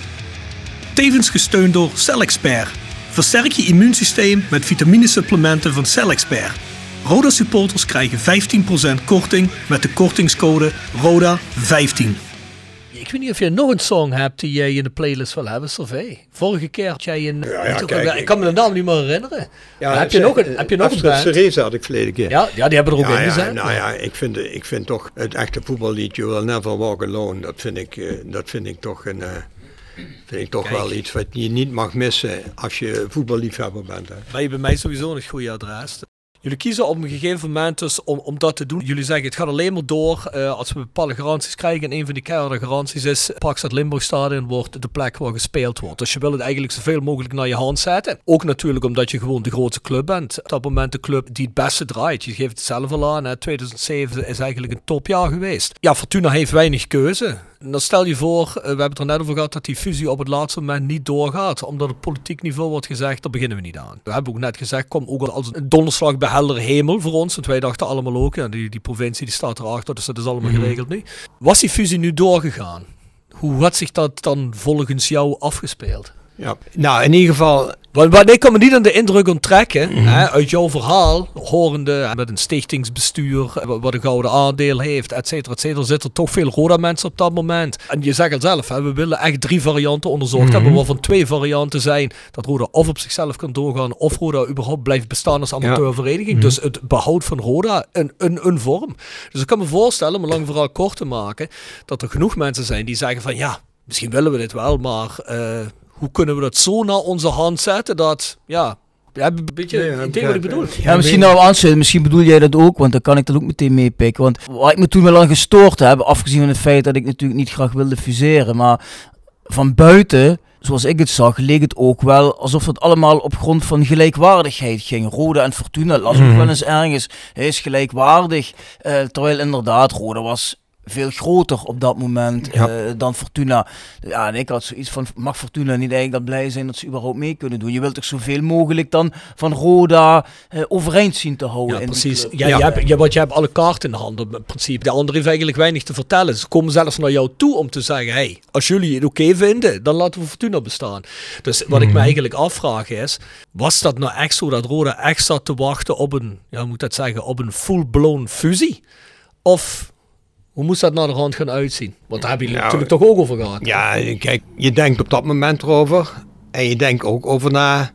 Tevens gesteund door CellExpert. Versterk je immuunsysteem met vitaminesupplementen van CellExpert. Roda supporters krijgen vijftien procent korting met de kortingscode roda vijftien. Ik weet niet of je nog een song hebt die jij in de playlist wil hebben, Servé. Vorige keer had jij een... Ja, ja, kijk, ik, ik kan me de naam niet meer herinneren. Ja, heb, je nog een, heb je nog een band? Cerise had ik verleden keer. Ja, ja, die hebben er ook ja, in ja, gezet. nou ja, ik vind, ik vind toch het echte voetballied You Will Never Walk Alone, dat vind ik, uh, dat vind ik toch, een, uh, vind ik toch wel iets wat je niet mag missen als je voetballiefhebber bent. Hè. Ben je bij mij sowieso een goede adres. Jullie kiezen op een gegeven moment dus om, om dat te doen. Jullie zeggen het gaat alleen maar door uh, als we bepaalde garanties krijgen. En een van die keiharde garanties is Parkstad Limburgstadion wordt de plek waar gespeeld wordt. Dus je wil het eigenlijk zoveel mogelijk naar je hand zetten. Ook natuurlijk omdat je gewoon de grootste club bent. Op dat moment de club die het beste draait. Je geeft het zelf al aan. Hè. tweeduizend zeven is eigenlijk een topjaar geweest. Ja, Fortuna heeft weinig keuze. En dan stel je voor, uh, we hebben het er net over gehad dat die fusie op het laatste moment niet doorgaat. Omdat op politiek niveau wordt gezegd, daar beginnen we niet aan. We hebben ook net gezegd, kom ook al als een donderslag bij heldere hemel voor ons. Want wij dachten allemaal ook, ja, die, die provincie die staat erachter, dus dat is allemaal Mm-hmm. geregeld nu. Was die fusie nu doorgegaan? Hoe had zich dat dan volgens jou afgespeeld? Ja, nou in ieder geval... Want ik kan me niet aan de indruk onttrekken, mm-hmm. hè, uit jouw verhaal, horende hè, met een stichtingsbestuur, wat een gouden aandeel heeft, et cetera, et cetera, zitten er toch veel Roda-mensen op dat moment. En je zegt het zelf, hè, we willen echt drie varianten onderzocht mm-hmm. hebben, waarvan twee varianten zijn dat Roda of op zichzelf kan doorgaan, of Roda überhaupt blijft bestaan als amateurvereniging. Ja. Mm-hmm. Dus het behoud van Roda een, een, een vorm. Dus ik kan me voorstellen, om een lang verhaal kort te maken, dat er genoeg mensen zijn die zeggen van ja, misschien willen we dit wel, maar... Uh, hoe kunnen we dat zo naar onze hand zetten dat, ja, je hebt een beetje ja, ja, idee wat ik bedoel. Ja, misschien nou aansluiten, misschien bedoel jij dat ook, want dan kan ik dat ook meteen meepikken. Want waar ik me toen wel aan gestoord heb, afgezien van het feit dat ik natuurlijk niet graag wilde fuseren, maar van buiten, zoals ik het zag, leek het ook wel alsof het allemaal op grond van gelijkwaardigheid ging. Roda en Fortuna, las ook wel eens ergens, is gelijkwaardig, uh, terwijl inderdaad Roda was... veel groter op dat moment ja. uh, dan Fortuna. Ja, en ik had zoiets van, mag Fortuna niet eigenlijk dat blij zijn dat ze überhaupt mee kunnen doen? Je wilt toch zoveel mogelijk dan van Roda uh, overeind zien te houden. Ja, in precies. Ja, ja. Je hebt, je, want je hebt alle kaarten in de hand in principe. De andere heeft eigenlijk weinig te vertellen. Ze komen zelfs naar jou toe om te zeggen, hey, als jullie het oké okay vinden, dan laten we Fortuna bestaan. Dus wat mm-hmm. ik me eigenlijk afvraag is, was dat nou echt zo dat Roda echt zat te wachten op een, ja, hoe moet ik dat zeggen, op een full-blown fusie? Of... Hoe moest dat naar de hand gaan uitzien? Want daar hebben jullie nou, natuurlijk toch ook over gehad. Ja, kijk, je denkt op dat moment erover. En je denkt ook over na.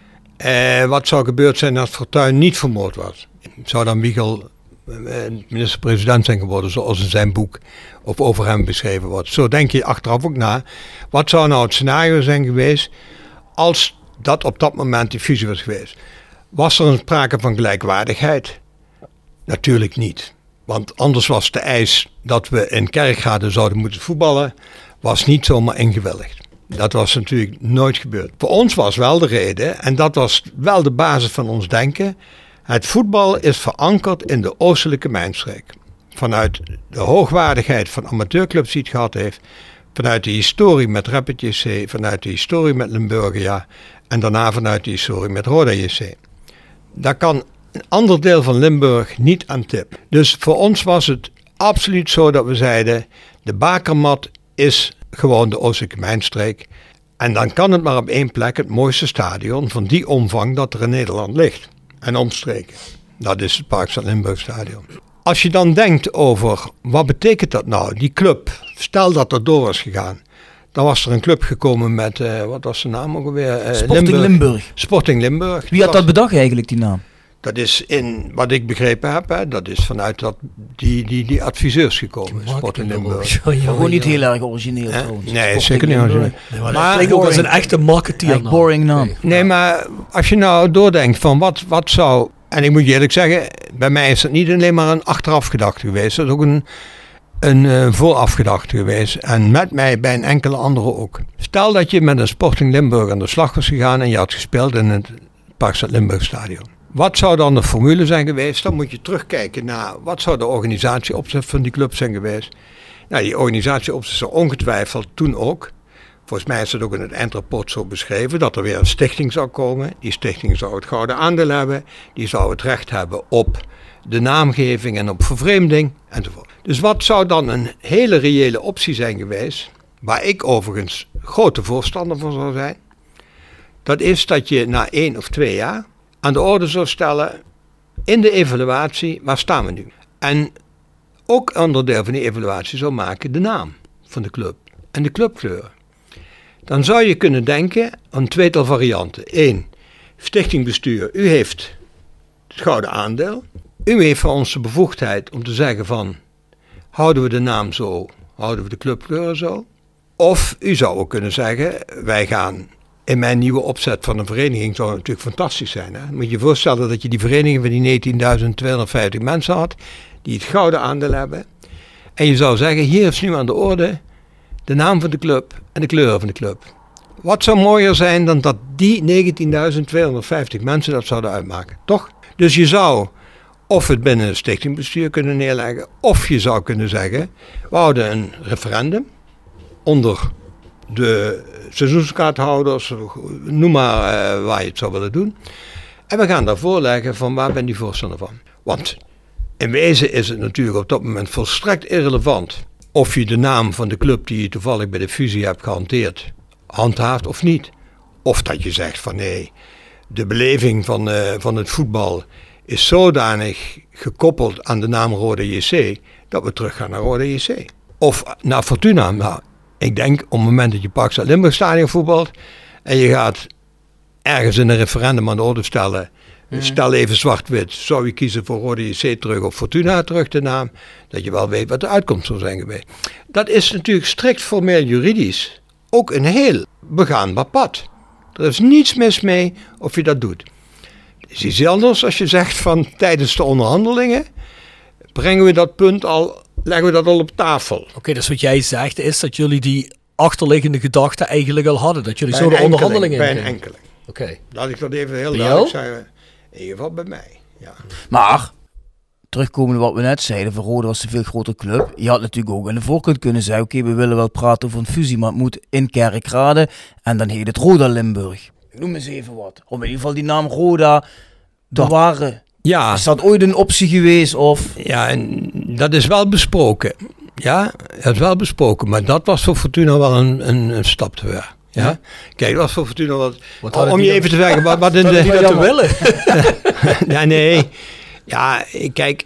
Eh, wat zou gebeurd zijn als Fortuyn niet vermoord was? Zou dan Wiegel eh, minister-president zijn geworden, zoals in zijn boek of over hem beschreven wordt? Zo denk je achteraf ook na. Wat zou nou het scenario zijn geweest als dat op dat moment die fusie was geweest? Was er een sprake van gelijkwaardigheid? Natuurlijk niet. Want anders was de eis dat we in Kerkrade zouden moeten voetballen, was niet zomaar ingewilligd. Dat was natuurlijk nooit gebeurd. Voor ons was wel de reden, en dat was wel de basis van ons denken. Het voetbal is verankerd in de oostelijke mijnstreek. Vanuit de hoogwaardigheid van amateurclubs die het gehad heeft. Vanuit de historie met Rapid J C, vanuit de historie met Limburgia. En daarna vanuit de historie met Roda J C. Daar kan een ander deel van Limburg niet aan tip. Dus voor ons was het absoluut zo dat we zeiden, de bakermat is gewoon de oostelijke mijnstreek. En dan kan het maar op één plek het mooiste stadion van die omvang dat er in Nederland ligt. En omstreken. Dat is het Parkstad Limburgstadion. Als je dan denkt over, wat betekent dat nou? Die club, stel dat er door was gegaan. Dan was er een club gekomen met, uh, wat was de naam ook alweer? Uh, Sporting Limburg. Limburg. Sporting Limburg. Wie had dat bedacht eigenlijk, die naam? Dat is in wat ik begrepen heb, hè, dat is vanuit dat, die, die, die adviseurs gekomen. Sporting Limburg. Ja, ja, gewoon niet heel erg origineel ja? trouwens. Nee, zeker niet origineel. Nee, maar maar klinkt ook als een echte marketeer. Like boring naam. Nee, nee, maar als je nou doordenkt van wat, wat zou... En ik moet je eerlijk zeggen, bij mij is dat niet alleen maar een achterafgedachte geweest. Dat is ook een, een uh, voorafgedachte geweest. En met mij bij een enkele andere ook. Stel dat je met een Sporting Limburg aan de slag was gegaan en je had gespeeld in het Parkstad Limburg Stadion. Wat zou dan de formule zijn geweest? Dan moet je terugkijken naar wat zou de organisatieopzet van die club zijn geweest. Nou, die organisatieopzet zou ongetwijfeld toen ook. Volgens mij is het ook in het eindrapport zo beschreven dat er weer een stichting zou komen. Die stichting zou het gouden aandeel hebben. Die zou het recht hebben op de naamgeving en op vervreemding enzovoort. Dus wat zou dan een hele reële optie zijn geweest, waar ik overigens grote voorstander van zou zijn. Dat is dat je na één of twee jaar aan de orde zou stellen in de evaluatie, waar staan we nu? En ook onderdeel van die evaluatie zou maken de naam van de club en de clubkleuren. Dan zou je kunnen denken aan tweetal varianten. Eén, stichtingbestuur, u heeft het gouden aandeel. U heeft van ons de bevoegdheid om te zeggen van, houden we de naam zo, houden we de clubkleuren zo. Of u zou ook kunnen zeggen, wij gaan in mijn nieuwe opzet van een vereniging, zou het natuurlijk fantastisch zijn. Hè? Moet je je voorstellen dat je die vereniging van die negentienduizend tweehonderdvijftig mensen had, die het gouden aandeel hebben. En je zou zeggen, hier is nu aan de orde de naam van de club en de kleuren van de club. Wat zou mooier zijn dan dat die negentienduizend tweehonderdvijftig mensen dat zouden uitmaken, toch? Dus je zou of het binnen het stichtingbestuur kunnen neerleggen, of je zou kunnen zeggen, we houden een referendum onder de seizoenskaarthouders, noem maar uh, waar je het zou willen doen. En we gaan daar voorleggen van waar ben die voorstander van. Want in wezen is het natuurlijk op dat moment volstrekt irrelevant of je de naam van de club die je toevallig bij de fusie hebt gehanteerd, handhaaft of niet. Of dat je zegt van nee, de beleving van, uh, van het voetbal is zodanig gekoppeld aan de naam Roda J C, dat we terug gaan naar Roda J C. Of naar Fortuna. Nou, ik denk op het moment dat je Parkstad Limburg Stadion voetbalt en je gaat ergens in een referendum aan de orde stellen, mm. stel even zwart-wit, zou je kiezen voor Roda J C terug of Fortuna terug de naam, dat je wel weet wat de uitkomst zou zijn geweest. Dat is natuurlijk strikt formeel juridisch ook een heel begaanbaar pad. Er is niets mis mee of je dat doet. Het is iets anders als je zegt van tijdens de onderhandelingen brengen we dat punt al, leggen we dat al op tafel. Oké, okay, dus wat jij zegt is dat jullie die achterliggende gedachten eigenlijk al hadden. Dat jullie bij zo de enkeling, onderhandelingen bij in een enkeling. Oké. Okay. Laat ik dat even heel duidelijk zeggen. In ieder geval bij mij. Ja. Maar, terugkomend op wat we net zeiden, voor Roda was een veel grotere club. Je had natuurlijk ook aan de voorkant kunnen zeggen, oké, okay, we willen wel praten over een fusie, maar het moet in Kerkrade en dan heet het Roda Limburg. Noem eens even wat. Om in ieder geval die naam Roda te waren. Ja. Is dat ooit een optie geweest? Of? Ja, en dat is wel besproken. Ja, dat is wel besproken. Maar dat was voor Fortuna wel een, een, een stap te ver. Ja? Ja. Kijk, dat was voor Fortuna wat... wat om je even te zeggen, wat, wat in de... die dat te willen. ja, nee. Ja, kijk...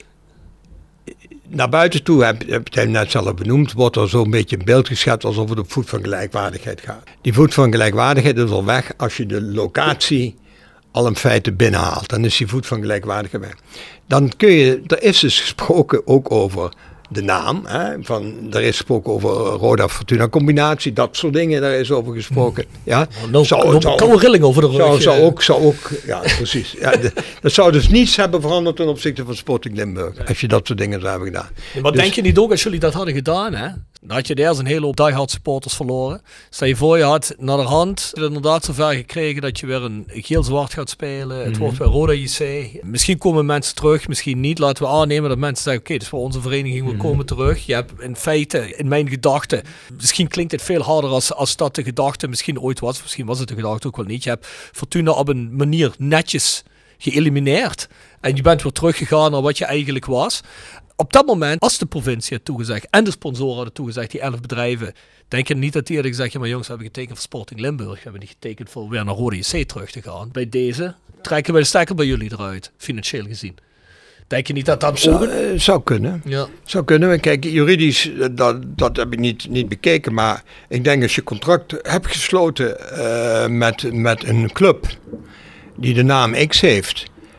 Naar buiten toe, heb, heb je het net zelf benoemd, wordt er zo'n beetje een beeld geschept alsof het op voet van gelijkwaardigheid gaat. Die voet van gelijkwaardigheid is al weg als je de locatie al in feite binnenhaalt. Dan is die voet van gelijkwaardigheid weg. Dan kun je, er is dus gesproken ook over de naam. Hè, van, er is gesproken over Roda-Fortuna combinatie, dat soort dingen, daar is over gesproken. Ja, nou, zou, nou, zou, kan rilling over de rug. Zou, zou, ook, zou ook, ja precies. Ja, de, dat zou dus niets hebben veranderd ten opzichte van Sporting Limburg, als je dat soort dingen zou hebben gedaan. Ja, maar dus, denk je niet ook als jullie dat hadden gedaan, hè? Dan had je eerst een hele hoop diehard supporters verloren. Stel je voor, je had naar de hand het inderdaad zover gekregen dat je weer een geel-zwart gaat spelen. Het mm-hmm. wordt weer Roda J C. Misschien komen mensen terug, misschien niet. Laten we aannemen dat mensen zeggen, oké, okay, dus voor onze vereniging, we mm-hmm. komen terug. Je hebt in feite, in mijn gedachten, misschien klinkt het veel harder als, als dat de gedachte misschien ooit was. Misschien was het de gedachte ook wel niet. Je hebt Fortuna op een manier netjes geëlimineerd. En je bent weer teruggegaan naar wat je eigenlijk was. Op dat moment, als de provincie had toegezegd en de sponsoren hadden toegezegd, die elf bedrijven, denk je niet dat die hadden gezegd, ja maar jongens, we hebben getekend voor Sporting Limburg, we hebben niet getekend voor weer naar Roda J C terug te gaan. Bij deze trekken we de stekker bij jullie eruit, financieel gezien. Denk je niet dat dat zou, uh, zou kunnen? Ja. Zou kunnen. Kijk, juridisch, dat, dat heb ik niet, niet bekeken, maar ik denk als je contract hebt gesloten uh, met, met een club die de naam X heeft,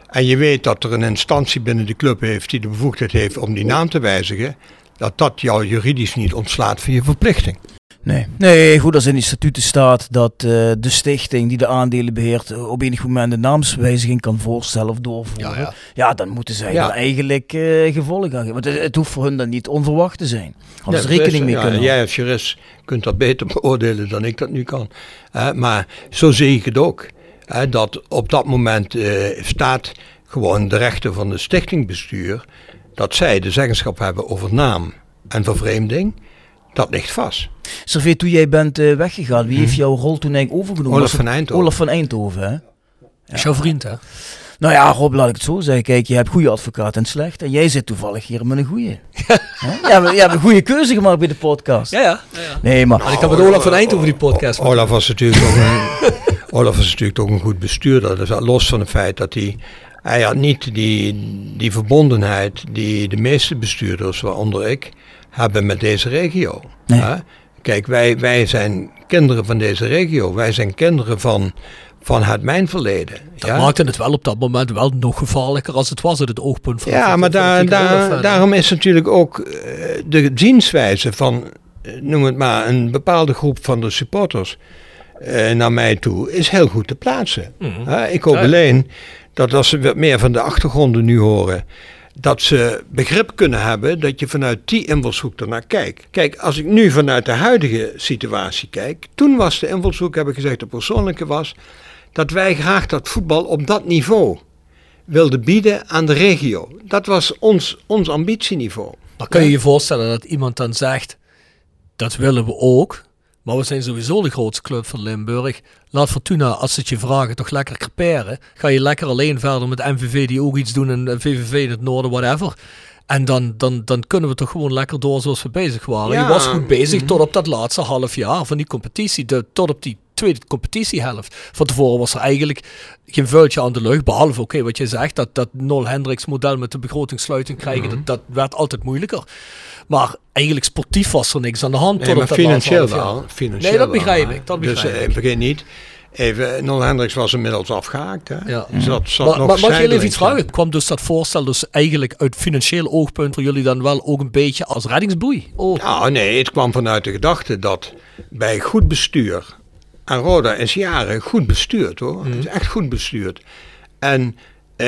en je weet dat er een instantie binnen de club heeft die de bevoegdheid heeft om die naam te wijzigen, dat dat jou juridisch niet ontslaat van je verplichting. Nee. nee, goed, als in die statuten staat dat uh, de stichting die de aandelen beheert uh, op enig moment een naamswijziging kan voorstellen of doorvoeren. Ja, ja. ja dan moeten zij ja. er eigenlijk uh, gevolgen aan. Want het, het hoeft voor hun dan niet onverwacht te zijn. Hadden ze ja, rekening mee ja, kunnen. Jij als jurist kunt dat beter beoordelen dan ik dat nu kan. Uh, maar zo zie ik het ook. Uh, dat op dat moment uh, staat gewoon de rechten van de stichtingbestuur, dat zij de zeggenschap hebben over naam en vervreemding. Dat ligt vast. Servé, toen jij bent uh, weggegaan, wie hmm. heeft jouw rol toen eigenlijk overgenomen? Olaf van Eindhoven. Olaf van Eindhoven, hè? Ja. Is jouw vriend, hè? Nou ja, Rob, laat ik het zo zeggen. Kijk, je hebt goede advocaat en slecht. En jij zit toevallig hier met een goede. Je hebt, je hebt een goede keuze gemaakt bij de podcast. Ja, ja. ja, ja. Nee, maar... maar ik heb met Olaf van Eindhoven die podcast. Olaf was natuurlijk toch een, Olaf was natuurlijk toch een goed bestuurder. Dus los van het feit dat hij... Hij had niet die, die verbondenheid die de meeste bestuurders, waaronder ik, hebben met deze regio. Nee. Hè? Kijk, wij, wij zijn kinderen van deze regio. Wij zijn kinderen van, van het mijnverleden. Dat ja? maakte het wel op dat moment wel nog gevaarlijker als het was uit het oogpunt van... Ja, van, maar van daar, daar, daarom is natuurlijk ook uh, de zienswijze van, uh, noem het maar, een bepaalde groep van de supporters uh, naar mij toe, is heel goed te plaatsen. Mm-hmm. Uh, ik hoop ja. alleen dat als ze wat meer van de achtergronden nu horen, dat ze begrip kunnen hebben dat je vanuit die invalshoek ernaar kijkt. Kijk, als ik nu vanuit de huidige situatie kijk, toen was de invalshoek, heb ik gezegd, de persoonlijke was, dat wij graag dat voetbal op dat niveau wilden bieden aan de regio. Dat was ons, ons ambitieniveau. Maar kun je je voorstellen dat iemand dan zegt, dat willen we ook, maar we zijn sowieso de grootste club van Limburg. Laat Fortuna, als ze het je vragen, toch lekker creperen. Ga je lekker alleen verder met M V V die ook iets doen en V V V in het noorden, whatever. En dan, dan, dan kunnen we toch gewoon lekker door zoals we bezig waren. Ja. Je was goed bezig mm-hmm. tot op dat laatste half jaar van die competitie. De, tot op die tweede competitiehelft. Van tevoren was er eigenlijk geen vuiltje aan de lucht. Behalve, oké, okay, wat je zegt, dat, dat Nol Hendricks model met de begrotingssluiting krijgen, mm-hmm. dat, dat werd altijd moeilijker. Maar eigenlijk sportief was er niks aan de hand. Nee, tot maar op dat financieel wel. Financieel nee, dat begrijp wel, ik. Dat begrijp dus ik. Uh, begin niet. Even, Nol Hendricks was inmiddels afgehaakt. Hè? Ja. Dus dat zat maar nog maar mag je even iets zijn. vragen? Kwam dus dat voorstel dus eigenlijk uit financieel oogpunt voor jullie dan wel ook een beetje als reddingsboei? Oh. Nou nee, het kwam vanuit de gedachte dat bij goed bestuur, en Roda is jaren goed bestuurd hoor, mm. het is echt goed bestuurd. En uh,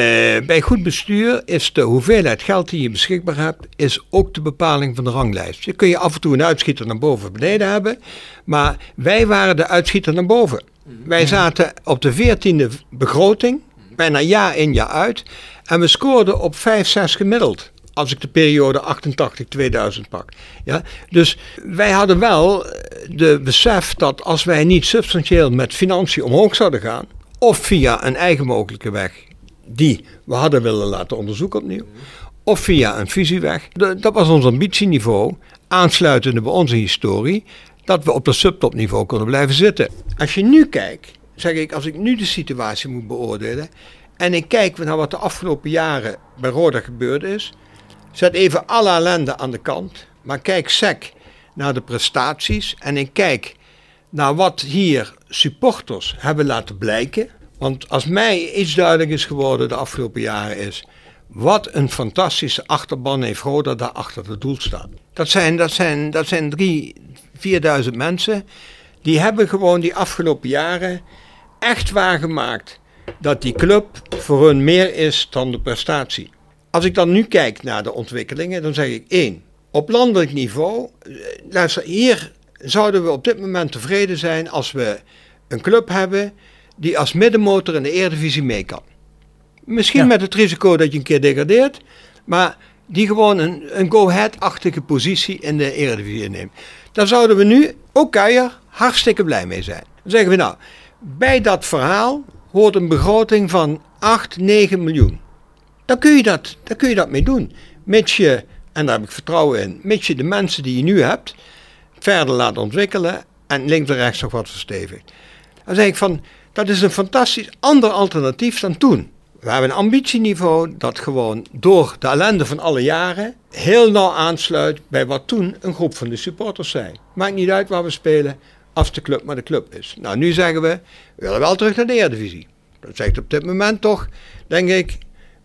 bij goed bestuur is de hoeveelheid geld die je beschikbaar hebt, is ook de bepaling van de ranglijst. Je kun je af en toe een uitschieter naar boven of beneden hebben, maar wij waren de uitschieter naar boven. Wij zaten op de veertiende begroting, bijna jaar in jaar uit. En we scoorden op vijf, zes gemiddeld. Als ik de periode achtentachtig tweeduizend pak. Ja? Dus wij hadden wel de besef dat als wij niet substantieel met financiën omhoog zouden gaan, of via een eigen mogelijke weg die we hadden willen laten onderzoeken opnieuw, of via een fusieweg. Dat was ons ambitieniveau, aansluitende bij onze historie, dat we op dat subtopniveau konden blijven zitten. Als je nu kijkt, zeg ik, als ik nu de situatie moet beoordelen en ik kijk naar wat de afgelopen jaren bij Roda gebeurd is, zet even alle ellende aan de kant, maar kijk sec naar de prestaties en ik kijk naar wat hier supporters hebben laten blijken. Want als mij iets duidelijk is geworden de afgelopen jaren is, wat een fantastische achterban heeft Roda daar achter het doel staan. Dat zijn, dat zijn, dat zijn drie, vierduizend mensen, die hebben gewoon die afgelopen jaren echt waargemaakt dat die club voor hun meer is dan de prestatie. Als ik dan nu kijk naar de ontwikkelingen, dan zeg ik één, op landelijk niveau, luister, hier zouden we op dit moment tevreden zijn als we een club hebben die als middenmotor in de Eredivisie mee kan. Misschien ja. met het risico dat je een keer degradeert, maar die gewoon een, een go-ahead-achtige positie in de Eredivisie inneemt. Daar zouden we nu, ook Kuijer, hartstikke blij mee zijn. Dan zeggen we nou, bij dat verhaal hoort een begroting van acht, negen miljoen. Dan kun je dat, dan kun je dat mee doen. Mits je, en daar heb ik vertrouwen in, mits je de mensen die je nu hebt verder laat ontwikkelen en links en rechts nog wat verstevigt. Dan zeg ik van, dat is een fantastisch ander alternatief dan toen. We hebben een ambitieniveau dat gewoon door de ellende van alle jaren heel nauw aansluit bij wat toen een groep van de supporters zei. Maakt niet uit waar we spelen, als de club maar de club is. Nou, nu zeggen we, we willen wel terug naar de Eredivisie. Dat zegt op dit moment toch, denk ik,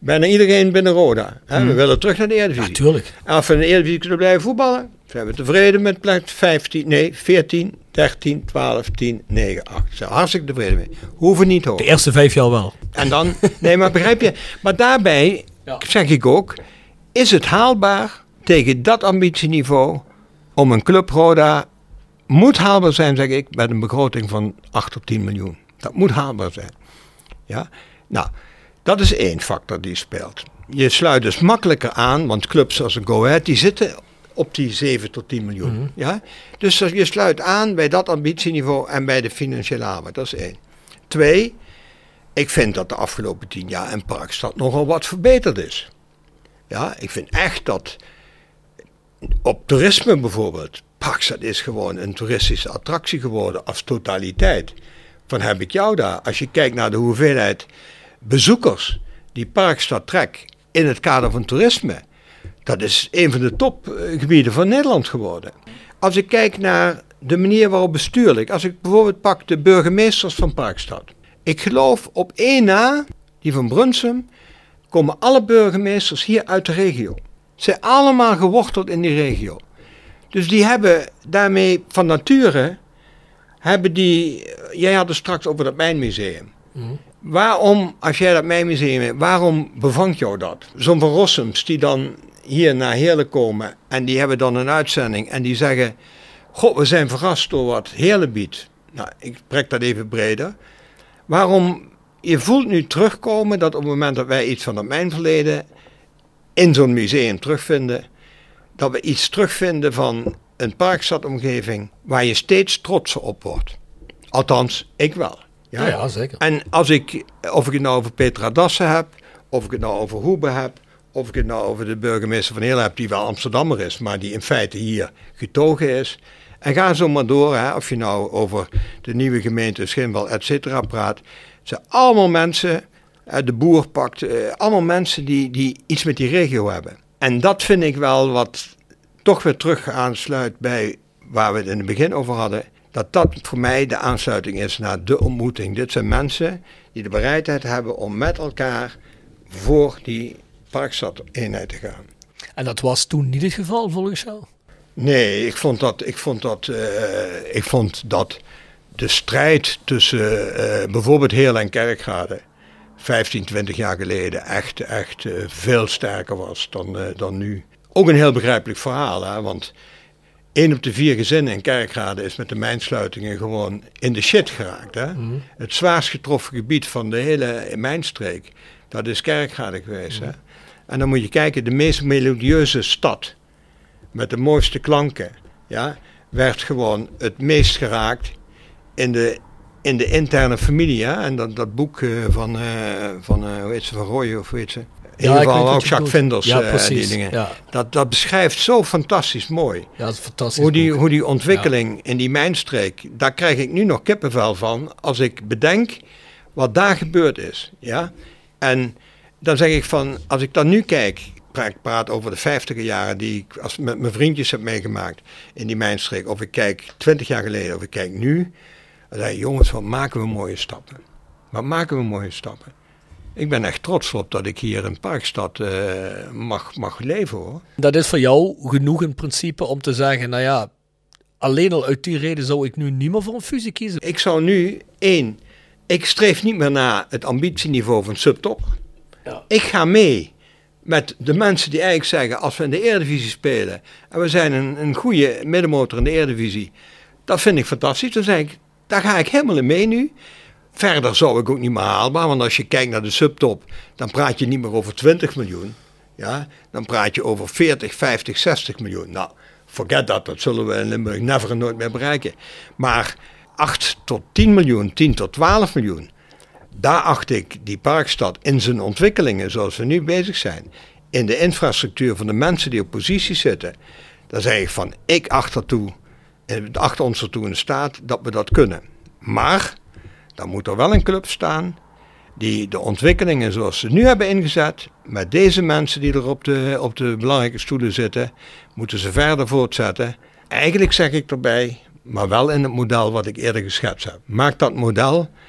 bijna iedereen binnen Roda. Hè? Hmm. We willen terug naar de Eredivisie. Ja, tuurlijk. En als we in de Eredivisie kunnen blijven voetballen, zijn we tevreden met plek vijftien, nee, veertien, dertien, twaalf, tien, negen, acht. Daar zijn we hartstikke tevreden mee. Hoeven niet hoog. De eerste vijf jaar wel. En dan, nee, maar begrijp je, maar daarbij ja. zeg ik ook, is het haalbaar tegen dat ambitieniveau om een club Roda, moet haalbaar zijn, zeg ik, met een begroting van acht tot tien miljoen. Dat moet haalbaar zijn. Ja, nou, dat is één factor die speelt. Je sluit dus makkelijker aan, want clubs zoals een Go Ahead, die zitten op die zeven tot tien miljoen. Mm-hmm. Ja? Dus je sluit aan bij dat ambitieniveau en bij de financiële arbeid. Dat is één. Twee, ik vind dat de afgelopen tien jaar in Parkstad nogal wat verbeterd is. Ja, ik vind echt dat op toerisme bijvoorbeeld, Parkstad is gewoon een toeristische attractie geworden als totaliteit. Van heb ik jou daar. Als je kijkt naar de hoeveelheid bezoekers die Parkstad trekt in het kader van toerisme, dat is een van de topgebieden van Nederland geworden. Als ik kijk naar de manier waarop bestuurlijk, als ik bijvoorbeeld pak de burgemeesters van Parkstad. Ik geloof op één na, die van Brunsum, komen alle burgemeesters hier uit de regio. Ze zijn allemaal geworteld in die regio. Dus die hebben daarmee van nature, hebben die, jij had het straks over dat mijnmuseum. Mm. Waarom, als jij dat mijnmuseum hebt, waarom bevangt jou dat? Zo'n Van Rossums die dan hier naar Heerlen komen en die hebben dan een uitzending en die zeggen, god, we zijn verrast door wat Heerlen biedt. Nou, ik brek dat even breder. Waarom, je voelt nu terugkomen dat op het moment dat wij iets van het mijnverleden in zo'n museum terugvinden, dat we iets terugvinden van een Parkstadomgeving waar je steeds trotser op wordt. Althans, ik wel. Ja, ja, ja zeker. En als ik, of ik het nou over Petra Dassen heb, of ik het nou over Hoebe heb, of ik het nou over de burgemeester van Heerlen heb, die wel Amsterdammer is, maar die in feite hier getogen is. En ga zo maar door, hè, of je nou over de nieuwe gemeente Schinwel, et cetera praat. Het zijn allemaal mensen, de boer pakt, eh, allemaal mensen die, die iets met die regio hebben. En dat vind ik wel wat toch weer terug aansluit bij waar we het in het begin over hadden. Dat dat voor mij de aansluiting is naar de ontmoeting. Dit zijn mensen die de bereidheid hebben om met elkaar voor die Parkstad-eenheid te gaan. En dat was toen niet het geval volgens jou? Nee, ik vond dat, ik vond dat, uh, ik vond dat de strijd tussen uh, bijvoorbeeld Heerlen en Kerkrade vijftien, twintig jaar geleden echt, echt uh, veel sterker was dan, uh, dan nu. Ook een heel begrijpelijk verhaal, hè, want één op de vier gezinnen in Kerkrade is met de mijnsluitingen gewoon in de shit geraakt. Hè? Mm. Het zwaarst getroffen gebied van de hele mijnstreek, dat is Kerkrade geweest. Mm. Hè? En dan moet je kijken, de meest melodieuze stad, met de mooiste klanken, ja, werd gewoon het meest geraakt in de, in de interne familie. Hè? En dat, dat boek uh, van, uh, van uh, hoe heet ze, van Rooij of hoe heet ze? In ja, ieder geval ook Jacques Vinders, ja, uh, die dingen. Ja. Dat, dat beschrijft zo fantastisch mooi. Ja, dat is fantastisch. Hoe die, hoe die ontwikkeling ja. in die mijnstreek, daar krijg ik nu nog kippenvel van als ik bedenk wat daar gebeurd is. Ja? En dan zeg ik van, als ik dan nu kijk, ik praat over de vijftiger jaren die ik als, met mijn vriendjes heb meegemaakt in die mijnstreek. Of ik kijk twintig jaar geleden, of ik kijk nu. Dan zeg ik, jongens, wat maken we mooie stappen. Wat maken we mooie stappen. Ik ben echt trots op dat ik hier in Parkstad uh, mag, mag leven, hoor. Dat is voor jou genoeg in principe om te zeggen, nou ja, alleen al uit die reden zou ik nu niet meer voor een fusie kiezen. Ik zou nu, één, ik streef niet meer naar het ambitieniveau van subtop. Ja. Ik ga mee met de mensen die eigenlijk zeggen, als we in de Eredivisie spelen en we zijn een, een goede middenmotor in de Eredivisie, dat vind ik fantastisch. Dan zeg ik, daar ga ik helemaal in mee nu. Verder zou ik ook niet meer haalbaar, want als je kijkt naar de subtop, dan praat je niet meer over twintig miljoen. Ja? Dan praat je over veertig, vijftig, zestig miljoen. Nou, forget dat, dat zullen we in Limburg never en nooit meer bereiken. Maar acht tot tien miljoen, tien tot twaalf miljoen, daar acht ik die Parkstad in zijn ontwikkelingen zoals we nu bezig zijn, in de infrastructuur van de mensen die op positie zitten, dan zeg ik van, ik acht ertoe, acht ons ertoe in de staat dat we dat kunnen. Maar dan moet er wel een club staan die de ontwikkelingen zoals ze nu hebben ingezet, met deze mensen die er op de, op de belangrijke stoelen zitten, moeten ze verder voortzetten. Eigenlijk zeg ik erbij, maar wel in het model wat ik eerder geschetst heb. Maak dat model,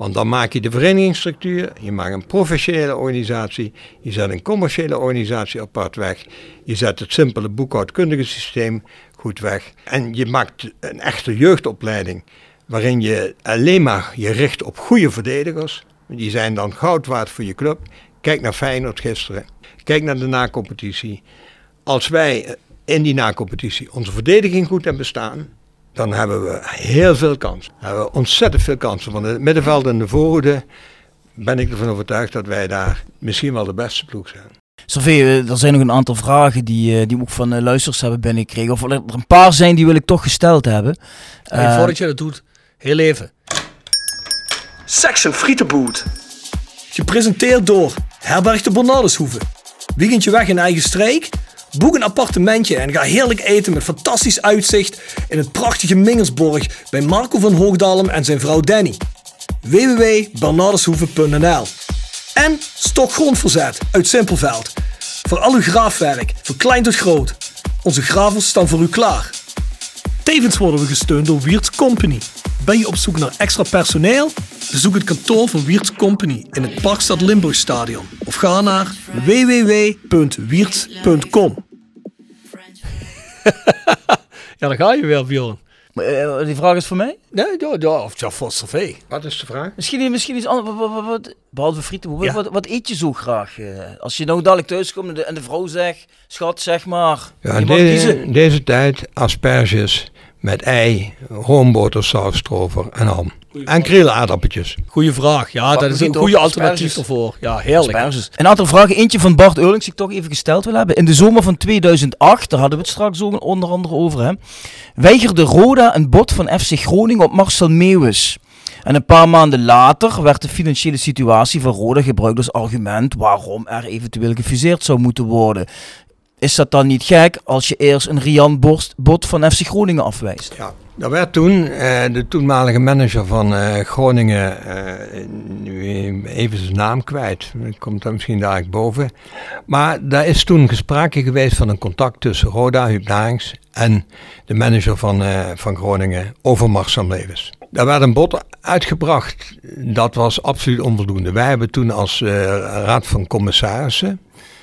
Want dan maak je de verenigingsstructuur, je maakt een professionele organisatie, je zet een commerciële organisatie apart weg, je zet het simpele boekhoudkundige systeem goed weg en je maakt een echte jeugdopleiding waarin je alleen maar je richt op goede verdedigers. Die zijn dan goud waard voor je club. Kijk naar Feyenoord gisteren, kijk naar de na-competitie. Als wij in die na-competitie onze verdediging goed hebben staan, dan hebben we heel veel kansen. Dan hebben we ontzettend veel kansen. Van het middenveld en de voorhoede ben ik ervan overtuigd dat wij daar misschien wel de beste ploeg zijn. Servé, er zijn nog een aantal vragen die, die we ook van de luisteraars hebben binnengekregen. Of er een paar zijn die wil ik toch gesteld hebben. Hey, uh, voordat je dat doet, heel even. Section Frietenboot. Gepresenteerd door Herberg de Bernardeshoeve. Weekendje weg in eigen streek? Boek een appartementje en ga heerlijk eten met fantastisch uitzicht in het prachtige Mingersborg bij Marco van Hoogdalem en zijn vrouw Danny. w w w punt bernardeshoeve punt n l. En Stokgrondverzet uit Simpelveld. Voor al uw graafwerk, van klein tot groot. Onze gravels staan voor u klaar. Tevens worden we gesteund door Wiertz Company. Ben je op zoek naar extra personeel? Bezoek het kantoor van Wiertz Company in het Parkstad Limburgstadion. Of ga naar w w w punt wiertz punt com. Ja, dan ga je weer, Bjorn. Uh, die vraag is voor mij? Nee, ja, ja, of ja, voor Servé. Wat is de vraag? Misschien, misschien iets anders. Wat, wat, wat, behalve frieten, wat, Ja. wat, wat eet je zo graag? Uh, als je nou dadelijk thuis komt en de, en de vrouw zegt, schat, zeg maar. Ja, je mag deze, kiezen. deze tijd asperges met ei, roomboter, saus, strover en ham. En krielaardappeltjes. Goeie vraag. Ja, Wat dat is moet een je goede toch? alternatief Asperges. ervoor. Ja, heerlijk. Asperges. Een aantal vragen. Eentje van Bart Eurlings, die ik toch even gesteld wil hebben. In de zomer van tweeduizend acht, daar hadden we het straks ook onder andere over, hè, weigerde Roda een bod van F C Groningen op Marcel Meeuwis. En een paar maanden later werd de financiële situatie van Roda gebruikt als argument waarom er eventueel gefuseerd zou moeten worden. Is dat dan niet gek als je eerst een Rian Borst bod van F C Groningen afwijst? Ja, dat werd toen uh, de toenmalige manager van uh, Groningen, uh, nu even zijn naam kwijt, komt daar misschien dadelijk boven. Maar daar is toen sprake geweest van een contact tussen Roda, Huub Narings en de manager van, uh, van Groningen over Marcel Meeuwis. Daar werd een bod uitgebracht, dat was absoluut onvoldoende. Wij hebben toen als uh, raad van commissarissen,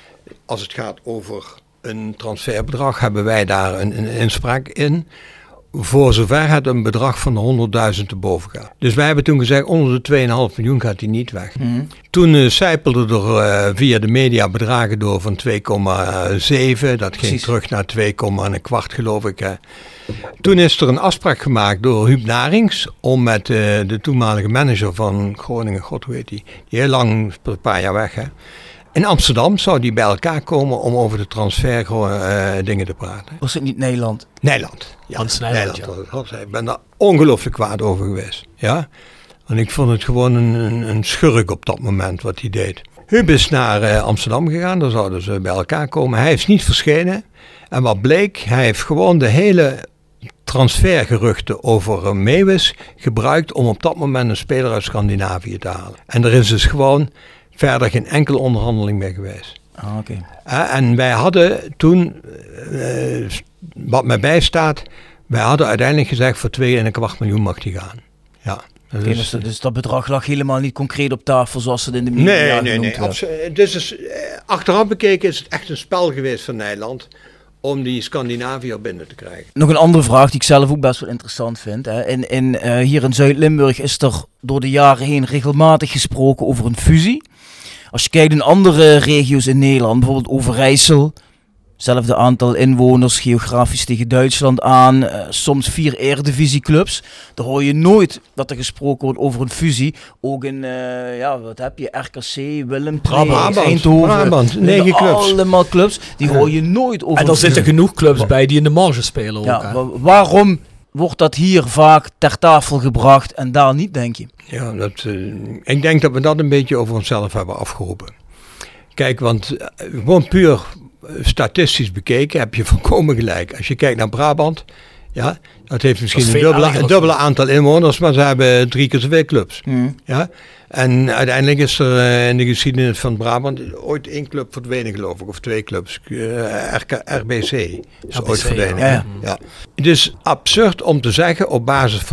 als het gaat over een transferbedrag, hebben wij daar een, een inspraak in. Voor zover het een bedrag van de honderdduizend te boven gaat. Dus wij hebben toen gezegd, onder de twee komma vijf miljoen gaat hij niet weg. Mm. Toen uh, zijpelde er uh, via de media bedragen door van twee komma zeven. Dat ging Precies. terug naar twee komma een kwart geloof ik. Hè. Toen is er een afspraak gemaakt door Huub Narings om met uh, de toenmalige manager van Groningen, god hoe heet die, die heel lang, een paar jaar weg hè. In Amsterdam zou die bij elkaar komen om over de transfer uh, dingen te praten. Was het niet Nederland? Nederland. Ja, Hans Nederland, Nederland ja. Ik ben daar ongelooflijk kwaad over geweest. Ja? Want ik vond het gewoon een, een, een schurk op dat moment wat hij deed. Huub is naar uh, Amsterdam gegaan, daar zouden ze bij elkaar komen. Hij is niet verschenen. En wat bleek, hij heeft gewoon de hele transfergeruchten over uh, Meeuwis gebruikt om op dat moment een speler uit Scandinavië te halen. En er is dus gewoon verder geen enkele onderhandeling meer geweest. Ah, oké. Okay. Uh, en wij hadden toen, uh, wat mij bijstaat, wij hadden uiteindelijk gezegd voor twee komma vijf miljoen mag die gaan. Ja. Dat okay, is, dus, dus dat bedrag lag helemaal niet concreet op tafel zoals het in de media nee, nee, genoemd nee, nee. Dus is, uh, achteraf bekeken is het echt een spel geweest van Nederland om die Scandinaviër binnen te krijgen. Nog een andere vraag die ik zelf ook best wel interessant vind. Hè. In, in, uh, hier in Zuid-Limburg is er door de jaren heen regelmatig gesproken over een fusie. Als je kijkt in andere regio's in Nederland, bijvoorbeeld Overijssel, hetzelfde aantal inwoners, geografisch tegen Duitsland aan, uh, soms vier eredivisieclubs. Daar hoor je nooit dat er gesproken wordt over een fusie. Ook in, uh, ja, wat heb je, R K C, Willem twee, Eindhoven. Brabant, negen clubs. Allemaal clubs, die hoor je nooit over. En er zitten genoeg clubs bij die in de marge spelen ook. Ja, wa- waarom wordt dat hier vaak ter tafel gebracht en daar niet, denk je? Ja, dat, uh, ik denk dat we dat een beetje over onszelf hebben afgeroepen. Kijk, want uh, gewoon puur statistisch bekeken heb je volkomen gelijk. Als je kijkt naar Brabant, ja, dat heeft misschien dat een, dubbele, een dubbele aantal inwoners, maar ze hebben drie keer zoveel clubs. Mm. Ja? En uiteindelijk is er uh, in de geschiedenis van Brabant ooit één club verdwenen, geloof ik, of twee clubs. Uh, R K, R B C is R B C, ooit verdwenen. Ja, ja. Ja. Het is absurd om te zeggen op basis van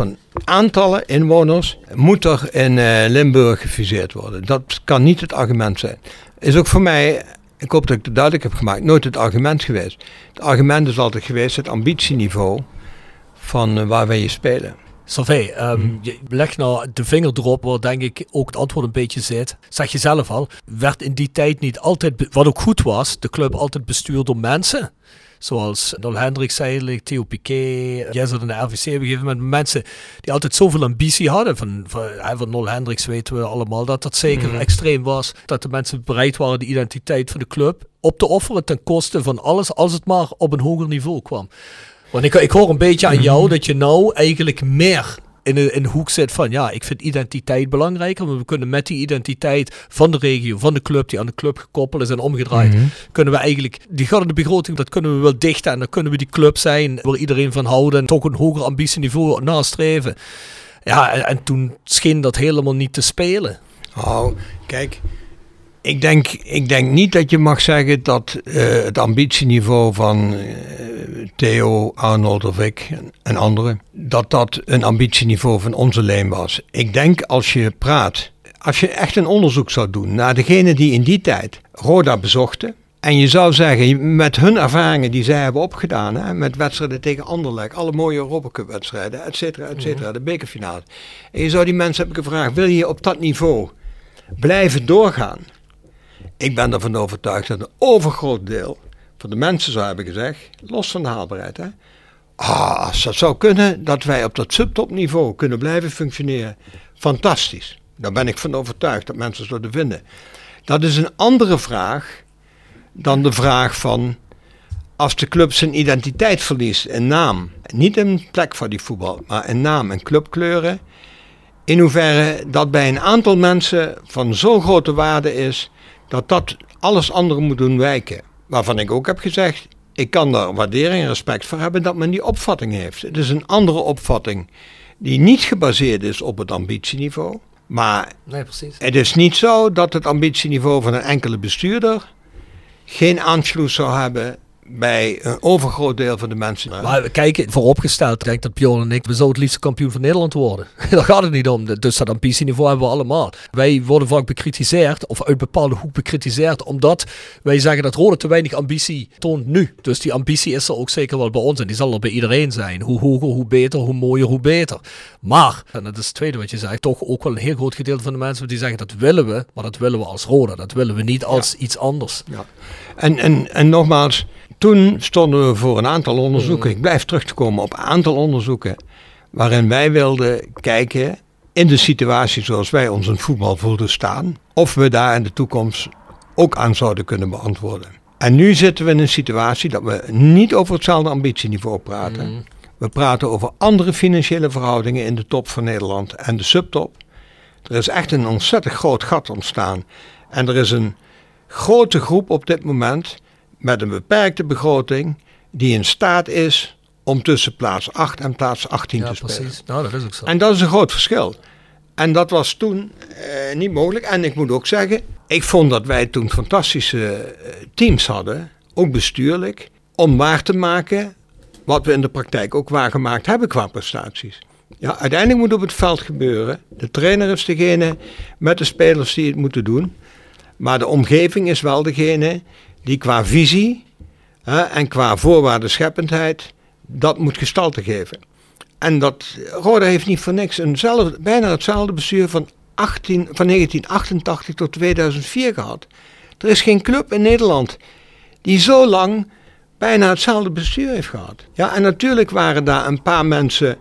aantallen inwoners moet er in uh, Limburg gefuseerd worden. Dat kan niet het argument zijn. Is ook voor mij, ik hoop dat ik het duidelijk heb gemaakt, nooit het argument geweest. Het argument is altijd geweest het ambitieniveau van uh, waar wij je spelen. Salvé, um, hmm. je legt nou de vinger erop waar denk ik ook het antwoord een beetje zit. Zeg je zelf al, werd in die tijd niet altijd, be- wat ook goed was, de club altijd bestuurd door mensen. Zoals Nol Hendricks zei, Theo Piquet, jij zat in de R V C op een gegeven moment, mensen die altijd zoveel ambitie hadden. Van, van, van Nol Hendricks weten we allemaal dat dat zeker mm. extreem was. Dat de mensen bereid waren de identiteit van de club op te offeren ten koste van alles, als het maar op een hoger niveau kwam. Want ik, ik hoor een beetje aan jou dat je nou eigenlijk meer in een, in een hoek zit van ja, ik vind identiteit belangrijker. Maar we kunnen met die identiteit van de regio, van de club, die aan de club gekoppeld is en omgedraaid, mm-hmm. kunnen we eigenlijk, die gat in de begroting, dat kunnen we wel dichten. En dan kunnen we die club zijn waar iedereen van houdt en toch een hoger ambitieniveau nastreven. Ja, en, en toen scheen dat helemaal niet te spelen. Oh, kijk, ik denk, ik denk niet dat je mag zeggen dat uh, het ambitieniveau van uh, Theo, Arnold of ik en, en anderen, dat dat een ambitieniveau van ons alleen was. Ik denk als je praat, als je echt een onderzoek zou doen naar degenen die in die tijd Roda bezochten, en je zou zeggen, met hun ervaringen die zij hebben opgedaan, hè, met wedstrijden tegen Anderlecht, alle mooie Europa Cup wedstrijden, et cetera, et cetera, mm-hmm. de bekerfinale. En je zou die mensen hebben gevraagd, wil je op dat niveau blijven doorgaan? Ik ben ervan overtuigd dat een overgroot deel van de mensen zou hebben gezegd, los van de haalbaarheid, hè, ah, als dat zou kunnen, dat wij op dat subtopniveau kunnen blijven functioneren, fantastisch. Daar ben ik van overtuigd dat mensen zouden vinden. Dat is een andere vraag dan de vraag van, als de club zijn identiteit verliest, een naam, niet een plek voor die voetbal, maar een naam en clubkleuren, in hoeverre dat bij een aantal mensen van zo'n grote waarde is, dat dat alles andere moet doen wijken. Waarvan ik ook heb gezegd, ik kan daar waardering en respect voor hebben dat men die opvatting heeft. Het is een andere opvatting die niet gebaseerd is op het ambitieniveau. Maar nee, precies. Het is niet zo dat het ambitieniveau van een enkele bestuurder geen aansluit zou hebben bij een overgroot deel van de mensen. Maar we kijken, vooropgesteld, ik denk dat Bjorn en ik, we zouden het liefst kampioen van Nederland worden. Daar gaat het niet om. Dus dat ambitieniveau hebben we allemaal. Wij worden vaak bekritiseerd, of uit bepaalde hoek bekritiseerd, omdat wij zeggen dat Roda te weinig ambitie toont nu. Dus die ambitie is er ook zeker wel bij ons en die zal er bij iedereen zijn. Hoe hoger, hoe beter, hoe mooier, hoe beter. Maar, en dat is het tweede wat je zegt, toch ook wel een heel groot gedeelte van de mensen die zeggen dat willen we, maar dat willen we als Roda. Dat willen we niet als ja. iets anders. Ja. En, en, en nogmaals, toen stonden we voor een aantal onderzoeken. Ik blijf terug te komen op een aantal onderzoeken waarin wij wilden kijken in de situatie zoals wij ons in voetbal voelden staan, of we daar in de toekomst ook aan zouden kunnen beantwoorden. En nu zitten we in een situatie dat we niet over hetzelfde ambitieniveau praten. Mm. We praten over andere financiële verhoudingen in de top van Nederland en de subtop. Er is echt een ontzettend groot gat ontstaan. En er is een grote groep op dit moment met een beperkte begroting die in staat is om tussen plaats acht en plaats achttien ja, te spelen. Precies. Nou, dat is ook zo. En dat is een groot verschil. En dat was toen eh, niet mogelijk. En ik moet ook zeggen, ik vond dat wij toen fantastische eh, teams hadden, ook bestuurlijk, om waar te maken wat we in de praktijk ook waargemaakt hebben qua prestaties. Ja, uiteindelijk moet op het veld gebeuren. De trainer is degene met de spelers die het moeten doen. Maar de omgeving is wel degene die qua visie hè, en qua voorwaardenscheppendheid dat moet gestalte geven. En dat Roda heeft niet voor niks eenzelfde, bijna hetzelfde bestuur van, achttien, van negentien achtentachtig tot tweeduizend vier gehad. Er is geen club in Nederland die zo lang bijna hetzelfde bestuur heeft gehad. Ja, en natuurlijk waren daar een paar mensen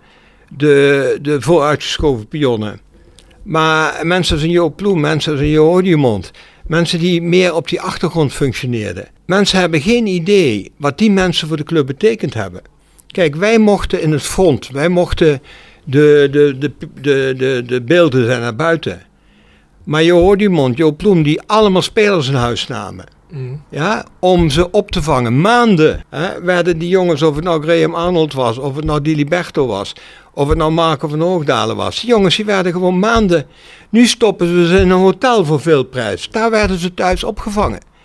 de, de vooruitgeschoven pionnen. Maar mensen als een Joop Ploem, mensen als een Jo Odiemond, mensen die meer op die achtergrond functioneerden. Mensen hebben geen idee wat die mensen voor de club betekend hebben. Kijk, wij mochten in het front, wij mochten de, de, de, de, de, de beelden zijn naar buiten. Maar Jo Odiemond, Jo Ploem, die allemaal spelers in huis namen. Mm. Ja, om ze op te vangen. Maanden hè, werden die jongens, of het nou Graham Arnold was, of het nou Diliberto was, of het nou Marco van Hoogdalen was. Die jongens die werden gewoon maanden. Nu stoppen ze ze in een hotel voor veel prijs. Daar werden ze thuis opgevangen.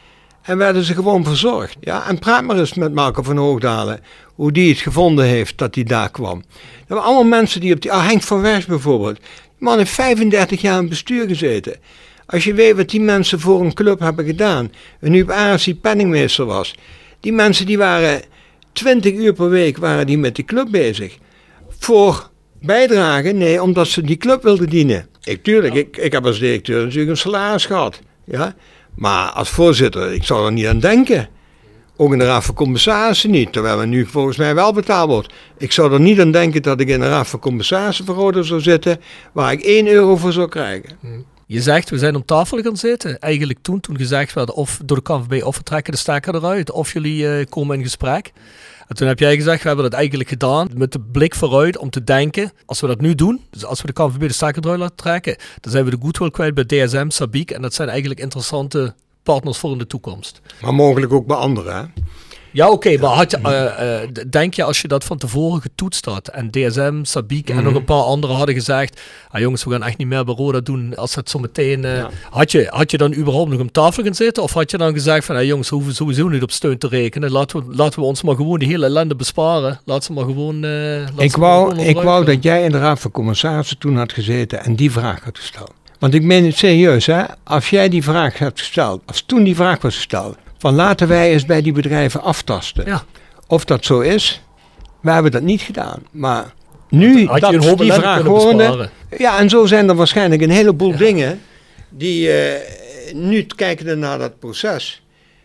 En werden ze gewoon verzorgd. Ja, en praat maar eens met Marco van Hoogdalen. Hoe die het gevonden heeft dat hij daar kwam. Dat waren allemaal mensen die op die... Ah, Henk van Wersch bijvoorbeeld. Die man heeft vijfendertig jaar in het bestuur gezeten. Als je weet wat die mensen voor een club hebben gedaan. En nu op Ares die penningmeester was. Die mensen die waren twintig uur per week waren die met die club bezig. Voor bijdragen? Nee, omdat ze die club wilden dienen. Ik, tuurlijk, ik, ik heb als directeur natuurlijk een salaris gehad. Ja? Maar als voorzitter, ik zou er niet aan denken. Ook in de raad van commissarissen niet, terwijl we nu volgens mij wel betaald wordt. Ik zou er niet aan denken dat ik in de raad van commissarissen voor Roda zou zitten, waar ik één euro voor zou krijgen. Je zegt, we zijn om tafel gaan zitten. Eigenlijk toen, toen gezegd werd, of door de K N V B, of we trekken de stekker eruit, of jullie uh, komen in gesprek. En toen heb jij gezegd, we hebben dat eigenlijk gedaan met de blik vooruit om te denken, als we dat nu doen, dus als we de K N V B de stekker eruit laten trekken, dan zijn we de goodwill kwijt bij D S M, Sabiek, en dat zijn eigenlijk interessante partners voor in de toekomst. Maar mogelijk ook bij anderen, hè? Ja, oké, okay, maar had je, uh, uh, denk je als je dat van tevoren getoetst had en D S M, Sabiek mm-hmm. en nog een paar anderen hadden gezegd, ah jongens, we gaan echt niet meer bij Roda doen als het zo meteen... Uh, ja. had, je, had je dan überhaupt nog om tafel gaan zitten? Of had je dan gezegd van, hey jongens, we hoeven sowieso niet op steun te rekenen. Laten we, laten we ons maar gewoon die hele ellende besparen. Laat ze maar gewoon... Uh, ik wou, ik wou dat jij in de raad van commissarissen toen had gezeten en die vraag had gesteld. Want ik meen het serieus, hè. Als jij die vraag hebt gesteld, als toen die vraag was gesteld, van laten wij eens bij die bedrijven aftasten. Ja. Of dat zo is, we hebben dat niet gedaan. Maar nu had dat je een die vraag horende, ja, en zo zijn er waarschijnlijk een heleboel ja. dingen die uh, nu kijkende naar dat proces,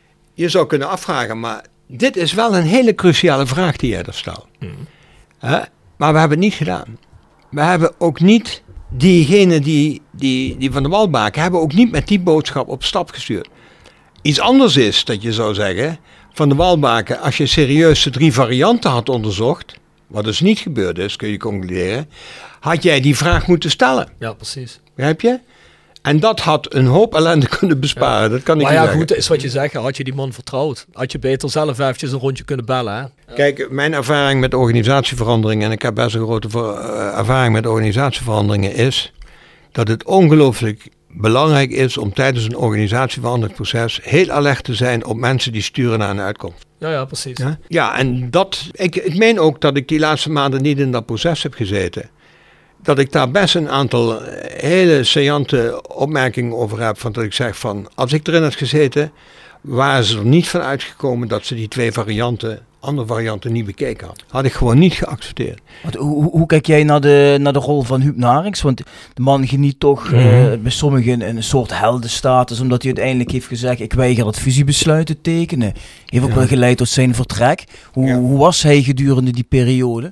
je zou kunnen afvragen, maar dit is wel een hele cruciale vraag die jij er stelt. Mm. Uh, maar we hebben het niet gedaan. We hebben ook niet diegenen die, die, die van de Walbaken hebben ook niet met die boodschap op stap gestuurd. Iets anders is dat je zou zeggen, van de Walbaken, als je serieus de drie varianten had onderzocht, wat dus niet gebeurd is, kun je concluderen, had jij die vraag moeten stellen. Ja, precies. Begrijp je? En dat had een hoop ellende kunnen besparen, ja. dat kan ik maar niet ja, zeggen. goed, is wat je zegt, had je die man vertrouwd. Had je beter zelf eventjes een rondje kunnen bellen, hè? Ja. Kijk, mijn ervaring met organisatieveranderingen, en ik heb best een grote ver, uh, ervaring met organisatieveranderingen, is dat het ongelooflijk belangrijk is om tijdens een organisatieveranderingsproces heel alert te zijn op mensen die sturen naar een uitkomst. Ja, ja, precies. Ja, ja en dat, ik, ik meen ook dat ik die laatste maanden niet in dat proces heb gezeten. Dat ik daar best een aantal hele saillante opmerkingen over heb. Van dat ik zeg van, als ik erin had gezeten, waren ze er niet van uitgekomen dat ze die twee varianten, andere varianten niet bekeken had. Had ik gewoon niet geaccepteerd. Wat, hoe, hoe kijk jij naar de, naar de rol van Huub Narings? Want de man geniet toch mm-hmm. uh, bij sommigen een soort heldenstatus, omdat hij uiteindelijk heeft gezegd, ik weiger het fusiebesluit te tekenen. Heeft ook ja. wel geleid tot zijn vertrek. Hoe, ja. hoe was hij gedurende die periode?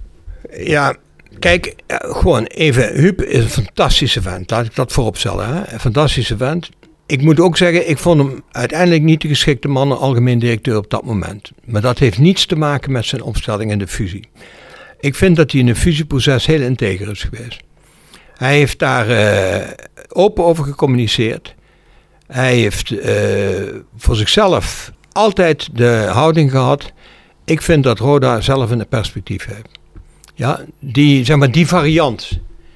Ja, kijk, gewoon even, Huub is een fantastische vent. Laat ik dat voorop stellen. Hè? Een fantastische vent. Ik moet ook zeggen, ik vond hem uiteindelijk niet de geschikte man algemeen directeur op dat moment. Maar dat heeft niets te maken met zijn opstelling in de fusie. Ik vind dat hij in het fusieproces heel integer is geweest. Hij heeft daar uh, open over gecommuniceerd. Hij heeft uh, voor zichzelf altijd de houding gehad. Ik vind dat Roda zelf een perspectief heeft. Ja, die, zeg maar, die variant,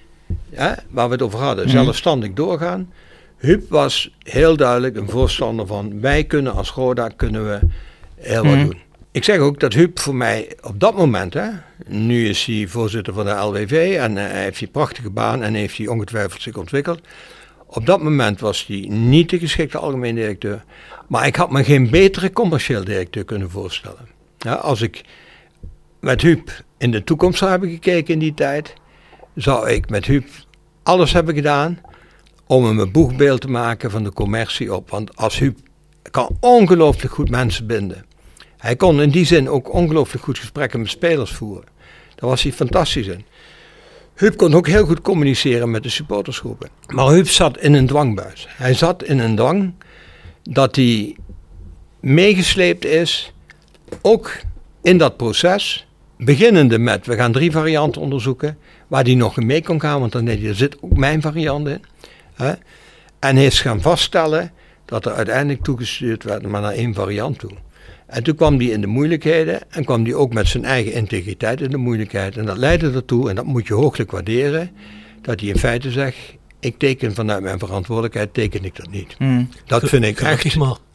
ja, waar we het over hadden, mm. zelfstandig doorgaan. Huub was heel duidelijk een voorstander van, wij kunnen als Roda kunnen we heel mm. wat doen. Ik zeg ook dat Huub voor mij op dat moment, hè, nu is hij voorzitter van de L W V en uh, hij heeft die prachtige baan en heeft hij ongetwijfeld zich ontwikkeld. Op dat moment was hij niet de geschikte algemeen directeur, maar ik had me geen betere commercieel directeur kunnen voorstellen. Ja, als ik met Huub in de toekomst zou hebben gekeken in die tijd, zou ik met Huub alles hebben gedaan om hem een boegbeeld te maken van de commercie op. Want als Huub kan ongelooflijk goed mensen binden. Hij kon in die zin ook ongelooflijk goed gesprekken met spelers voeren. Daar was hij fantastisch in. Huub kon ook heel goed communiceren met de supportersgroepen. Maar Huub zat in een dwangbuis. Hij zat in een dwang dat hij meegesleept is, ook in dat proces, beginnende met, we gaan drie varianten onderzoeken, waar hij nog in mee kon gaan, want dan deed hij, er zit ook mijn variant in. Hè? En heeft gaan vaststellen dat er uiteindelijk toegestuurd werd, maar naar één variant toe. En toen kwam hij in de moeilijkheden en kwam hij ook met zijn eigen integriteit in de moeilijkheid. En dat leidde ertoe, en dat moet je hooglijk waarderen, dat hij in feite zegt, ik teken vanuit mijn verantwoordelijkheid, teken ik dat niet. Mm. Dat vind ik echt,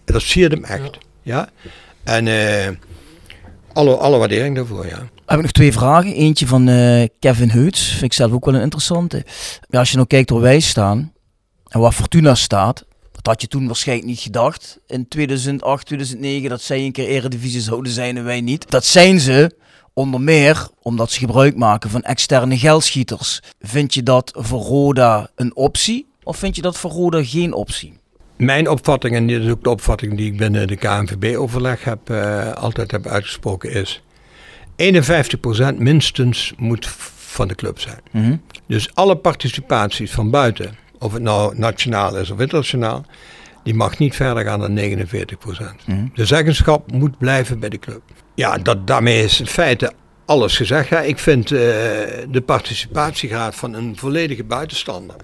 Dat siert hem echt. Ja. En uh, alle, alle waardering daarvoor, ja. Heb ik nog twee vragen. Eentje van uh, Kevin Heuts. Vind ik zelf ook wel een interessante. Ja, als je nou kijkt waar wij staan en waar Fortuna staat, dat had je toen waarschijnlijk niet gedacht. In tweeduizend acht, tweeduizend negen dat zij een keer Eredivisie zouden zijn en wij niet. Dat zijn ze onder meer omdat ze gebruik maken van externe geldschieters. Vind je dat voor Roda een optie of vind je dat voor Roda geen optie? Mijn opvatting, en dit is ook de opvatting die ik binnen de K N V B-overleg heb, uh, altijd heb uitgesproken, is eenenvijftig procent minstens moet van de club zijn. Mm-hmm. Dus alle participaties van buiten, of het nou nationaal is of internationaal, die mag niet verder gaan dan negenenveertig procent. Mm-hmm. De zeggenschap moet blijven bij de club. Ja, dat, daarmee is in feite alles gezegd. Ja, ik vind uh, de participatiegraad van een volledige buitenstander,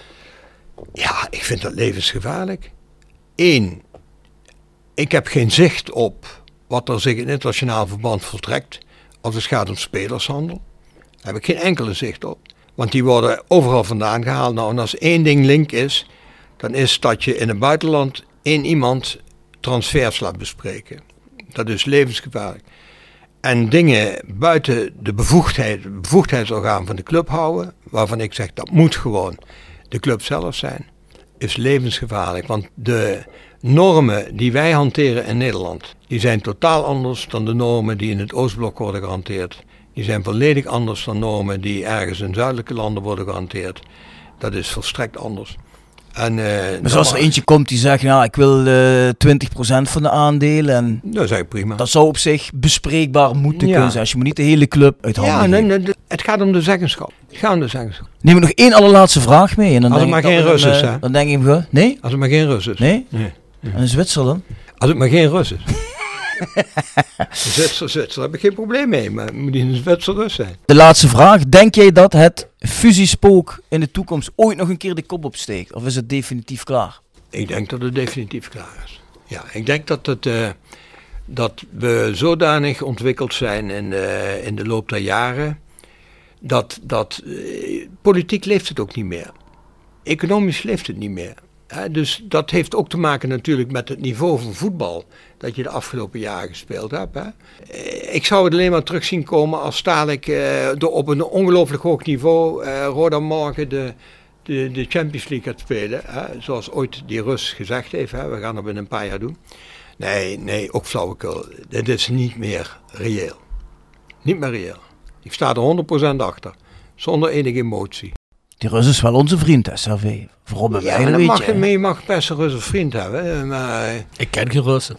ja, ik vind dat levensgevaarlijk. Eén, ik heb geen zicht op wat er zich in internationaal verband voltrekt als het gaat om spelershandel. Daar heb ik geen enkele zicht op. Want die worden overal vandaan gehaald. Nou, en als één ding link is, dan is dat je in het buitenland één iemand transfers laat bespreken. Dat is levensgevaarlijk. En dingen buiten de bevoegdheid, het bevoegdheidsorgaan van de club houden, waarvan ik zeg dat moet gewoon de club zelf zijn, is levensgevaarlijk. Want de normen die wij hanteren in Nederland, die zijn totaal anders dan de normen die in het Oostblok worden gehanteerd. Die zijn volledig anders dan normen die ergens in zuidelijke landen worden gehanteerd. Dat is volstrekt anders. En, uh, dus als er eentje komt die zegt, nou, ik wil uh, twintig procent van de aandelen. En dat is eigenlijk prima. Dat zou op zich bespreekbaar moeten ja. kunnen zijn. Als je moet niet de hele club uit handen Ja, nee, nee, de, het gaat om de zeggenschap. Het gaat om de zeggenschap. Neem ik nog één allerlaatste vraag mee. En dan als het maar geen Rus is, hè? Dan denk ik hem, nee? Als het maar geen Rus is. Nee? Nee. nee. En in Zwitserland? Als het maar geen Rus is. Zwitser, Zwitser, daar heb ik geen probleem mee, maar het moet niet een Zwitser Rus zijn. De laatste vraag. Denk jij dat het fusiespook in de toekomst ooit nog een keer de kop opsteekt? Of is het definitief klaar? Ik denk dat het definitief klaar is. Ja, ik denk dat, het, uh, dat we zodanig ontwikkeld zijn in, uh, in de loop der jaren, dat, dat uh, politiek leeft het ook niet meer. Economisch leeft het niet meer. He, dus dat heeft ook te maken natuurlijk met het niveau van voetbal dat je de afgelopen jaren gespeeld hebt. Hè. Ik zou het alleen maar terug zien komen als dadelijk uh, door op een ongelooflijk hoog niveau uh, Roda morgen de, de, de Champions League gaat spelen. Hè. Zoals ooit die Rus gezegd heeft, hè. We gaan dat binnen een paar jaar doen. Nee, nee, ook flauwekul. Dit is niet meer reëel. Niet meer reëel. Ik sta er honderd procent achter. Zonder enige emotie. Die Rus is wel onze vriend, S R V. Vooral bij ja, mij, dat weet mag, je. Je mag best een Russen vriend hebben. Maar... Ik ken geen Russen.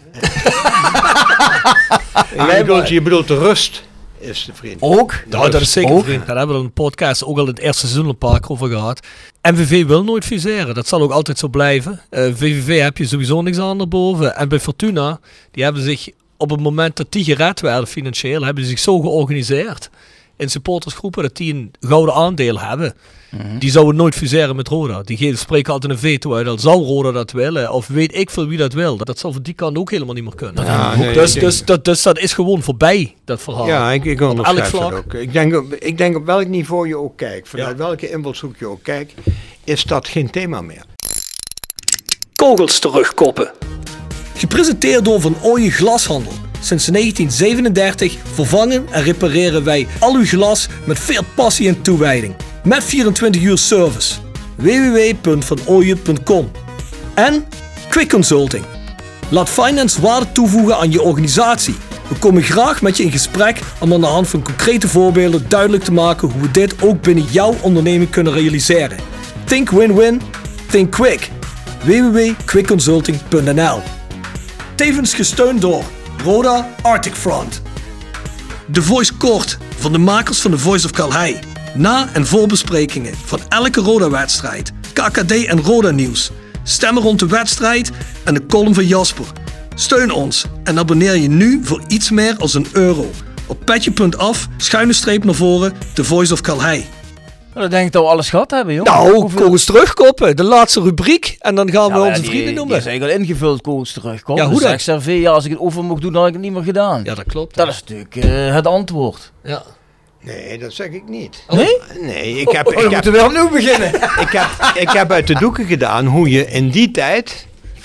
je, bedoelt, je bedoelt de rust is de vriend. Ook? Nou, dat is zeker een vriend. Daar hebben we een podcast ook al in het eerste seizoen een paar keer over gehad. M V V wil nooit fuseren. Dat zal ook altijd zo blijven. Uh, V V V heb je sowieso niks aan erboven. En bij Fortuna, die hebben zich op het moment dat die gered werden financieel, hebben ze zich zo georganiseerd in supportersgroepen dat die een gouden aandeel hebben. Mm-hmm. Die zouden nooit fuseren met Roda. Die geven, spreken altijd een veto uit. Al zal Roda dat willen, of weet ik veel wie dat wil. Dat zal van die kant ook helemaal niet meer kunnen. Ja, nee, dus, dus, dat, dus dat is gewoon voorbij, dat verhaal. Ja, ik, ik onderschrijf dat ook. Ik denk, op, ik denk op welk niveau je ook kijkt, vanuit ja. welke invalshoek je ook kijkt, is dat geen thema meer. Kogels terugkoppen. Gepresenteerd door Van Ooyen Glashandel. Sinds negentien zevenendertig vervangen en repareren wij al uw glas met veel passie en toewijding. Met vierentwintig uur service. w w w punt van ooyen punt com. En Quick Consulting. Laat finance waarde toevoegen aan je organisatie. We komen graag met je in gesprek om aan de hand van concrete voorbeelden duidelijk te maken hoe we dit ook binnen jouw onderneming kunnen realiseren. Think win-win, think quick. w w w punt quick consulting punt n l. Tevens gesteund door Roda Arctic Front. De Voice Kort van de makers van The Voice of Calhei. Na- en voorbesprekingen van elke Roda-wedstrijd, K K D en Roda-nieuws, stemmen rond de wedstrijd en de column van Jasper. Steun ons en abonneer je nu voor iets meer dan een euro. Op petje.af, schuine streep naar voren, The Voice of Calhei. Nou, dan denk ik dat we alles gehad hebben, joh. Nou, Hoeveel... kogels terugkoppen. De laatste rubriek. En dan gaan ja, we onze die, vrienden noemen. Die is eigenlijk al ingevuld, kogels terugkoppen. Ja, hoe dus dan? X R V, ja, als ik het over mocht doen, dan had ik het niet meer gedaan. Ja, dat klopt. Dat is natuurlijk uh, het antwoord. Ja. Nee, dat zeg ik niet. Oh. Nee? Nee, ik heb... Oh, ik we heb moeten weer opnieuw beginnen. ik, heb, ik heb uit de doeken gedaan hoe je in die tijd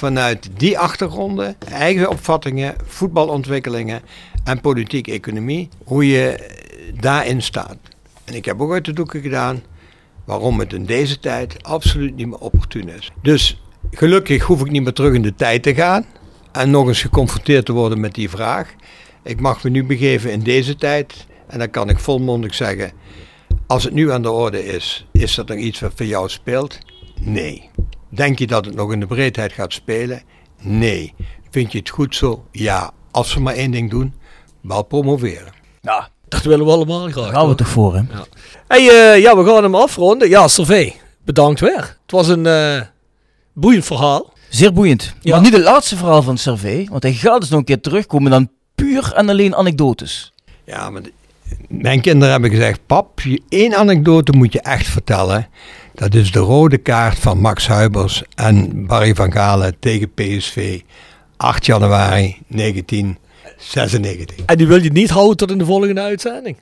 vanuit die achtergronden, eigen opvattingen, voetbalontwikkelingen en politieke economie, hoe je daarin staat. En ik heb ook uit de doeken gedaan waarom het in deze tijd absoluut niet meer opportun is. Dus gelukkig hoef ik niet meer terug in de tijd te gaan en nog eens geconfronteerd te worden met die vraag. Ik mag me nu begeven in deze tijd en dan kan ik volmondig zeggen, als het nu aan de orde is, is dat nog iets wat voor jou speelt? Nee. Denk je dat het nog in de breedheid gaat spelen? Nee. Vind je het goed zo? Ja. Als we maar één ding doen, wel promoveren. Ja, dat willen we allemaal graag. Daar gaan we toch voor, hè? Ja. Hey, uh, ja, we gaan hem afronden. Ja, Servais, bedankt weer. Het was een uh, boeiend verhaal. Zeer boeiend. Ja. Maar niet het laatste verhaal van Servais, want hij gaat dus nog een keer terugkomen dan puur en alleen anekdotes. Ja, maar de, mijn kinderen hebben gezegd, pap, je één anekdote moet je echt vertellen. Dat is de rode kaart van Max Huibers en Barry van Galen tegen P S V. acht januari negentien zesennegentig. En die wil je niet houden tot in de volgende uitzending?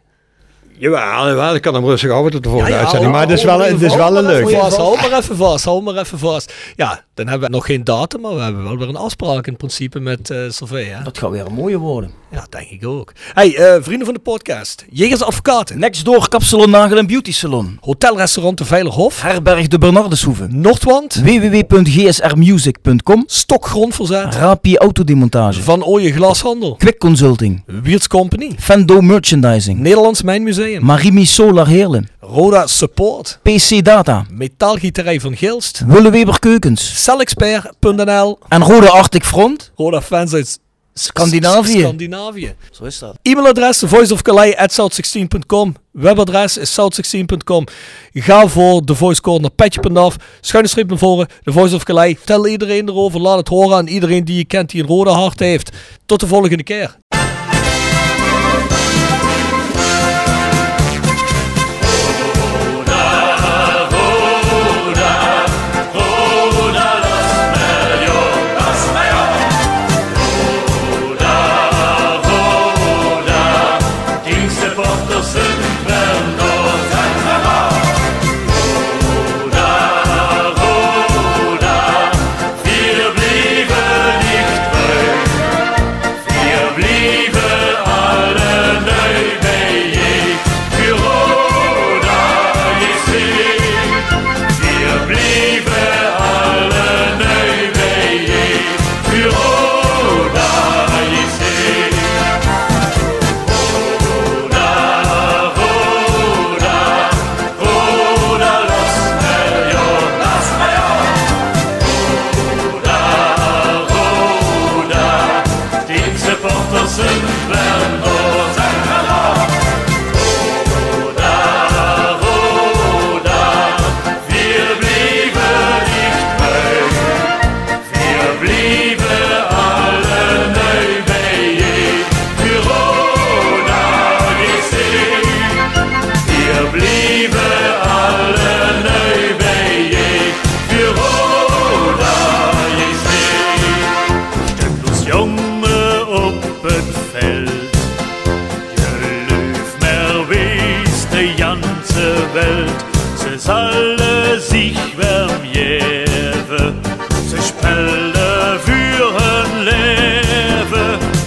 Jawel, jawel, ik kan hem rustig houden tot de volgende Ja, ja, uitzending. Maar hou- het is wel, hou het is maar wel een even leuk. vast, Hou maar even vast, hou maar even vast. Ja, dan hebben we nog geen datum, maar we hebben wel weer een afspraak in principe met uh, Servais. Hè? Dat gaat weer een mooie worden. Ja, denk ik ook. Hey, uh, vrienden van de podcast. Jegers Advocaten. Next door Kapsalon Nagel en Beauty Salon. Hotelrestaurant De Veilerhof. Herberg de Bernardeshoeve. Noordwand. w w w punt g s r music punt com. Stokgrondverzet. Rapi Autodemontage. Van Ooyen Glashandel. Quick Consulting. Wiertz Company. Fendo Merchandising. Nederlands Mijnmuseum. Marimi Solar Heerlen. Roda Support. P C Data. Metaalgieterij van Gilst. Willeweber Keukens. Celexpert punt n l. En Rode Arctic Front. Roda fans uit Scandinavië. Scandinavië. Zo is dat. E-mailadres voiceofcalais at south sixteen punt com. Webadres is south sixteen punt com. Ga voor de Voice Corner petje punt af. Schuine streep naar voren. De Voice of Calais. Tel iedereen erover. Laat het horen aan iedereen die je kent die een rode hart heeft. Tot de volgende keer.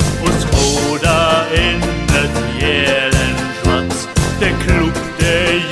Der Club der